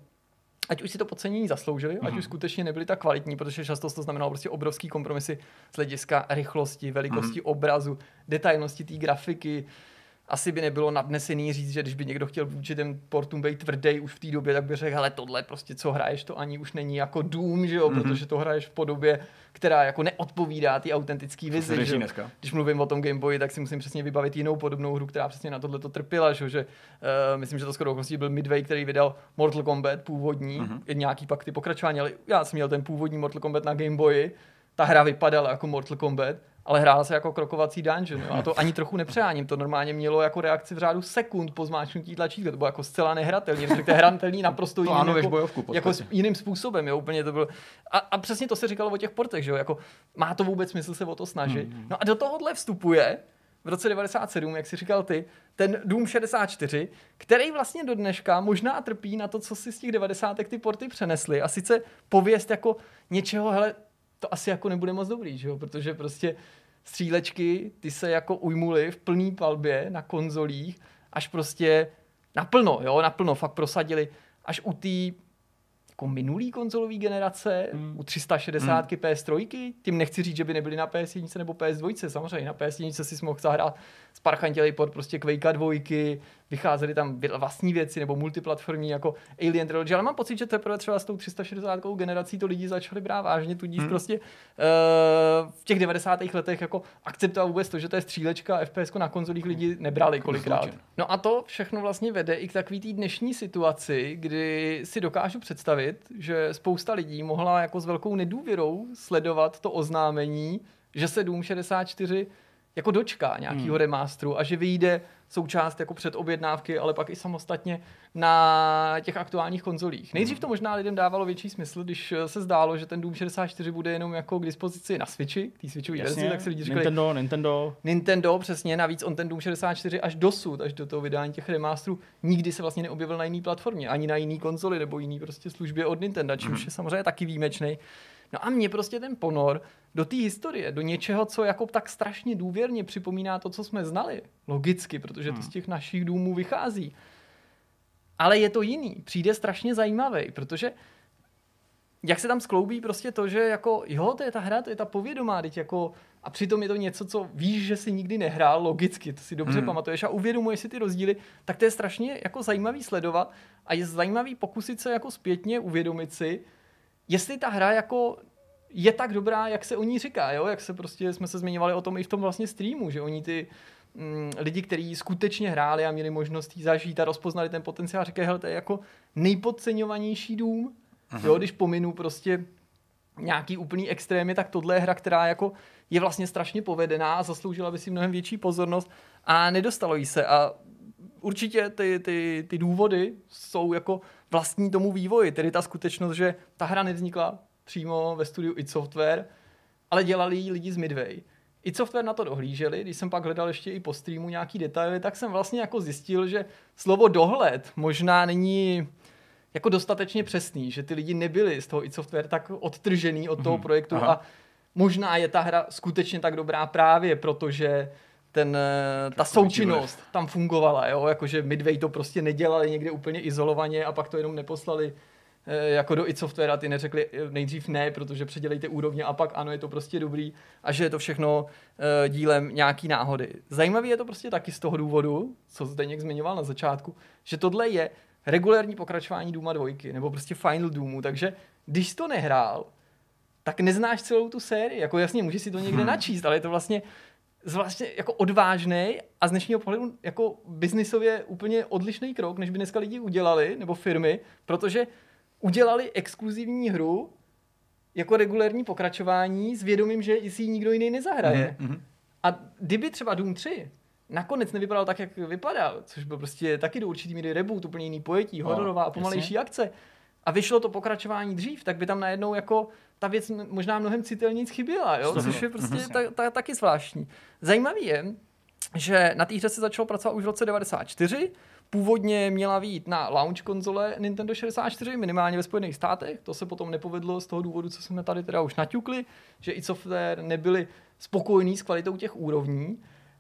ať už si to podcenění zasloužili, mm. ať už skutečně nebyli tak kvalitní, protože často to znamenalo prostě obrovský kompromisy z hlediska rychlosti, velikosti mm. obrazu, detailnosti té grafiky, asi by nebylo nadnesený říct, že když by někdo chtěl vůči těm portům být tvrdý už v té době, tak by řekl, hele, tohle prostě, co hraješ, to ani už není jako Doom, že jo, mm-hmm. protože to hraješ v podobě, která jako neodpovídá ty autentický vizi, že když mluvím o tom Game Boyi, tak si musím přesně vybavit jinou podobnou hru, která přesně na tohle to trpěla, že, že uh, myslím, že to skoro okolností byl Midway, který vydal Mortal Kombat původní, mm-hmm. nějaký pak ty pokračování, ale já jsem měl ten původní Mortal Kombat na Game Boyi, ta hra vypadala jako Mortal Kombat, ale hrála se jako krokovací dungeon, jo? A to ani trochu nepřeháním, to normálně mělo jako reakci v řádu sekund po zmáčknutí tlačítka, to bylo jako zcela nehratelný, respektive hratelný naprosto jiným, ano, jako, bojovku, jako jiným způsobem, jo? Úplně to bylo. A, a přesně to se říkalo o těch portech, že jo? Jako, má to vůbec smysl se o to snažit. Mm-hmm. No a do tohohle vstupuje v roce devadesát sedm, jak jsi říkal ty, ten Doom šedesát čtyři, který vlastně do dneška možná trpí na to, co si z těch devadesátek ty porty přenesly, a sice pověst jako něčeho, hele, to asi jako nebude moc dobrý, že jo? Protože prostě střílečky, ty se jako ujmuly v plný palbě na konzolích, až prostě naplno, jo, naplno fakt prosadili, až u té jako minulý konzolový generace, mm. u tři sta šedesát mm. P S tři, tím nechci říct, že by nebyly na P S jedna nebo P S dva, samozřejmě na P S jedna si mohl zahrát sparchantělej pod prostě Quake dva, vycházely tam vlastní věci nebo multiplatformní jako Alien Trilogy, ale mám pocit, že teprve třeba s tou tři sta šedesát generací to lidi začali brát vážně, tudíž hmm. prostě uh, v těch devadesátých letech jako akceptoval vůbec to, že to je střílečka a F P S na konzolích lidi nebrali kolikrát. No a to všechno vlastně vede i k takový té dnešní situaci, kdy si dokážu představit, že spousta lidí mohla jako s velkou nedůvěrou sledovat to oznámení, že se Doom šedesát čtyři jako dočká nějakýho hmm. remasteru a že vyjde součást jako předobjednávky, ale pak i samostatně na těch aktuálních konzolích. Nejdřív to možná lidem dávalo větší smysl, když se zdálo, že ten Doom šedesát čtyři bude jenom jako k dispozici na Switchi, k té Switchové verzi, tak si lidi říkali Nintendo, Nintendo. Nintendo, přesně, navíc on ten Doom šedesát čtyři až dosud, až do toho vydání těch remasterů, nikdy se vlastně neobjevil na jiný platformě, ani na jiný konzoli nebo jiný prostě službě od Nintendo, čímž hmm. je samozřejmě taky výjimečný. No a mě prostě ten ponor do té historie, do něčeho, co jako tak strašně důvěrně připomíná to, co jsme znali. Logicky, protože to z těch našich důmů vychází. Ale je to jiný. Přijde strašně zajímavý, protože jak se tam skloubí prostě to, že jako jo, to je ta hra, to je ta povědomá, teď jako, a přitom je to něco, co víš, že si nikdy nehrál, logicky, to si dobře hmm. pamatuješ a uvědomuješ si ty rozdíly, tak to je strašně jako zajímavý sledovat a je zajímavý pokusit se jako zpětně uvědomit si, jestli ta hra jako je tak dobrá, jak se o ní říká, jo? Jak se prostě jsme se zmiňovali o tom i v tom vlastně streamu, že oni ty mm, lidi, kteří skutečně hráli a měli možnost jí zažít a rozpoznali ten potenciál, říkají, hele, to je jako nejpodceňovanější Doom, jo? Když pominu prostě nějaký úplný extrémy, tak tohle je hra, která jako je vlastně strašně povedená a zasloužila by si mnohem větší pozornost a nedostalo jí se a určitě ty, ty, ty důvody jsou jako vlastní tomu vývoji, tedy ta skutečnost, že ta hra nevznikla přímo ve studiu id Software, ale dělali ji lidi z Midway. id Software na to dohlíželi, když jsem pak hledal ještě i po streamu nějaký detaily, tak jsem vlastně jako zjistil, že slovo dohled možná není jako dostatečně přesný, že ty lidi nebyli z toho id Software tak odtržený od toho projektu Aha. a možná je ta hra skutečně tak dobrá právě, protože ten, ta součinnost tam fungovala, jo? Jakože Midway to prostě nedělali někde úplně izolovaně a pak to jenom neposlali jako do id Software a ty neřekli nejdřív ne, protože předělejte úrovně a pak ano, je to prostě dobrý a že je to všechno uh, dílem nějaký náhody. Zajímavý je to prostě taky z toho důvodu, co Zdeněk zmiňoval na začátku, že tohle je regulérní pokračování Dooma dvojky, nebo prostě Final Doomu, takže když jsi to nehrál, tak neznáš celou tu sérii, jako jasně, můžeš si to někde hmm. načíst, ale je to vlastně zvláště jako odvážnej a z dnešního pohledu jako biznisově úplně odlišný krok, než by dneska lidi udělali, nebo firmy, protože udělali exkluzivní hru jako regulérní pokračování s vědomím, že si ji nikdo jiný nezahraje. Mm-hmm. A kdyby třeba Doom tři nakonec nevypadal tak, jak vypadal, což byl prostě taky do určitý míry reboot, úplně jiný pojetí, hororová a pomalejší akce, a vyšlo to pokračování dřív, tak by tam najednou jako ta věc možná mnohem citelnějc chyběla, jo? Což je prostě ta, ta, taky zvláštní. Zajímavý je, že na té hře se začalo pracovat už v roce devadesát čtyři, původně měla vyjít na launch konzole Nintendo šedesát čtyři, minimálně ve Spojených státech, to se potom nepovedlo z toho důvodu, co jsme tady teda už naťukli, že id Software nebyli spokojení s kvalitou těch úrovní.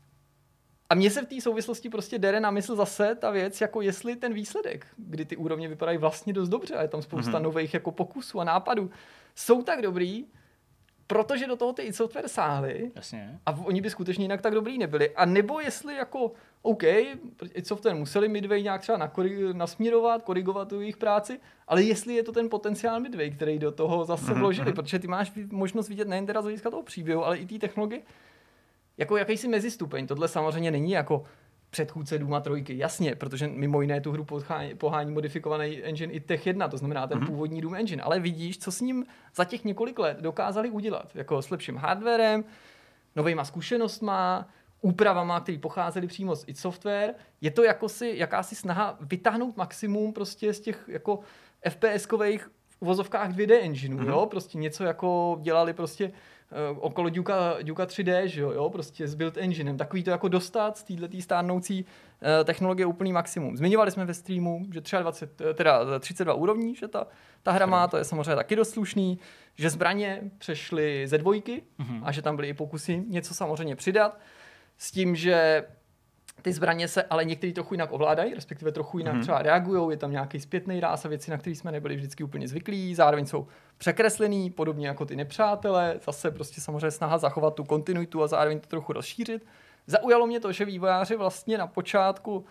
A mně se v té souvislosti prostě dere na mysl zase ta věc, jako jestli ten výsledek, kdy ty úrovně vypadají vlastně dost dobře a je tam spousta mm-hmm. nových jako pokusů a nápadů, jsou tak dobrý, protože do toho ty id Software sáhli. Jasně. A oni by skutečně jinak tak dobrý nebyli. A nebo jestli jako, OK, id Software museli Midway nějak třeba nakori- nasmírovat, korigovat tu jejich práci, ale jestli je to ten potenciál Midway, který do toho zase mm-hmm. vložili, protože ty máš možnost vidět nejen teda z hlediska toho příběhu, ale i té technologie, jako jakýsi mezistupeň. Tohle samozřejmě není jako předchůdce Duma trojky, jasně, protože mimo jiné tu hru pohání, pohání modifikovaný engine i Tech jedna, to znamená ten mm-hmm. původní Doom engine, ale vidíš, co s ním za těch několik let dokázali udělat, jako s lepším hardwarem, novejma zkušenostma, úpravama, které pocházely přímo z id Software. Je to jako si, jakási snaha vytáhnout maximum prostě z těch jako FPSkových v uvozovkách dvě dé engineů, mm-hmm. jo, prostě něco jako dělali prostě uh, okolo Duka, Duka tři dé, že jo, jo, prostě s build enginem, takový to jako dostat z této stárnoucí uh, technologie úplný maximum. Zmiňovali jsme ve streamu, že dvacet tři, teda třicet dva úrovní, že ta, ta hra má, to je samozřejmě taky dost slušný, že zbraně přešly ze dvojky mm-hmm. a že tam byly i pokusy něco samozřejmě přidat, s tím, že ty zbraně se ale některý trochu jinak ovládají, respektive trochu jinak mm-hmm. třeba reagujou, je tam nějaký zpětný ráz a věci, na které jsme nebyli vždycky úplně zvyklí, zároveň jsou překreslený, podobně jako ty nepřátelé, zase prostě samozřejmě snaha zachovat tu kontinuitu a zároveň to trochu rozšířit. Zaujalo mě to, že vývojáři vlastně na počátku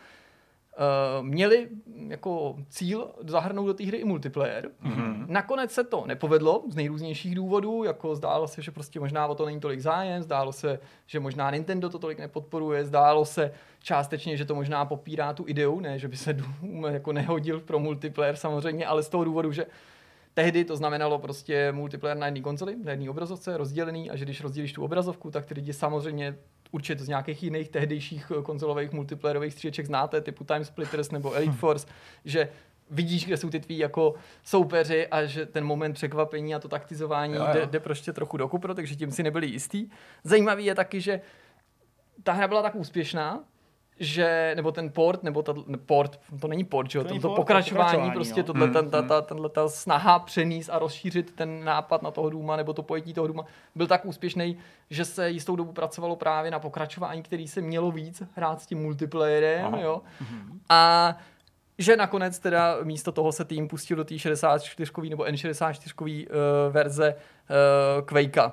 Uh, měli jako cíl zahrnout do té hry i multiplayer. Mm-hmm. Nakonec se to nepovedlo z nejrůznějších důvodů, jako zdálo se, že prostě možná o to není tolik zájem, zdálo se, že možná Nintendo to tolik nepodporuje, zdálo se částečně, že to možná popírá tu ideu, ne, že by se Doom jako nehodil pro multiplayer samozřejmě, ale z toho důvodu, že tehdy to znamenalo prostě multiplayer na jedné konzoli, na jedné obrazovce, rozdělený, a že když rozdělíš tu obrazovku, tak ty lidi samozřejmě určitě z nějakých jiných tehdejších konzolových multiplayerových stříleček znáte, typu Time Splitters nebo Elite Force, že vidíš, kde jsou ty tví jako soupeři a že ten moment překvapení a to taktizování jo, jo. Jde, jde prostě trochu do kupru, takže tím si nebyli jistý. Zajímavý je taky, že ta hra byla tak úspěšná, že, nebo ten port, nebo ta, ne, port, to není port, že jo, to, to port, pokračování, pokračování, prostě tohle, hmm, ta, ta, ta, ta snaha přenést a rozšířit ten nápad na toho Dooma, nebo to pojetí toho Dooma, byl tak úspěšný, že se jistou dobu pracovalo právě na pokračování, který se mělo víc hrát s tím multiplayerem, aha. jo, hmm. a že nakonec teda místo toho se tým pustil do té šedesát čtyřkový nebo N šedesát čtyřkový uh, verze uh, Quakea.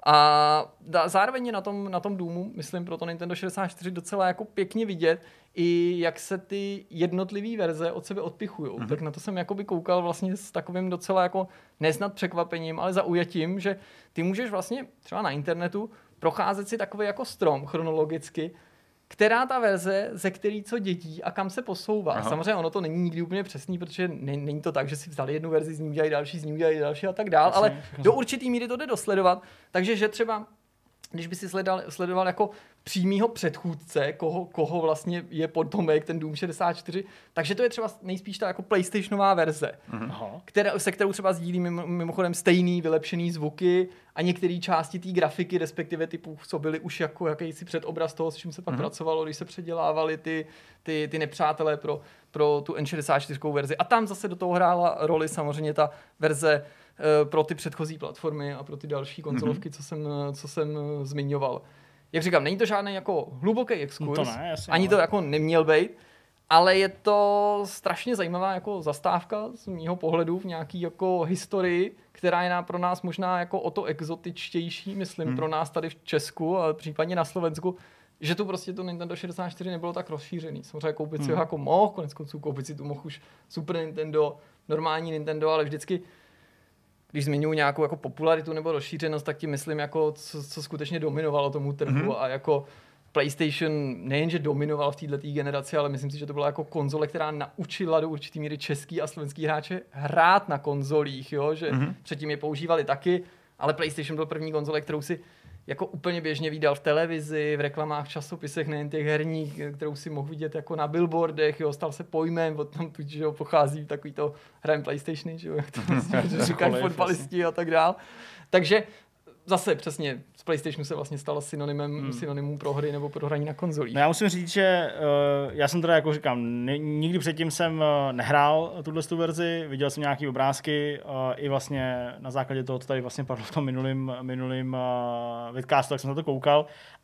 A zároveň je na tom, na tom Doomu, myslím, pro to Nintendo šedesát čtyři docela jako pěkně vidět, i jak se ty jednotlivé verze od sebe odpichujou. Mm-hmm. Tak na to jsem jakoby koukal vlastně s takovým docela jako neznat překvapením, ale zaujatím, že ty můžeš vlastně třeba na internetu procházet si takový jako strom chronologicky, která ta verze, ze který co dědí a kam se posouvá. Aha. Samozřejmě ono to není nikdy úplně přesný, protože není, není to tak, že si vzali jednu verzi, z ní udělají další, z ní udělají další a tak dál, jasně, ale jasně. Do určitý míry to jde dosledovat. Takže že třeba, když by si sledoval, sledoval jako přímýho předchůdce, koho, koho vlastně je potomek ten Doom šedesát čtyři, takže to je třeba nejspíš ta jako PlayStationová verze, uh-huh. která, se kterou třeba sdílí mimochodem stejný vylepšený zvuky a některé části té grafiky, respektive ty působily už jako jakýsi předobraz toho, s čím se pak uh-huh. pracovalo, když se předělávaly ty, ty, ty nepřátelé pro, pro tu N šedesát čtyři verzi. A tam zase do toho hrála roli samozřejmě ta verze pro ty předchozí platformy a pro ty další konzolovky, mm-hmm. co jsem, co jsem zmiňoval. Jak říkám, není to žádný jako hluboký exkurs, no to ne, jasně, ani to jako neměl být, ale je to strašně zajímavá jako zastávka z mýho pohledu v nějaký jako historii, která je pro nás možná jako o to exotičtější, myslím, hmm. pro nás tady v Česku a případně na Slovensku, že tu prostě to Nintendo šedesát čtyři nebylo tak rozšířený. Samozřejmě koupit hmm. si ho jako mohl, konec konců koupit si tu mohl už Super Nintendo, normální Nintendo, ale vždycky když zmiňuji nějakou jako popularitu nebo rozšířenost, tak tím myslím, jako, co, co skutečně dominovalo tomu trhu mm-hmm. a jako PlayStation nejenže dominoval v této generaci, ale myslím si, že to byla jako konzole, která naučila do určitý míry český a slovenský hráče hrát na konzolích, jo? Že mm-hmm. předtím je používali taky, ale PlayStation byl první konzole, kterou si jako úplně běžně viděl v televizi, v reklamách, v časopisech, nejen těch herních, kterou si mohl vidět jako na billboardech, jo, stal se pojmem, od tam tu, že jo, pochází takový to hrajem PlayStationy, že jo, jak to vlastně, že říkají fotbalisti a tak dál. Takže zase přesně z PlayStationu se vlastně stalo synonymem, hmm. synonymum pro hry nebo pro hraní na konzolích. No já musím říct, že uh, já jsem teda jako říkám, ne, nikdy předtím jsem uh, nehrál tuhle tu verzi, viděl jsem nějaký obrázky uh, i vlastně na základě toho, co tady vlastně padlo v tom minulým, minulým uh, vidcastu, tak jsem na to koukal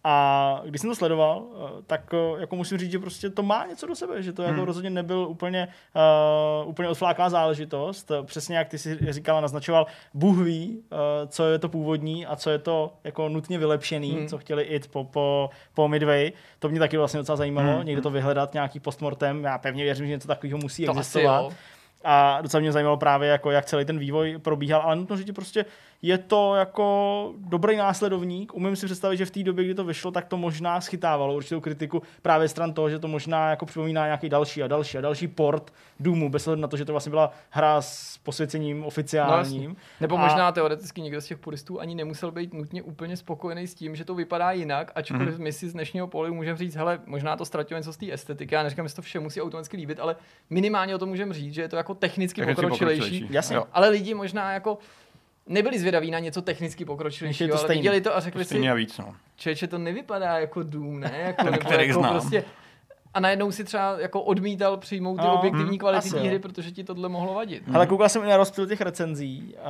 a když jsem to sledoval, uh, tak uh, jako musím říct, že prostě to má něco do sebe, že to hmm. jako rozhodně nebyl úplně, uh, úplně odfláklá záležitost, přesně jak ty si říkal a naznačoval, Bůh ví, uh, co je to původní špatný a co je to jako nutně vylepšený, hmm. co chtěli jít po, po, po Midway. To mě taky vlastně docela zajímalo, hmm. někde to vyhledat, nějaký postmortem. Já pevně věřím, že něco takového musí to existovat. A docela mě zajímalo právě, jako, jak celý ten vývoj probíhal, ale nutno říct, prostě je to jako dobrý následovník. Umím si představit, že v té době, kdy to vyšlo, tak to možná schytávalo určitou kritiku právě stran toho, že to možná jako připomíná nějaký další a další a další port Doomu, bez ohledu na to, že to vlastně byla hra s posvěcením oficiálním. No, nebo a... možná teoreticky někdo z těch puristů ani nemusel být nutně úplně spokojený s tím, že to vypadá jinak, ačkoliv mm-hmm. my si z dnešního pohledu můžeme říct, hele, možná to ztratilo něco z té estetiky. Já neříkám, že to vše musí automaticky líbit, ale minimálně o tom můžeme říct, že je to jako technicky pokročilejší. Jasně. Ale lidi možná jako nebyli zvědaví na něco technicky pokročilejšího, ale stejný. Viděli to a řekli to si, víc, no. Čeče, to nevypadá jako Doom, ne? Jako, nebo jako prostě... A najednou si třeba jako odmítal přijmout ty no, objektivní hmm, kvality té hry, protože ti tohle mohlo vadit. Ale hmm. koukal jsem i na rozptyl těch recenzí, uh,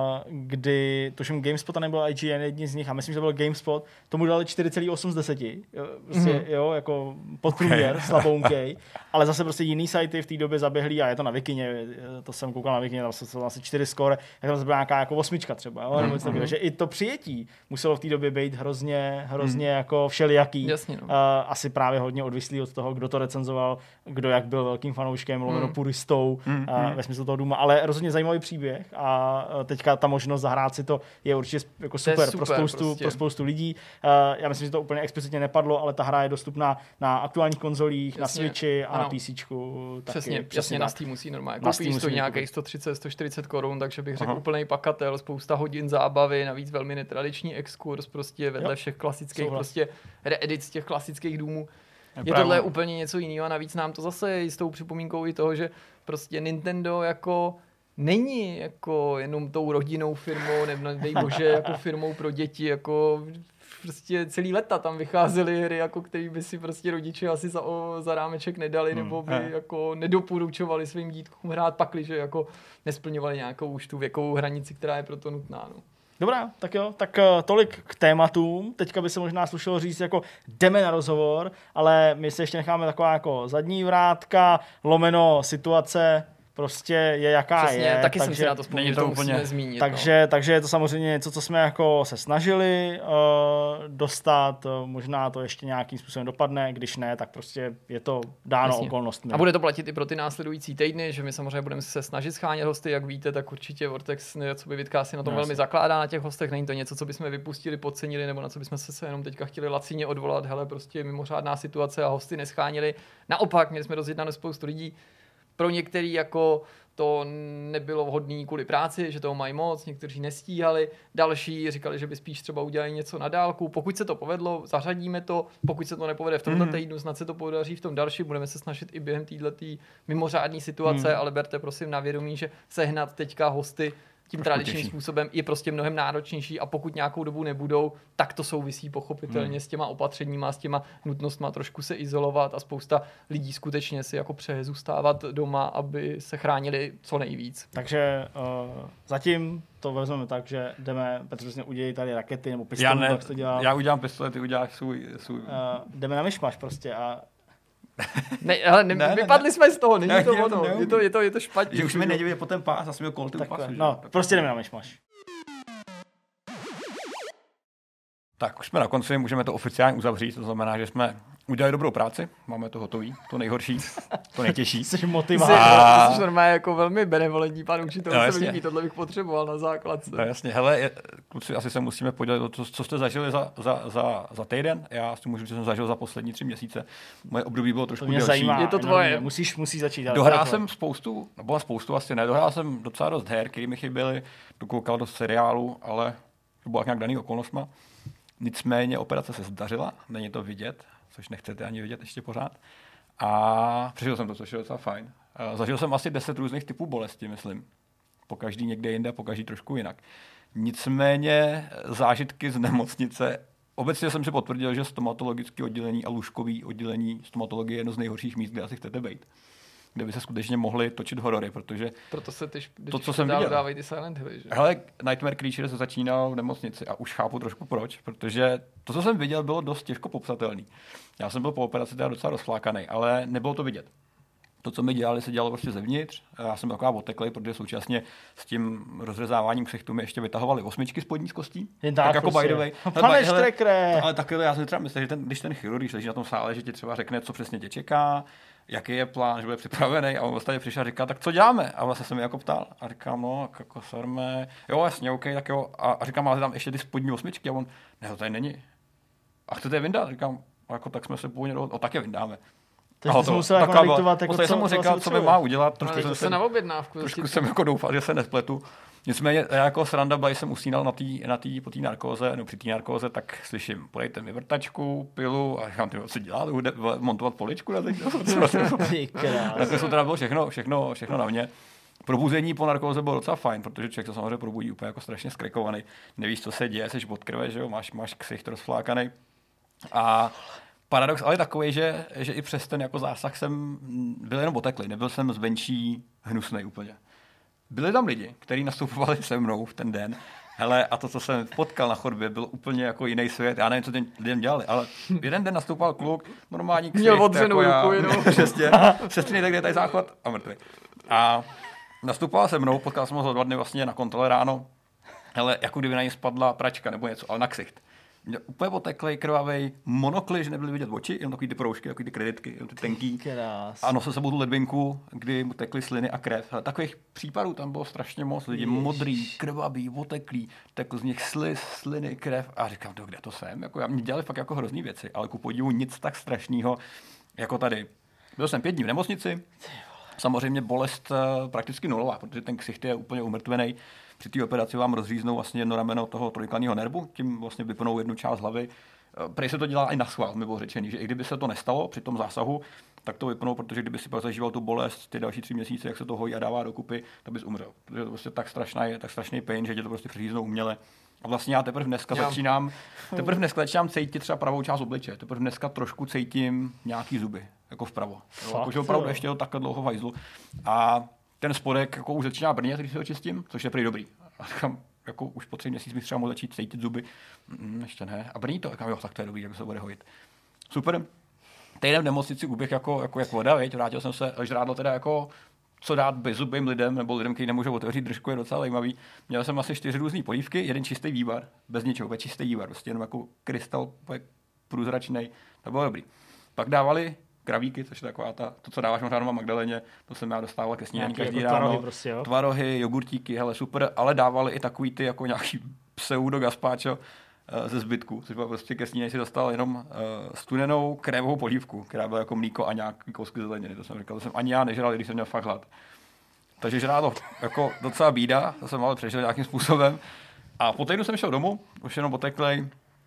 kdy, tuším GameSpot a nebyl I G N jedni z nich, a myslím, že to byl GameSpot, tomu dali čtyři celá osm z deseti. Prostě, hmm. jo, jako podprůměr, okay. slabounkej. Ale zase prostě jiný sajty v té době zaběhlí, a je to na Wikině, to jsem koukal na Wikině, tam jsou asi čtyři skóre, tak tam byla nějaká jako osmička třeba. Jo? Hmm. Hmm. Takže i to přijetí muselo v té době být hrozně, hrozně hmm. jako všelijaký. Jasně, no. uh, asi právě hodně odvislý od toho, kdo to recenzoval, kdo jak byl velkým fanouškem, lomeno mm. puristou mm, a, mm. ve smyslu toho Dooma, ale rozhodně zajímavý příběh a teďka ta možnost zahrát si to je určitě jako super, super pro, spoustu, prostě. pro spoustu lidí. Uh, já myslím, že to úplně explicitně nepadlo, ale ta hra je dostupná na aktuálních konzolích, jasně, na Switchi a ano. na PCčku. Přesně, taky, přesně, přesně na Steamu si normálně koupíš to nějakých sto třicet, sto čtyřicet korun, takže bych řekl úplnej pakatel, spousta hodin zábavy, navíc velmi netradiční exkurs, prostě vedle jo. všech klasických Souhlas. prostě reedit těch klasických Doomů. Je tohle úplně něco jiného a navíc nám to zase je s tou připomínkou i toho, že prostě Nintendo jako není jako jenom tou rodinnou firmou, nebo dej bože jako firmou pro děti, jako prostě celý leta tam vycházely hry, jako který by si prostě rodiče asi za, o, za rámeček nedali, hmm. nebo by hmm. jako nedoporučovali svým dítkům hrát, pakli, že jako nesplňovali nějakou už tu věkovou hranici, která je proto nutná. No. Dobrá, tak jo, tak uh, tolik k tématům. Teďka by se možná slušelo říct, jako jdeme na rozhovor, ale my se ještě necháme taková jako zadní vrátka, lomeno situace, prostě je jaká Přesně, je. taky takže, jsem si na to vzpomněl, to úplně musíme zmínit. Takže, no. takže je to samozřejmě něco, co jsme jako se snažili uh, dostat, uh, možná to ještě nějakým způsobem dopadne, když ne, tak prostě je to dáno Jasně. okolnostmi. A bude to platit i pro ty následující týdny, že my samozřejmě budeme se snažit schánět hosty, jak víte, tak určitě Vortex, co by Vidka si na tom no, velmi zakládá na těch hostech, není to něco, co bychom vypustili, podcenili, nebo na co bychom se, se jenom teďka chtěli lacině odvolat, hele, prostě mimořádná situace a hosty neschánili. Naopak, měli jsme rozjednanou spoustu lidí. Pro některý jako to nebylo vhodné kvůli práci, že toho mají moc, někteří nestíhali, další říkali, že by spíš třeba udělali něco na dálku. Pokud se to povedlo, zařadíme to, pokud se to nepovede v tomto týdnu, snad se to podaří v tom další, budeme se snažit i během této mimořádné situace, mm. ale berte prosím na vědomí, že sehnat teďka hosty tím tradičním způsobem je prostě mnohem náročnější a pokud nějakou dobu nebudou, tak to souvisí pochopitelně hmm. s těma opatřeníma, s těma nutnostma trošku se izolovat a spousta lidí skutečně si jako přeje zůstávat doma, aby se chránili co nejvíc. Takže uh, zatím to vezmeme tak, že jdeme, Petr, přesně udělej tady rakety nebo pistolu, jak to dělal. Já udělám pistole, ty uděláš svůj... svůj... Uh, jdeme na myšmaš prostě a Ne, ale ne, ne, vypadli ne, jsme z toho, není ne, to ono, je to, je, to, je to špatně. Že už mi nedívej po ten pás, asi mi kolty u pasu. No, prostě jdeme na myšmaš. Tak, už jsme na konci, můžeme to oficiálně uzavřít, to znamená, že jsme udělali dobrou práci, máme to hotový, to nejhorší, to nejtěžší. Jsi motivátor. A... Jsi normálně jako velmi benevolentní pan učitel, no, se mi líbí, tohle bych potřeboval na základce. No jasně, hele, je, kluci, asi se musíme podělit o to, co jste zažili za, za, za, za týden, já si můžu říct, že jsem zažil za poslední tři měsíce, moje období bylo trošku to mě delší. Zajímá, je to tvoje. No, musíš, musíš začít. Dohrál jsem spoustu, nebo spoustu asi ne, dohrál jsem docela dost her, které mi chyběly, dokoukal do seriálu, ale to bylo nějak daný okolnostma. Nicméně operace se zdařila, není to vidět, což nechcete ani vidět ještě pořád. A přežil jsem to, což je docela fajn. Zažil jsem asi deset různých typů bolesti, myslím. Po každý někde jinde, po každý trošku jinak. Nicméně zážitky z nemocnice, obecně jsem si potvrdil, že stomatologické oddělení a lůžkové oddělení stomatologie je jedno z nejhorších míst, kde asi chcete být. Kde by se skutečně mohly točit horory, protože proto se ty, to, co jsem viděl, dávají ty Silent Hilly, že? Hele, Nightmare Creature se začínal v nemocnici a už chápu trošku proč, protože to, co jsem viděl, bylo dost těžko popsatelný. Já jsem byl po operaci teda docela rozflákaný, ale nebylo to vidět. To, co mi dělali, se dělalo prostě zevnitř. Já jsem taková oteklej, protože současně s tím rozřezáváním ksichtu mi ještě vytahovali osmičky spodní z kostí. Jen tak, tak jako prostě. by the way. Pane Štrekre! Ale takhle já si třeba myslím, že ten, když ten chirurg, když leží na tom sále, že ti třeba řekne, co přesně tě čeká, jaký je plán, že bude připravený, a on vlastně přišel a říkal, tak co děláme? A vlastně jsem mi jako ptal. A říkám, no, jako sarme, jo, jasně, OK, tak jo. A, a říkám, máte tam ještě ty spodní osmičky? A on, ne, to tady není. A chcete je vyndat? Říkám, jako tak jsme se původně dohodli, o tak je vyndáme. Takže jsi musel jako diktovat, jako co, jsem mu říkal, co by má udělat. Trošku jsem se na objednávku. Trošku jsem jako doufal, že se nespletu. Nicméně já jako sranda baj jsem usínal na tý, na tý, po té narkóze, no při té narkóze, tak slyším, podejte mi vrtačku, pilu a říkám, tyjo, co dělá, jde montovat poličku na teď. Tak to teda bylo všechno, všechno, všechno na mě. Probuzení po narkóze bylo docela fajn, protože člověk se samozřejmě probudí úplně jako strašně skrekovaný. Nevíš, co se děje, jsi od krve, že jo, máš, máš ksicht rozflákaný. A paradox ale je takový, že, že i přes ten jako zásah jsem byl jenom oteklý, nebyl jsem zvenčí hnusnej úplně. Byli tam lidi, kteří nastupovali se mnou v ten den, hele, a to, co jsem potkal na chodbě, byl úplně jako jiný svět. Já nevím, co ten lidem dělali, ale jeden den nastoupal kluk, normální ksicht, měl odřenou jako ruku, já, přesně, sestřiny, kde je tady záchod a mrtvý. A nastupoval se mnou, potkal jsem ho za dva dny vlastně na kontrole ráno, hele, jako kdyby na něj spadla pračka nebo něco, ale na ksicht. Měl úplně oteklej, krvavej, monokly, že nebyly vidět oči, jenom takový ty proužky, takový ty kreditky, jenom ty tenký. Krás. A nosil sebou tu ledvinku, kdy mu tekly sliny a krev. Ale takových případů tam bylo strašně moc. Lidi Ježiš. Modrý, krvavý, oteklý, tekl z nich sliz, sliny, krev. A říkám, to kde to jsem? Jako, já mě dělali fakt jako hrozný věci, ale ku podivu nic tak strašného jako tady. Byl jsem pět dní v nemocnici. Samozřejmě bolest uh, prakticky nulová, protože ten ksicht je úplně umrtvený. Při té operaci vám rozříznou vlastně jedno rameno toho trojklanního nervu, tím vlastně vypnou jednu část hlavy. Prej se to dělá i na schvál, mi bylo řečený, že i kdyby se to nestalo při tom zásahu, tak to vypnou, protože kdyby si pak zažíval tu bolest ty další tři měsíce, jak se to hojí a dává dokupy, tak bys umřel. Protože to prostě tak strašný, tak strašný pain, že tě to prostě přeříznou uměle. A vlastně já teprve dneska já. začínám, teprve dneska začínám cítit třeba pravou část obličeje, teprve dneska trošku cítím nějaký zuby, jako vpravo. Jakože opravdu ještě to takhle dlouho vajzlu. A ten spodek jako už začíná brnět, když se ho čistím, což je prý dobrý. A říkám, jako už po tři měsíc bych třeba mohl začít cítit zuby. Mm, ještě ne. A brní to, říkám, jo, tak to je dobrý, jak se bude hojit. Super. Týden v nemocnici uběh jako, jako jak voda, viď? Vrátil jsem se, žrádlo teda jako co dát bezzubým lidem, nebo lidem, kteří nemůžou otevřít držku, je docela zajímavý. Měl jsem asi čtyři různé polívky, jeden čistý vývar, bez ničeho, bez čistý vývar, prostě jenom jako krystal průzračný, to bylo dobrý. Pak dávali kravíky, což je taková ta, to, co dáváš možná doma Magdaleně, to jsem já dostával ke snídani každý jako ráno. Tvarohy, prostě, jo? Tvarohy, jogurtíky, hele super, ale dávali i takový ty jako nějaký pseudo gazpacho uh, ze zbytku, což bylo prostě ke snídani si dostal jenom uh, studenou krémovou polívku, která byla jako mlíko a nějaký kousky zeleniny, to jsem říkal, to jsem ani já nežral, když jsem měl fakt hlad. Takže žrádlo jako docela bída, to jsem ale přežil nějakým způsobem. A po týdnu jsem šel domů, už jenom oteklej, uh,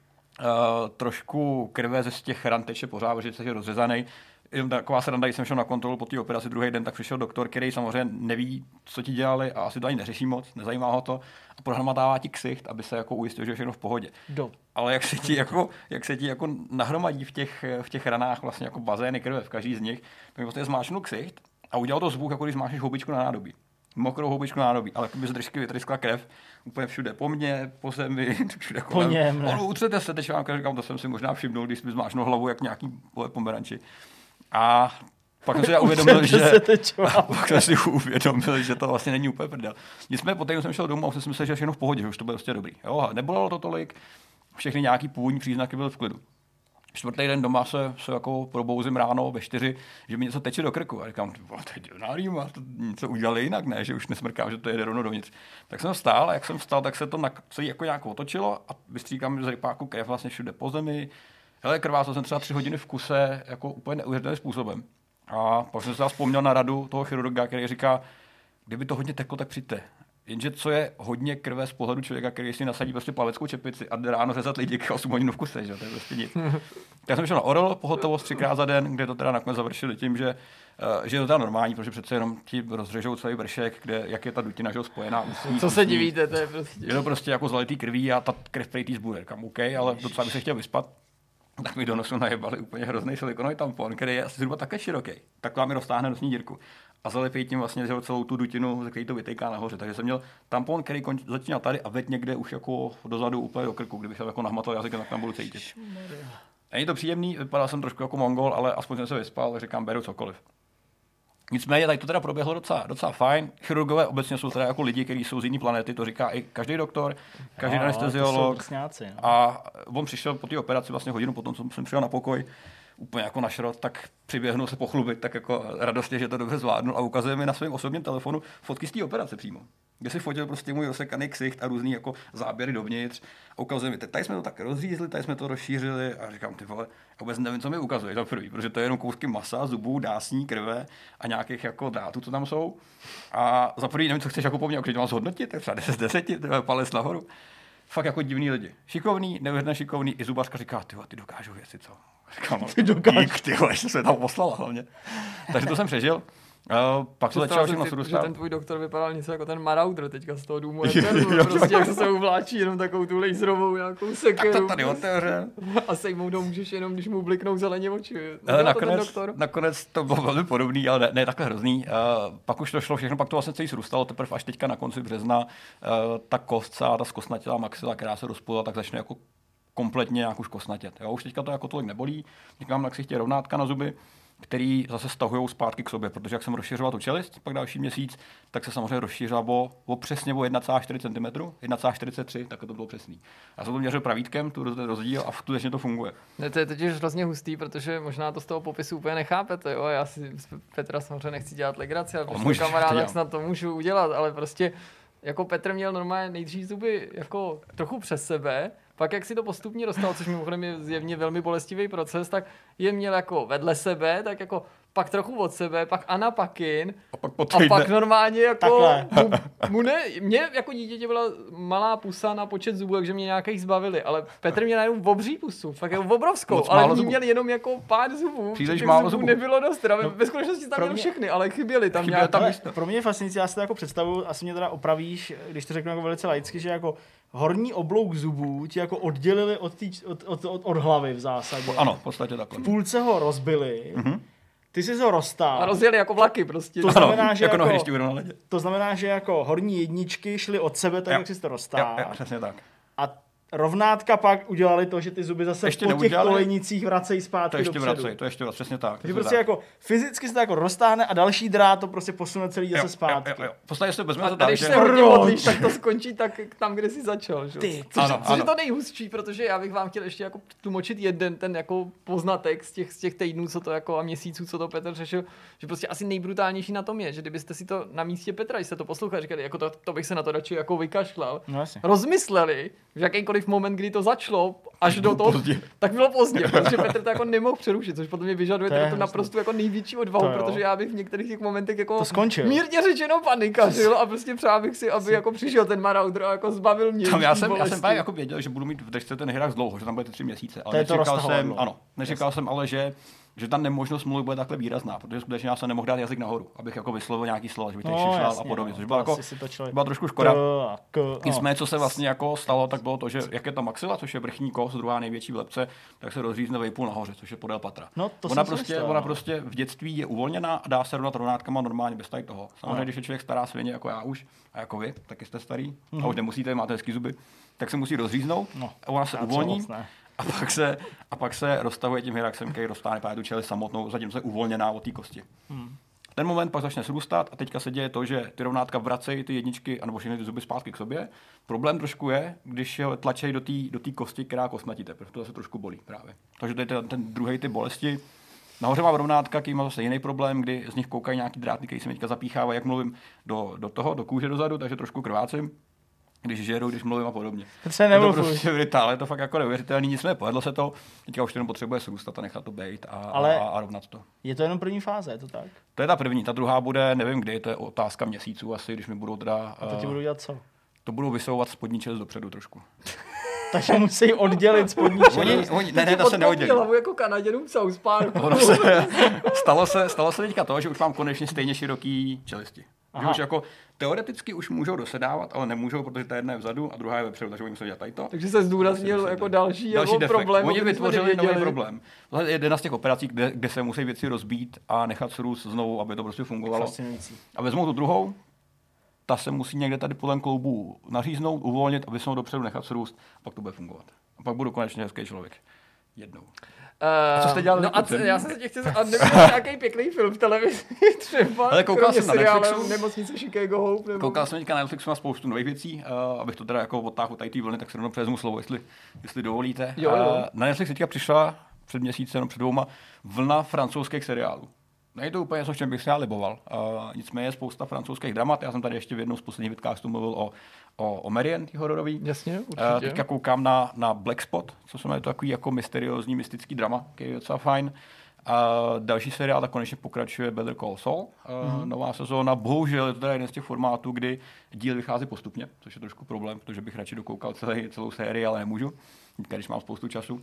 trošku krve ze z těch ran teče pořád, protože jsem je rozřezaný. Jenom taková sranda, když jsem šel na kontrolu po té operaci druhý den, tak přišel doktor, který samozřejmě neví, co ti dělali a asi to ani neřeší moc, nezajímá ho to a prohmatává ti ksicht, aby se jako ujistil, že je všechno v pohodě. Do. Ale jak se ti jako, jak se ti jako nahromadí v těch, v těch ranách vlastně jako bazény krve v každý z nich, tak mi vlastně zmáčnul ksicht a udělal to zvuk, jako když zmáčneš houbičku na nádobí. Mokrou houbičku na nádobí, ale kdyby z držky vytryskla krev úplně všude, po mně, po zemi, všude kolem. Po něm, ne? Utřete se, teď vám říkám, to jsem si možná všimnul, když mi zmáčnul hlavu jak nějaký pomeranči. A pak jsem si uvědomil, že pak jsem si uvědomil, že to vlastně není úplně prdel. Nicméně po týdnu jsem šel domů a jsem si myslel, že všechno v pohodě, že už to bylo prostě dobrý. Jo, nebolelo to tolik, všechny nějaký původní příznaky byly v klidu. Čtvrtý den doma se, se jako probouzím ráno ve čtyři, že mi něco teče do krku. A říkám, to je divná rýma, to něco udělali jinak, ne, že už nesmrkám, že to jede rovno dovnitř. Tak jsem vstál a jak jsem vstal, tak se to na, celý jako nějak otočilo a vystříkám z rypáku krev vlastně všude po zemi. Hele, krvácel jsem třeba tři hodiny v kuse, jako úplně neuvěřitelným způsobem. A pak jsem se vzpomněl na radu toho chirurga, který říká, kdyby to hodně teklo, tak přijďte. Jenže co je hodně krve z pohledu člověka, který si nasadí prostě plaveckou čepici a jde ráno řezat lidi k osm hodin v kuse, že to je prostě nic. Tak jsem šel na Orel, pohotovost třikrát za den, kde to teda nakonec završili tím, že, uh, že je to teda normální, protože přece jenom ti rozřežou celý vršek, kde jak je ta dutina že spojená. Usní, co se divíte, to je prostě. Je to prostě jako zalitý krví a ta krev prejtý zbude. Kam OK, ale docela bych se chtěl vyspat. Tak mi do nosu najebali úplně hrozný silikonový tampon, který je asi zhruba také široký. Tak vám mi roztáhne nosní dírku. A zalepí tím vlastně celou tu dutinu, ze který to vytejká nahoře. Takže jsem měl tampon, který konč, začínal tady a veď někde už jako dozadu úplně do krku. Kdybych se jako nahmatal jazykem, tak tam budu cítit. Není to příjemný, vypadal jsem trošku jako mongol, ale aspoň jsem se vyspal, říkám, beru cokoliv. Nicméně tady to teda proběhlo docela, docela fajn. Chirurgové obecně jsou teda jako lidi, kteří jsou z jiné planety, to říká i každý doktor, každý no, anesteziolog. Vrsňáci, no. A on přišel po té operaci vlastně hodinu potom, co jsem přišel na pokoj, úplně jako na šrot, tak přiběhnul se pochlubit, tak jako radostně, že to dobře zvládnul a ukazuje mi na svém osobním telefonu fotky z té operace přímo. Kde si fotil prostě můj rozsekaný ksicht a různý jako záběry dovnitř a ukazuje mi, tady jsme to tak rozřízli, tady jsme to rozšířili a říkám, ty vole, vůbec nevím, co mi ukazuje za prvý, protože to je jenom kousky masa, zubů, dásní, krve a nějakých jako drátů, co tam jsou. A za prvý nevím, co chceš jako po mně, když mám zhodnotit, tak třeba deset z deseti, palec nahoru. Fakt jako divný lidi. Šikovný, neuvěřeně šikovný, i zubařka říká, ty ty dokážou věci, co? Říkám, no, ty dokážeš, ty vole, ještě se tam poslala hlavně. Takže to jsem přežil. Uh, pak to začalo všechno srůstat. Že ten tvůj doktor vypadal něco jako ten Marauder teďka z toho důmu. Prostě jak se uvláčí jenom takovou tu laserovou nějakou sekeru. Tak to tady otevře. A sejmout ho můžeš jenom, když mu bliknou zeleně oči. Ale nakonec, to nakonec to bylo velmi podobný, ale ne, ne takhle hrozný. Uh, pak už to šlo všechno, pak to vlastně celý srůstalo, teprve až teďka na konci března uh, ta kostca, ta zkostnatělá maxila, která se rozpůla, tak začne jako kompletně nějak už kostnatět. Jo? Už teďka to jako tolik nebolí, říkám na ksichtě rovnátka na zuby, který zase stahují zpátky k sobě, protože jak jsem rozšiřoval tu čelist, pak další měsíc, tak se samozřejmě rozšířila o, o přesně o jedna celá čtyři centimetru, jedna celá čtyřicet tři, tak to bylo přesný. Já jsem to měřil pravítkem, tu rozdíl a skutečně to funguje. Ne, to je totiž hrozně hustý, protože možná to z toho popisu úplně nechápete, jo? Já si Petra samozřejmě nechci dělat legraci, ale prostě kamarád, tak snad to můžu udělat, ale prostě jako Petr měl normálně nejdřív zuby jako trochu přes sebe, pak jak si to postupně dostal, což mimochodem je zjevně velmi bolestivý proces, tak je měl jako vedle sebe, tak jako pak trochu od sebe, pak anapakin a pak, a pak normálně jako mu, mu ne, mě jako dítěti byla malá pusa na počet zubů, takže mě nějakých zbavili, ale Petr měl jenom obří pusu, fakt jako obrovskou, moc ale ní měl jenom jako pár zubů, příliš málo zubů nebylo dost, teda no, ve skutečnosti tam měl všechny, ale chyběly tam nějaké. Tam pro mě je fascinující, já si to jako představuji, asi mě teda opravíš, když to řeknu jako velice laicky, že jako horní oblouk zubů ti jako oddělili od, tý, od, od, od, od hlavy v zásadě. Ano, v podstatě takhle. V půlce ho rozbili, mm-hmm. ty jsi ho roztáhl. A rozjeli jako vlaky prostě. To znamená, ano, že jako, jako, nohy, na ledě. To znamená, že jako horní jedničky šly od sebe tak, jo. jak jsi to roztáhl. Jo, jo, přesně tak. A rovnátka pak udělali to, že ty zuby zase ještě po těch kolejnicích vracejí zpátky to ještě dopředu. Vracej, to ještě vracej, přesně tak. Takže prostě tak. Jako fyzicky se to jako roztáhne a další drát to prostě posune celý zase zpátky. Jo, jo, jo. Podstatě se vezme a to tak, když že... se hodně modlíš, tak to skončí tak tam, kde jsi začal. Že? Ty, což, ano, což ano. je to nejhustší, protože já bych vám chtěl ještě jako tlumočit jeden ten jako poznatek z těch, z těch týdnů, co to jako a měsíců, co to Petr řešil, že prostě asi nejbrutálnější na tom je, že kdybyste si to na místě Petra, když jste to poslouchali, říkali, jako to, to bych se na to radši jako vykašlal, no, rozmysleli, v jakýkoliv moment, kdy to začalo, až do toho, tak bylo pozdě, protože Petr to jako nemohl přerušit, což podle mě vyžaduje to, to naprosto jako největší odvahu, protože já bych v některých těch momentech jako to skončil. Mírně řečeno panikařil a prostě přál bych si, aby jako přišel ten Marauder a jako zbavil mě. Tam já jsem, já jsem jako věděl, že budu mít v držce ten hráč dlouho, že tam bude tři měsíce, ale to nečekal jsem, ano, nečekal jsem ale, že že ta nemožnost mluvit bude takhle výrazná, protože skutečně já se nemohl dát jazyk nahoru, abych jako vyslovil nějaký slovo, že by tady no, šel a podobně, což bylo jako byla trošku škoda. Nicméně, co se vlastně jako stalo, tak bylo to, že jak je ta maxila, což je vrchní kost, druhá největší v lebce, tak se rozřízne vejpůl nahoře, což je podél patra. No, to ona prostě, ona prostě v dětství je uvolněná a dá se rovnat rovnátkama normálně bez tady toho. Samozřejmě, no. Když je člověk stará svině jako já už a jako vy, taky jste starý, mm-hmm. a už nemusíte, máte hezký zuby, tak se musí rozříznout no, a ona se uvolní. A pak se, a pak se roztahuje tím hyraxem, který dostane právě tu čelist samotnou, zatímco je uvolněná od té kosti. Hmm. Ten moment pak začne srůstat a teďka se děje to, že ty rovnátka vracejí ty jedničky anebo všechny ty zuby zpátky k sobě. Problém trošku je, když je tlačejí do té do té kosti, která kostnatí teprve. To se trošku bolí právě. Takže to je ten, ten druhý ty bolesti. Nahoře mám rovnátka, který má zase jiný problém, kdy z nich koukají nějaký dráty, který se mi teďka zapíchávají, jak mluvím, do, do toho, do kůže dozadu, takže trošku krvácím. Když žeru, když mluvím a podobně. To se nemluví. To prostě brutal, je to fakt jako neuvěřitelný, nicméně povedlo se to, teďka už jenom potřebuje srůstat a nechat to bejt a, Ale a, a rovnat to. Je to jenom první fáze, je to tak? To je ta první, ta druhá bude, nevím kdy, to je otázka měsíců asi, když mi budou teda... A to ti budou dělat co? To budou vysouvat spodní čelist dopředu trošku. Takže musí oddělit spodní čelist. Oni, ne, ne, to se neoddělí. Hlavu jako Kanaděnům v South Parku. se, stalo, se, stalo se teďka to, že už mám konečně stejně široký čelisti. Že už jako teoreticky už můžou dosedávat, ale nemůžou, protože ta jedna je vzadu a druhá je vepředu, takže oni musí dělat tady to. Takže se zdůraznil jako další, další jako problém. Oni vytvořili nový problém. To je jedna z těch operací, kde, kde se musí věci rozbít a nechat srůst znovu, aby to prostě fungovalo. A vezmou tu druhou, ta se musí někde tady podle kloubů naříznout, uvolnit a vysunout dopředu, nechat srůst, a pak to bude fungovat. A pak budu konečně hezký člověk. Jednou. A co jste dělali? No a c- já jsem se tě chtěl, a nebyl nějaký pěkný film v televizi třeba, ale koukal jsem na Netflixu. Nemocnice Chicago Hope. Nebo... Koukal jsem teďka na Netflixu na spoustu nových věcí, uh, abych to teda jako odtáhl tady té vlny, tak se rovnou převezmu slovo, jestli, jestli dovolíte. Jo, jo. Uh, na Netflix teďka přišla před měsícem, no před dvouma, vlna francouzských seriálů. Není to úplně něco, v čem bych se já liboval. Uh, nicméně je spousta francouzských dramat. Já jsem tady ještě v jednou z posledních vidcastů mluvil o, o, o Marianne, tý hororový. Jasně, určitě. Uh, teďka koukám na, na Black Spot, co se jmenuje to takový jako mysteriózní, mystický drama, který je docela fajn. A další seriál tak konečně pokračuje Better Call Saul, uh, mm-hmm. nová sezóna. Bohužel je to teda jeden z těch formátů, kdy díl vychází postupně, což je trošku problém, protože bych radši dokoukal celý, celou sérii, ale nemůžu, když mám spoustu času.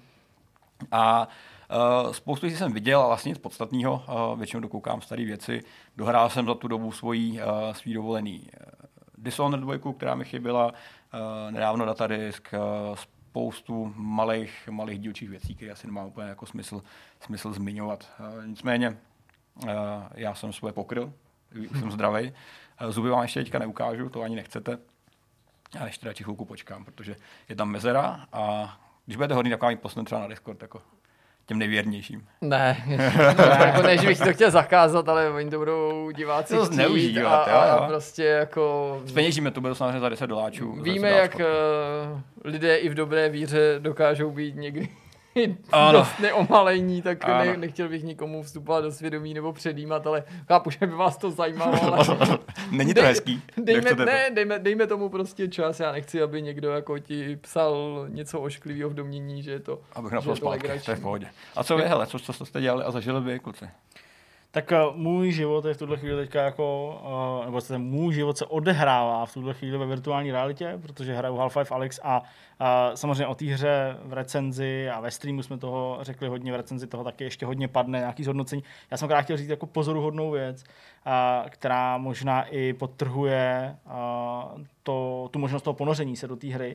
A uh, spoustu věcí jsem viděl a vlastně nic podstatného, uh, většinou dokoukám staré věci. Dohrál jsem za tu dobu svojí, uh, svý dovolený uh, Dishonored dvojku, která mi chyběla, uh, nedávno datadisk, uh, spoustu malých, malých dílčích věcí, které asi nemá úplně jako smysl, smysl zmiňovat. Uh, nicméně uh, já jsem svoje pokryl, už jsem zdravej. Uh, zuby vám ještě teďka neukážu, to ani nechcete. Já ještě radši chvilku počkám, protože je tam mezera a když budete hodný, tak vám ji posunu třeba na Discord jako těm nejvěrnějším. Ne, ne, jako ne, že bych to chtěl zakázat, ale oni to budou diváci to chtít a, a, a prostě jako... Zpeněžíme to, bylo samozřejmě za deset doláčů. Víme, jak uh, lidé i v dobré víře dokážou být někdy ano. dost neomalejní, tak ne, ano. nechtěl bych nikomu vstupovat do svědomí nebo předjímat, ale chápu, že by vás to zajímalo. Ale... Není to hezký. Dejme, ne, dejme, dejme tomu prostě čas, já nechci, aby někdo jako ti psal něco ošklivého v domění, že je to abych napsal zpátky, to je v pohodě. A co vy, hele, co, co jste dělali a zažili vy, kluci? Tak uh, můj život je v tuhle chvíli teďka jako, uh, nebo ten můj život se odehrává v tuhle chvíli ve virtuální realitě, protože hraju Half-Life Alyx a uh, samozřejmě o té hře v recenzi a ve streamu jsme toho řekli hodně, v recenzi toho taky ještě hodně padne, nějaký zhodnocení. Já jsem krát chtěl říct jako pozoruhodnou věc, uh, která možná i podtrhuje uh, to, tu možnost toho ponoření se do té hry,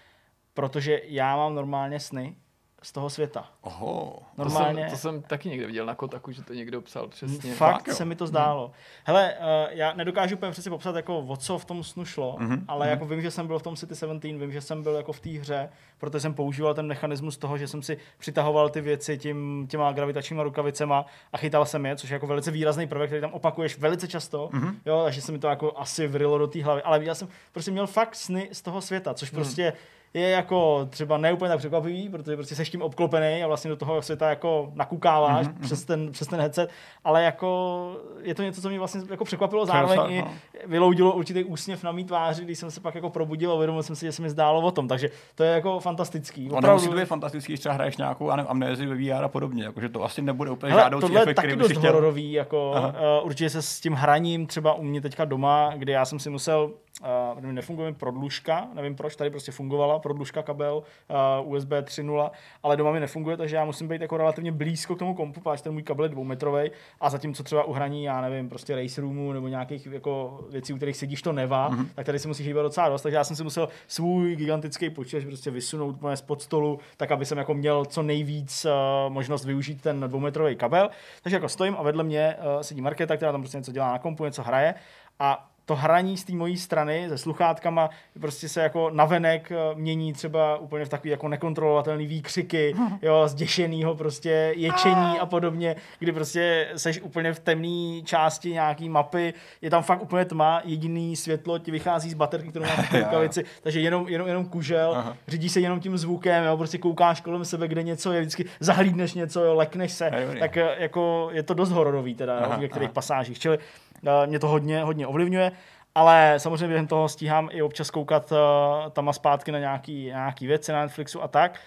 protože já mám normálně sny z toho světa. Oho. Normálně. To jsem, to jsem taky někde viděl na Kotaku, že to někdo psal přesně. Fakt, Fakt se mi to zdálo. Hmm. Hele, uh, já nedokážu úplně přesně popsat, jako, o co v tom snu šlo, mm-hmm. ale mm-hmm. jako vím, že jsem byl v tom City sedmnáct, vím, že jsem byl jako v té hře, protože jsem používal ten mechanismus toho, že jsem si přitahoval ty věci tím, těma gravitačníma rukavicema a chytal jsem je, což je jako velice výrazný prvek, který tam opakuješ velice často, mm-hmm. jo, takže se mi to jako asi vrilo do té hlavy, ale já jsem prostě měl fakt sny z toho světa, což mm. prostě je jako třeba ne úplně tak překvapivý, protože prostě seš tím obklopený a vlastně do toho světa jako nakukáváš mm-hmm. přes, ten, přes ten headset, ale jako je to něco, co mě vlastně jako překvapilo, zároveň i vyloudilo určitý úsměv na mý tváři, když jsem se pak jako probudil a uvědomil jsem si, že se mi zdálo o tom, takže to je jako fantastický. Ono musí být fantastický, když třeba hraješ nějakou amnézii ve V R a podobně, jakože to asi nebude úplně hele, žádoucí tohle efekt, taky který dost by si chtěl. hororový, jako uh, určitě se s tím hraním třeba u mě teďka doma, kdy já jsem si musel Uh, nefunguje prodlužka, nevím proč, tady prostě fungovala prodlužka kabel uh, U S B tři tečka nula, ale doma mi nefunguje, takže já musím být jako relativně blízko k tomu kompu, protože ten můj kabel je dvoumetrovej a zatímco třeba u hraní, já nevím, prostě race roomu nebo nějakých jako věcí, u kterých sedíš to nevá, mm-hmm. tak tady si musíš hýbat docela dost, takže já jsem si musel svůj gigantický počítač prostě vysunout úplně spod stolu, tak aby jsem jako měl co nejvíc uh, možnost využít ten dvoumetrový kabel. Takže jako stojím a vedle mě uh, sedí Markéta, která tam prostě něco dělá na kompu, něco hraje a to hraní z té mojí strany se sluchátkama prostě se jako navenek mění třeba úplně v takový jako nekontrolovatelný výkřiky, jo, zděšenýho prostě ječení a podobně, kdy prostě seš úplně v temné části nějaký mapy, je tam fakt úplně tma, jediný světlo ti vychází z baterky, kterou máš v rukavici, takže jenom, jenom, jenom kužel, Aha. řídí se jenom tím zvukem, jo, prostě koukáš kolem sebe, kde něco je, vždycky zahlídneš něco, jo, lekneš se, Hej, tak jako je to dost hororový teda, aha, v některých aha. pasážích, čili mě to hodně, hodně ovlivňuje, ale samozřejmě během toho stíhám i občas koukat uh, tam a zpátky na nějaký, nějaký věci na Netflixu a tak.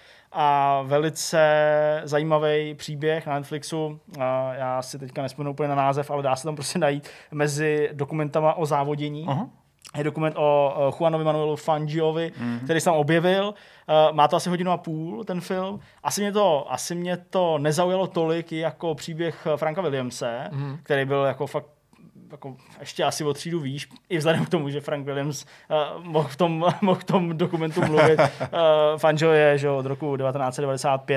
A velice zajímavý příběh na Netflixu, uh, já si teďka nespomenu úplně na název, ale dá se tam prostě najít mezi dokumentama o závodění. Uh-huh. Je dokument o uh, Juanovi Manuelu Fangiovi, mm-hmm. který se tam objevil. Uh, má to asi hodinu a půl, ten film. Asi mě to, asi mě to nezaujalo tolik jako příběh Franka Williamse, mm-hmm. který byl jako fakt jako ještě asi o třídu výš, i vzhledem k tomu, že Frank Williams uh, mohl, v tom, mohl v tom dokumentu mluvit. Uh, Fangio je že, od roku devatenáct set devadesát pět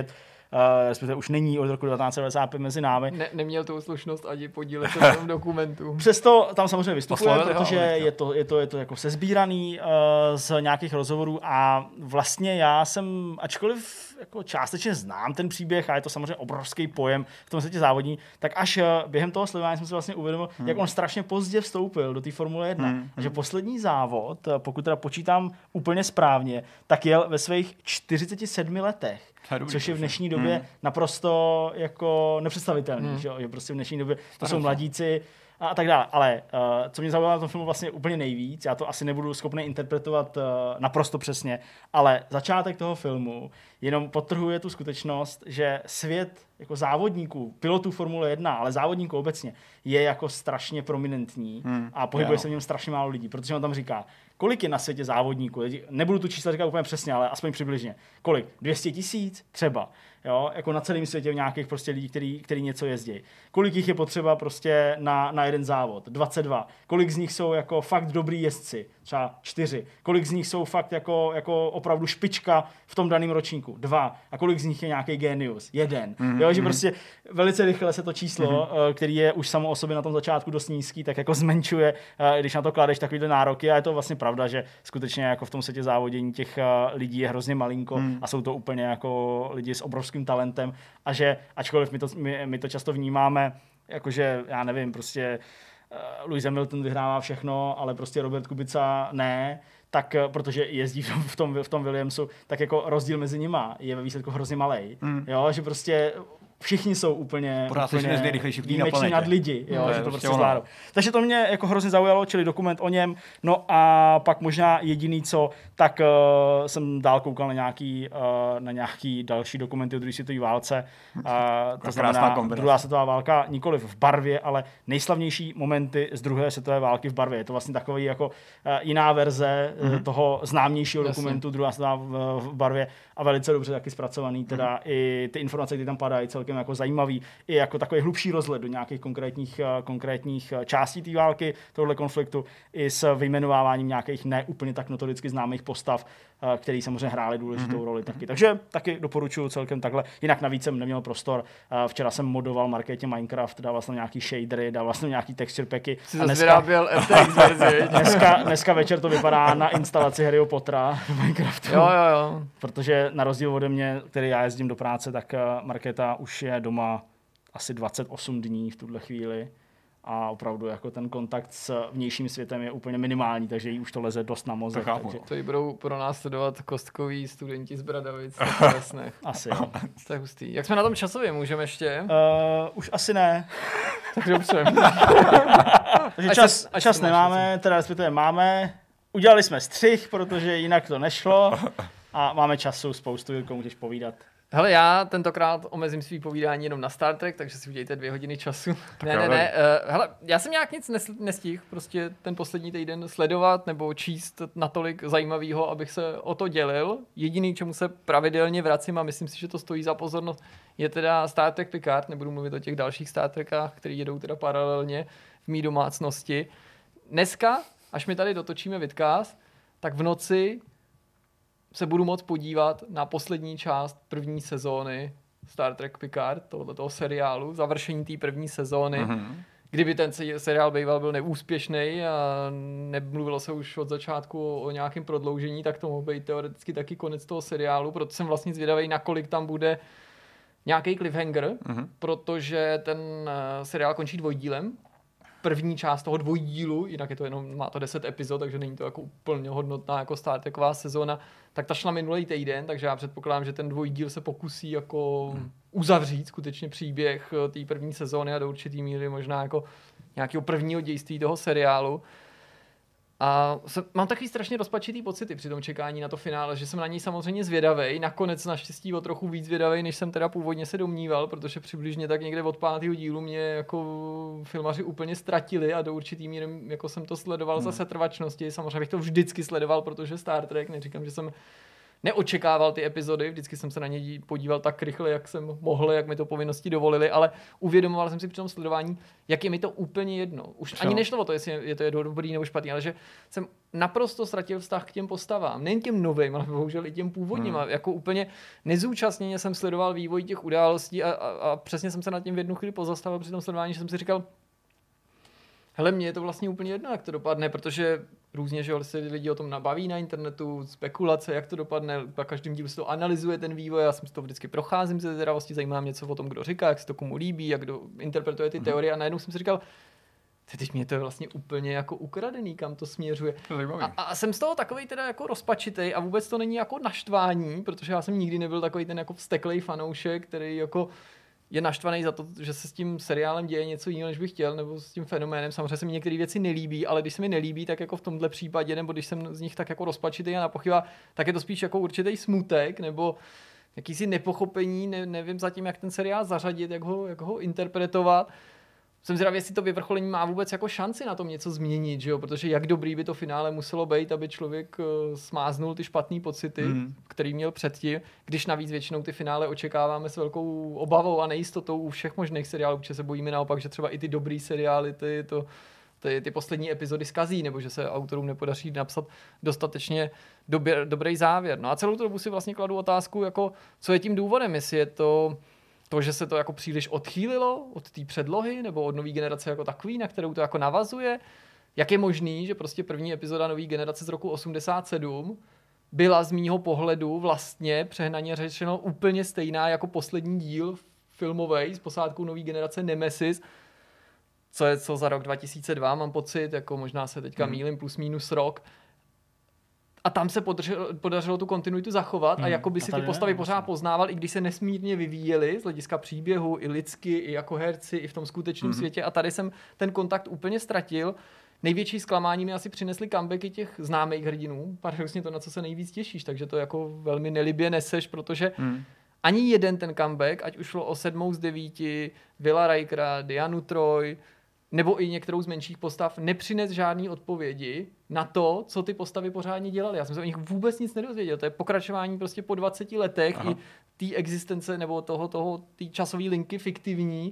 uh, respektive už není od roku devatenáct set devadesát pět mezi námi. Ne, neměl tu slušnost ani podílet se v tom dokumentu. Přesto tam samozřejmě vystupuje, Poslavili protože ho, je to, je, to, je to jako sezbíraný uh, z nějakých rozhovorů a vlastně já jsem, ačkoliv jako částečně znám ten příběh a je to samozřejmě obrovský pojem v tom světě závodní, tak až uh, během toho sledování jsem si vlastně uvědomil, hmm. jak on strašně pozdě vstoupil do té Formule jedna. Hmm. Že poslední závod, pokud teda počítám úplně správně, tak jel ve svých čtyřiceti sedmi letech. Dobrý, což je v dnešní době hmm. naprosto jako nepředstavitelný, hmm. že, že prostě v dnešní době to jsou mladíci a, a tak dále. Ale uh, co mě zaujalo na tom filmu vlastně úplně nejvíc, já to asi nebudu schopný interpretovat uh, naprosto přesně, ale začátek toho filmu jenom podtrhuje tu skutečnost, že svět jako závodníků, pilotů Formule jedna, ale závodníků obecně, je jako strašně prominentní hmm. a pohybuje jo. se v něm strašně málo lidí, protože on tam říká, kolik je na světě závodníků, nebudu tu čísla říkat úplně přesně, ale aspoň přibližně, kolik? dvě stě tisíc třeba, jo, jako na celém světě v nějakých prostě lidí, který, který něco jezdí. Kolik jich je potřeba prostě na, na jeden závod? dvacet dva. Kolik z nich jsou jako fakt dobrý jezdci? Třeba čtyři. Kolik z nich jsou fakt jako, jako opravdu špička v tom daném ročníku? Dva. A kolik z nich je nějaký genius? Jeden. Mm-hmm. Jo, že prostě velice rychle se to číslo, mm-hmm. který je už samo o sobě na tom začátku dost nízký, tak jako zmenšuje, když na to kladeš takovýhle nároky. A je to vlastně pravda, že skutečně jako v tom světě závodění těch lidí je hrozně malinko mm. a jsou to úplně jako lidi s obrovským talentem. A že ačkoliv my to, my, my to často vnímáme, jakože já nevím, prostě Lewis Hamilton vyhrává všechno, ale prostě Robert Kubica ne, tak protože jezdí v tom, v tom, v tom Williamsu, tak jako rozdíl mezi nima je ve výsledku hrozně malej. Mm. Jo, že prostě všichni jsou úplně, úplně výjimeční nad lidi, jo, no, že to prostě zvládou. Takže to mě jako hrozně zaujalo, čili dokument o něm. No a pak možná jediný co, tak uh, jsem dál koukal na nějaký, uh, na nějaký další dokumenty o druhé světové válce. Uh, to znamená druhá světová válka nikoliv v barvě, ale nejslavnější momenty z druhé světové války v barvě. Je to vlastně takový jako uh, jiná verze mm-hmm. toho známějšího Jasně. dokumentu druhá světová v, v barvě a velice dobře taky zpracovaný. Teda mm-hmm. i ty informace, které tam padají, celkem jako zajímavý, i jako takový hlubší rozhled do nějakých konkrétních, konkrétních částí té války, tohle konfliktu, i s vyjmenováváním nějakých ne úplně tak notoricky známých postav, který samozřejmě hrály důležitou mm-hmm. roli taky. Takže taky doporučuji celkem takhle. Jinak navíc jsem neměl prostor. Včera jsem modoval Markétě Minecraft, dával jsem nějaký shadery, dával jsem nějaký texture packy. Jsi zase vyráběl F T X verzi. dneska, dneska večer to vypadá na instalaci Harryho Pottera v Minecraftu. Jo, jo, jo. Protože na rozdíl ode mě, který já jezdím do práce, tak Markéta už je doma asi dvacet osm dní v tuhle chvíli a opravdu jako ten kontakt s vnějším světem je úplně minimální, takže jí už to leze dost na mozek. To, takže... to jí budou pro nás sledovat kostkoví studenti z Bradavic. Asi jo. To je hustý. Jak jsme na tom časově, můžeme ještě? Uh, už asi ne. Tak dobře. takže čas, se, čas nemáme, čas. teda respektive máme. Udělali jsme střih, protože jinak to nešlo a máme času spoustu, komu můžeš povídat. Hele, já tentokrát omezím svý povídání jenom na Star Trek, takže si udějte dvě hodiny času. Ne, ne, ne. Uh, hele, já jsem nějak nic nes- nestihl prostě ten poslední týden sledovat nebo číst natolik zajímavého, abych se o to dělil. Jediný, čemu se pravidelně vracím a myslím si, že to stojí za pozornost, je teda Star Trek Picard. Nebudu mluvit o těch dalších Star Trekách, které jedou teda paralelně v mý domácnosti. Dneska, až mi tady dotočíme vidcast, tak v noci se budu moct podívat na poslední část první sezóny Star Trek Picard, tohoto seriálu, završení té první sezóny. Mm-hmm. Kdyby ten seriál býval byl neúspěšný a nemluvilo se už od začátku o nějakém prodloužení, tak to mohl být teoreticky taky konec toho seriálu, proto jsem vlastně zvědavý, nakolik tam bude nějaký cliffhanger, mm-hmm. protože ten seriál končí dvojdílem. První část toho dvojdílu, jinak je to jenom, má to deset epizod, takže není to jako úplně hodnotná jako Star Treková sezóna, tak ta šla minulý týden, takže já předpokládám, že ten dvojdíl se pokusí jako hmm. uzavřít skutečně příběh té první sezóny a do určitý míry možná jako nějakého prvního dějství toho seriálu. A se, mám takový strašně rozpačitý pocity při tom čekání na to finále, že jsem na něj samozřejmě zvědavej, nakonec naštěstí o trochu víc zvědavej, než jsem teda původně se domníval, protože přibližně tak někde od pátého dílu mě jako filmaři úplně ztratili a do určitý míry jako jsem to sledoval hmm. za setrvačnosti, samozřejmě bych to vždycky sledoval, protože Star Trek, neříkám, že jsem neočekával ty epizody, vždycky jsem se na ně podíval tak rychle, jak jsem mohl, jak mi to povinnosti dovolily, ale uvědomoval jsem si při tom sledování, jak je mi to úplně jedno. Už Co? ani nešlo o to, jestli je to je dobrý nebo špatný, ale že jsem naprosto ztratil vztah k těm postavám. Nejen těm novým, ale bohužel i těm původním. Hmm. Jako úplně nezúčastněně jsem sledoval vývoj těch událostí a, a, a přesně jsem se nad tím v jednu chvíli pozastavil při tom sledování, že jsem si říkal, hele, mně je to vlastně úplně jedno, jak to dopadne, protože různě, že se lidi o tom nabaví na internetu, spekulace, jak to dopadne, a každým dílu se to analyzuje ten vývoj, já jsem si to vždycky procházím ze zvědavosti, zajímá mě něco o tom, kdo říká, jak se to komu líbí, jak kdo interpretuje ty mm. teorie a najednou jsem si říkal, teď mě to je vlastně úplně jako ukradený, kam to směřuje. A, a jsem z toho takovej teda jako rozpačitej a vůbec to není jako naštvání, protože já jsem nikdy nebyl takový ten jako vzteklej fanoušek, který jako je naštvaný za to, že se s tím seriálem děje něco jiného, než bych chtěl, nebo s tím fenoménem. Samozřejmě se mi některé věci nelíbí, ale když se mi nelíbí, tak jako v tomhle případě, nebo když jsem z nich tak jako rozpačitý a napochybá, tak je to spíš jako určitý smutek, nebo jakýsi nepochopení, ne, nevím zatím, jak ten seriál zařadit, jak ho, jak ho interpretovat. Jsem zvědavý, jestli to vyvrcholení má vůbec jako šanci na tom něco změnit, že jo? Protože jak dobrý by to finále muselo být, aby člověk smáznul ty špatný pocity, mm. který měl předtím, když navíc většinou ty finále očekáváme s velkou obavou a nejistotou u všech možných seriálů, protože se bojíme naopak, že třeba i ty dobrý seriály, ty, to, ty, ty poslední epizody zkazí, nebo že se autorům nepodaří napsat dostatečně dobrý, dobrý závěr. No a celou tu dobu si vlastně kladu otázku, jako, co je tím důvodem, jestli je to To, že se to jako příliš odchýlilo od té předlohy nebo od nové generace jako takový, na kterou to jako navazuje. Jak je možný, že prostě první epizoda nové generace z roku osmdesát sedm byla z mýho pohledu vlastně přehnaně řečeno úplně stejná jako poslední díl filmovej s posádkou nové generace Nemesis, co je co za rok dva tisíce dva, mám pocit, jako možná se teďka hmm. mýlim, plus minus rok. A tam se podařilo, podařilo tu kontinuitu zachovat hmm. a jako by si ty postavy ne, pořád poznával, i když se nesmírně vyvíjely z hlediska příběhu, i lidsky, i jako herci, i v tom skutečném hmm. světě. A tady jsem ten kontakt úplně ztratil. Největší zklamání mi asi přinesly comebacky těch známých hrdinů. Paradoxně to, na co se nejvíc těšíš, takže to jako velmi nelibě neseš, protože hmm. ani jeden ten comeback, ať už šlo o sedmou z devíti, Willa Rikera, Dianu Troy, nebo i některou z menších postav, nepřines žádný odpovědi na to, co ty postavy pořádně dělaly. Já jsem se o nich vůbec nic nedozvěděl. To je pokračování prostě po dvaceti letech Aha. i té existence nebo toho, toho té časové linky fiktivní.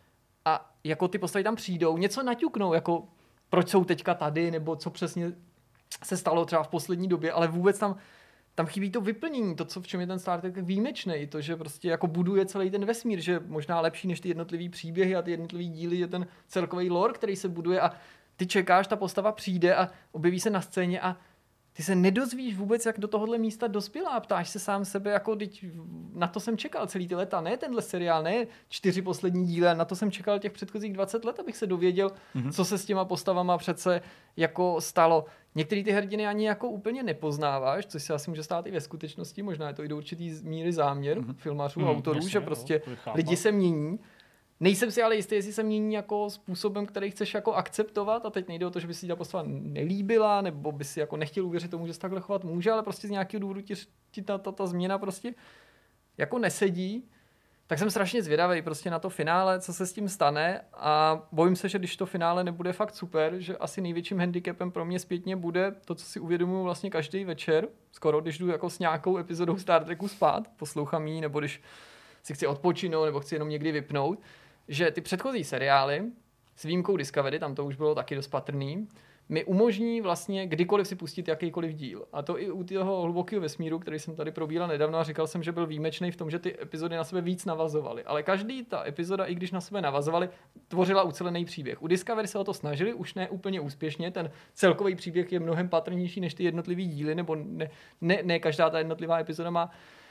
A jako ty postavy tam přijdou, něco naťuknou, jako proč jsou teďka tady, nebo co přesně se stalo třeba v poslední době, ale vůbec tam Tam chybí to vyplnění, to, co v čem je ten Star Trek výjimečný, to, že prostě jako buduje celý ten vesmír, že možná lepší než ty jednotlivý příběhy a ty jednotlivý díly je ten celkový lore, který se buduje a ty čekáš, ta postava přijde a objeví se na scéně a ty se nedozvíš vůbec, jak do tohohle místa dospěla a ptáš se sám sebe, jako teď na to jsem čekal celý ty leta, ne tenhle seriál, ne čtyři poslední díly, na to jsem čekal těch předchozích dvacet let, abych se dověděl, mm-hmm. co se s těma postavama přece jako stalo. Některý ty hrdiny ani jako úplně nepoznáváš, což se asi může stát i ve skutečnosti, možná je to i do určitý míry záměr mm-hmm. filmářů, mm, autorů, jasně, že prostě jo, lidi se mění. Nejsem si ale jistý, jestli se mění jako způsobem, který chceš jako akceptovat a teď nejde o to, že by si ta postava nelíbila nebo by si jako nechtěl uvěřit tomu, že se takhle chovat může, ale prostě z nějakého důvodu ti, ti ta, ta, ta změna prostě jako nesedí. Tak jsem strašně zvědavý prostě na to finále, co se s tím stane a bojím se, že když to finále nebude fakt super, že asi největším handicapem pro mě zpětně bude to, co si uvědomuji vlastně každý večer, skoro když jdu jako s nějakou epizodou Star Treku spát, poslouchám jí, nebo když si chci odpočinout, nebo chci jenom někdy vypnout, že ty předchozí seriály s výjimkou Discovery, tam to už bylo taky dost patrný, mi umožní vlastně kdykoliv si pustit jakýkoliv díl. A to i u toho hlubokého vesmíru, který jsem tady probíral nedávno a říkal jsem, že byl výjimečný v tom, že ty epizody na sebe víc navazovaly. Ale každý ta epizoda, i když na sebe navazovaly, tvořila ucelený příběh. U Discovery se o to snažili, už ne úplně úspěšně, ten celkový příběh je mnohem patrnější než ty jednotlivý díly, nebo ne, ne, ne každá ta jednotlivá epizoda má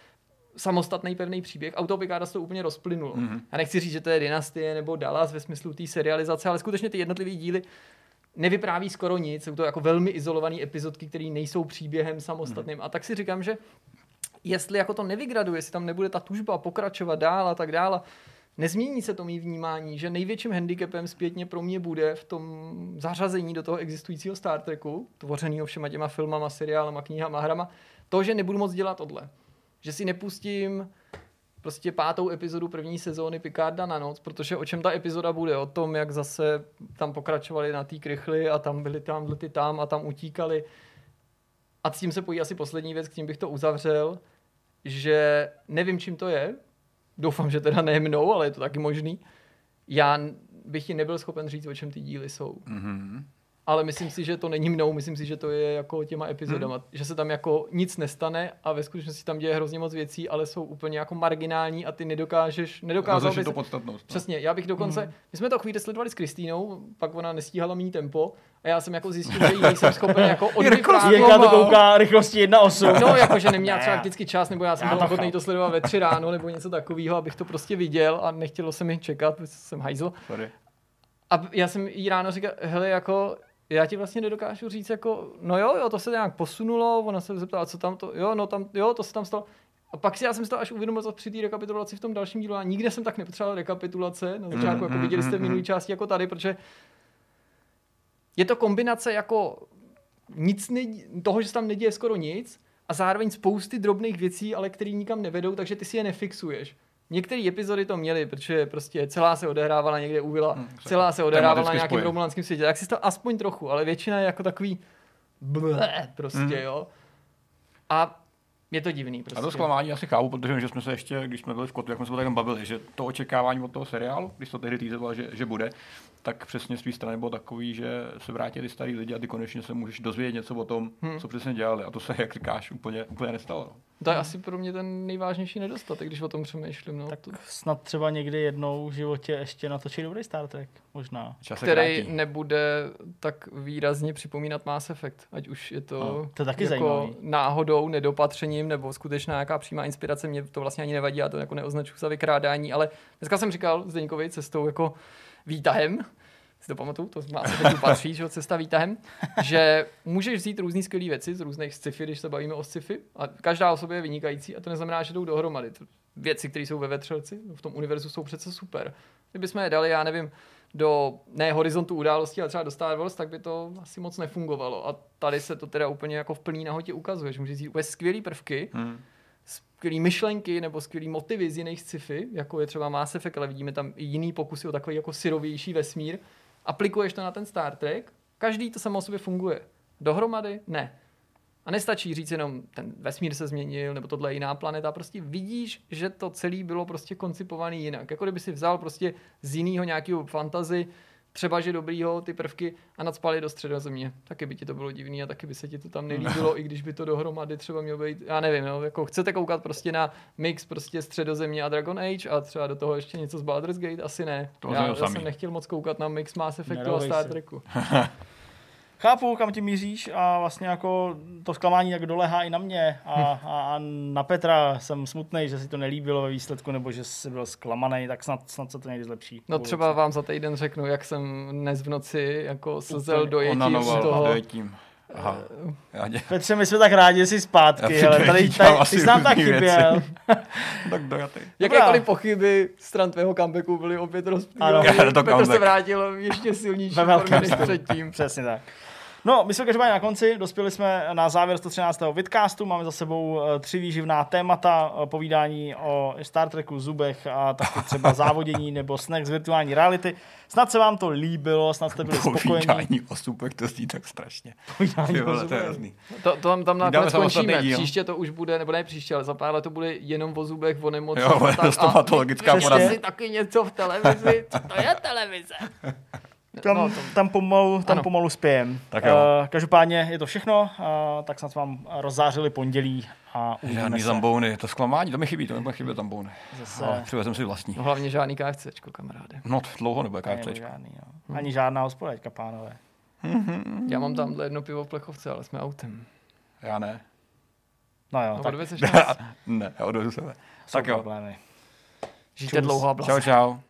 samostatný pevný příběh. A u toho Picarda se to úplně rozplynulo. Mm-hmm. Já nechci říct, že to je Dynastie nebo Dallas ve smyslu té serializace, ale skutečně ty jednotlivý díly nevypráví skoro nic, jsou to jako velmi izolované epizodky, které nejsou příběhem samostatným. Mm. A tak si říkám, že jestli jako to nevygraduje, jestli tam nebude ta tužba pokračovat dál a tak dále, nezmění se to mý vnímání, že největším handicapem zpětně pro mě bude v tom zařazení do toho existujícího Star Treku, tvořenýho všema těma filmama, seriálama, knihama, hrama, to, že nebudu moc dělat tohle. Že si nepustím prostě pátou epizodu první sezóny Picarda na noc, protože o čem ta epizoda bude? O tom, jak zase tam pokračovali na té krychli a tam byli tam, ty tam a tam utíkali. A s tím se pojí asi poslední věc, k tím bych to uzavřel, že nevím, čím to je. Doufám, že teda ne mnou, ale je to taky možný. Já bych ti nebyl schopen říct, o čem ty díly jsou. Mm-hmm. Ale myslím si, že to není mnou, myslím si, že to je jako těma epizodama, hmm. že se tam jako nic nestane a ve skutečnosti tam děje hrozně moc věcí, ale jsou úplně jako marginální a ty nedokážeš, nedokázal bys... to podstatnost. Přesně, já bych dokonce, hmm. my jsme to chvíli sledovali s Kristýnou, pak ona nestíhala mý tempo a já jsem jako zjistil, že jí nejsem schopen jako odvyprávět. Jirka to kouká rychlosti jedna osm. No, jakože neměla třeba vždycky čas, nebo já jsem byl ochotný to sledovat ve tři ráno, nebo něco takového, abych to prostě viděl a nechtělo se mi čekat, jsem hajzl. Sorry. A já jsem jí ráno říkal, hele, jako já ti vlastně nedokážu říct jako, no jo, jo, to se nějak posunulo, ona se zeptala, co tam to, jo, no tam, jo, to se tam stalo. A pak si já jsem si to až uvědomil při té rekapitulaci v tom dalším dílu a nikde jsem tak nepotřeboval rekapitulace, na začátku, mm, jako viděli jste v minulý části jako tady, protože je to kombinace jako nic ne, toho, že se tam neděje skoro nic a zároveň spousty drobných věcí, ale které nikam nevedou, takže ty si je nefixuješ. Některé epizody to měly, protože prostě celá se odehrávala někde u Vila, hmm, celá se odehrávala na nějakém romulanském světě, tak si to aspoň trochu, ale většina je jako takový blé, prostě, hmm. jo. A je to divný prostě. A to zklamání asi chápu, protože že jsme se ještě, když jsme byli v Kotu, jak jsme se o tom bavili, že to očekávání od toho seriálu, když to tehdy týzovalo, že, že bude, tak přesně z tvý strany bylo takový, že se vrátili starý lidi a ty konečně se můžeš dozvědět něco o tom, hmm. co přesně dělali. A to se, jak říkáš, úplně, úplně nestalo. No. To je asi pro mě ten nejvážnější nedostatek, když o tom přemýšlím. No. Tak snad třeba někdy jednou v životě ještě natočí dobrý Star Trek, možná. Který nebude tak výrazně připomínat Mass Effect, ať už je to, no, to taky jako náhodou, nedopatřením, nebo skutečná nějaká přímá inspirace. Mě to vlastně ani nevadí, já to jako neoznačuji za vykrádání, ale dneska jsem říkal Zdeňkovi cestou jako výtahem, si to pamatuju, to má se teď patří, že cesta výtahem, že můžeš vzít různý skvělý věci z různých sci-fi, když se bavíme o sci-fi, a každá o sobě je vynikající a to neznamená, že jdou dohromady. Věci, které jsou ve Vetřelci, v tom univerzu jsou přece super. Kdybychom je dali, já nevím, do ne horizontu událostí, ale třeba do Star Wars, tak by to asi moc nefungovalo. A tady se to teda úplně jako v plný nahotě ukazuje, že můžeš vzít úplně skvělý prvky, hmm. skvělý myšlenky nebo skvělý motivy z jiných sci-fi, jako je třeba Mass Effect, ale vidíme tam i jiný pokusy o takový jako syrovější vesmír. Aplikuješ to na ten Star Trek, každý to samo o sobě funguje. Dohromady? Ne. A nestačí říct jenom, ten vesmír se změnil, nebo tohle je jiná planeta. Prostě vidíš, že to celé bylo prostě koncipované jinak. Jako kdyby si vzal prostě z jiného nějakého fantasy, třeba že dobrýho ty prvky a nacpal je do Středozemě. Taky by ti to bylo divný a taky by se ti to tam nelíbilo, no. I když by to dohromady třeba mělo být, já nevím, no, jako chcete koukat prostě na mix prostě Středozemě a Dragon Age a třeba do toho ještě něco z Baldur's Gate? Asi ne. To já jsem samý. nechtěl moc koukat na mix Mass Effectu a Star Treku. Chápu, kam ti míříš a vlastně jako to zklamání tak dolehá i na mě a, a, a na Petra jsem smutnej, že si to nelíbilo ve výsledku nebo že jsi byl zklamaný, tak snad, snad se to někdy zlepší. No třeba vám za týden řeknu, jak jsem dnes v noci jako slzel dojetím z toho. Dojetím. Aha. Petře, my jsme tak rádi, že jsi zpátky, ale tady, tady ty jsi nám tak chyběl. Tak dojatý. Jakékoliv pochyby stran tvého comebacku byly opět rozptýleny. Petr se vrátil ještě silnější formy než předtím. Přesně tak. No, my jsme každopádně na konci, dospěli jsme na závěr sto třináctého vidcastu, máme za sebou tři výživná témata, povídání o Star Treku, zubech a taky třeba závodění nebo snacks z virtuální reality. Snad se vám to líbilo, snad jste byli spokojení. Povídání o zubech, to zní tak strašně. Povídání o zubech. To, to tam, tam nakonec končíme, příště to už bude, nebo ne příště, ale za pár let to bude jenom o zubech, o nemocích. Jo, a stomatologická porada. Si taky něco v televizi, co to je televize? Tam, no, to... tam, pomalu, tam pomalu spějem. Uh, každopádně je to všechno, uh, tak snad vám rozzářili pondělí a žádný zambouny, to zklamání, to mi chybí, to mi chybí zambouny. Zase... Ale přivezem si vlastní. No, hlavně žádný KFCčko, kamaráde. No, dlouho nebude KFCčko. Žádný, jo. Hmm. Ani žádná hospodačka, pánové. Mm-hmm. Já mám tamhle jedno pivo v plechovce, ale jsme autem. Já ne. No jo, no, tak... odvezeš nás? Ne, já odvezu sebe. Tak jo. Problémy. Žijte dlouho a blázen. Čau, čau.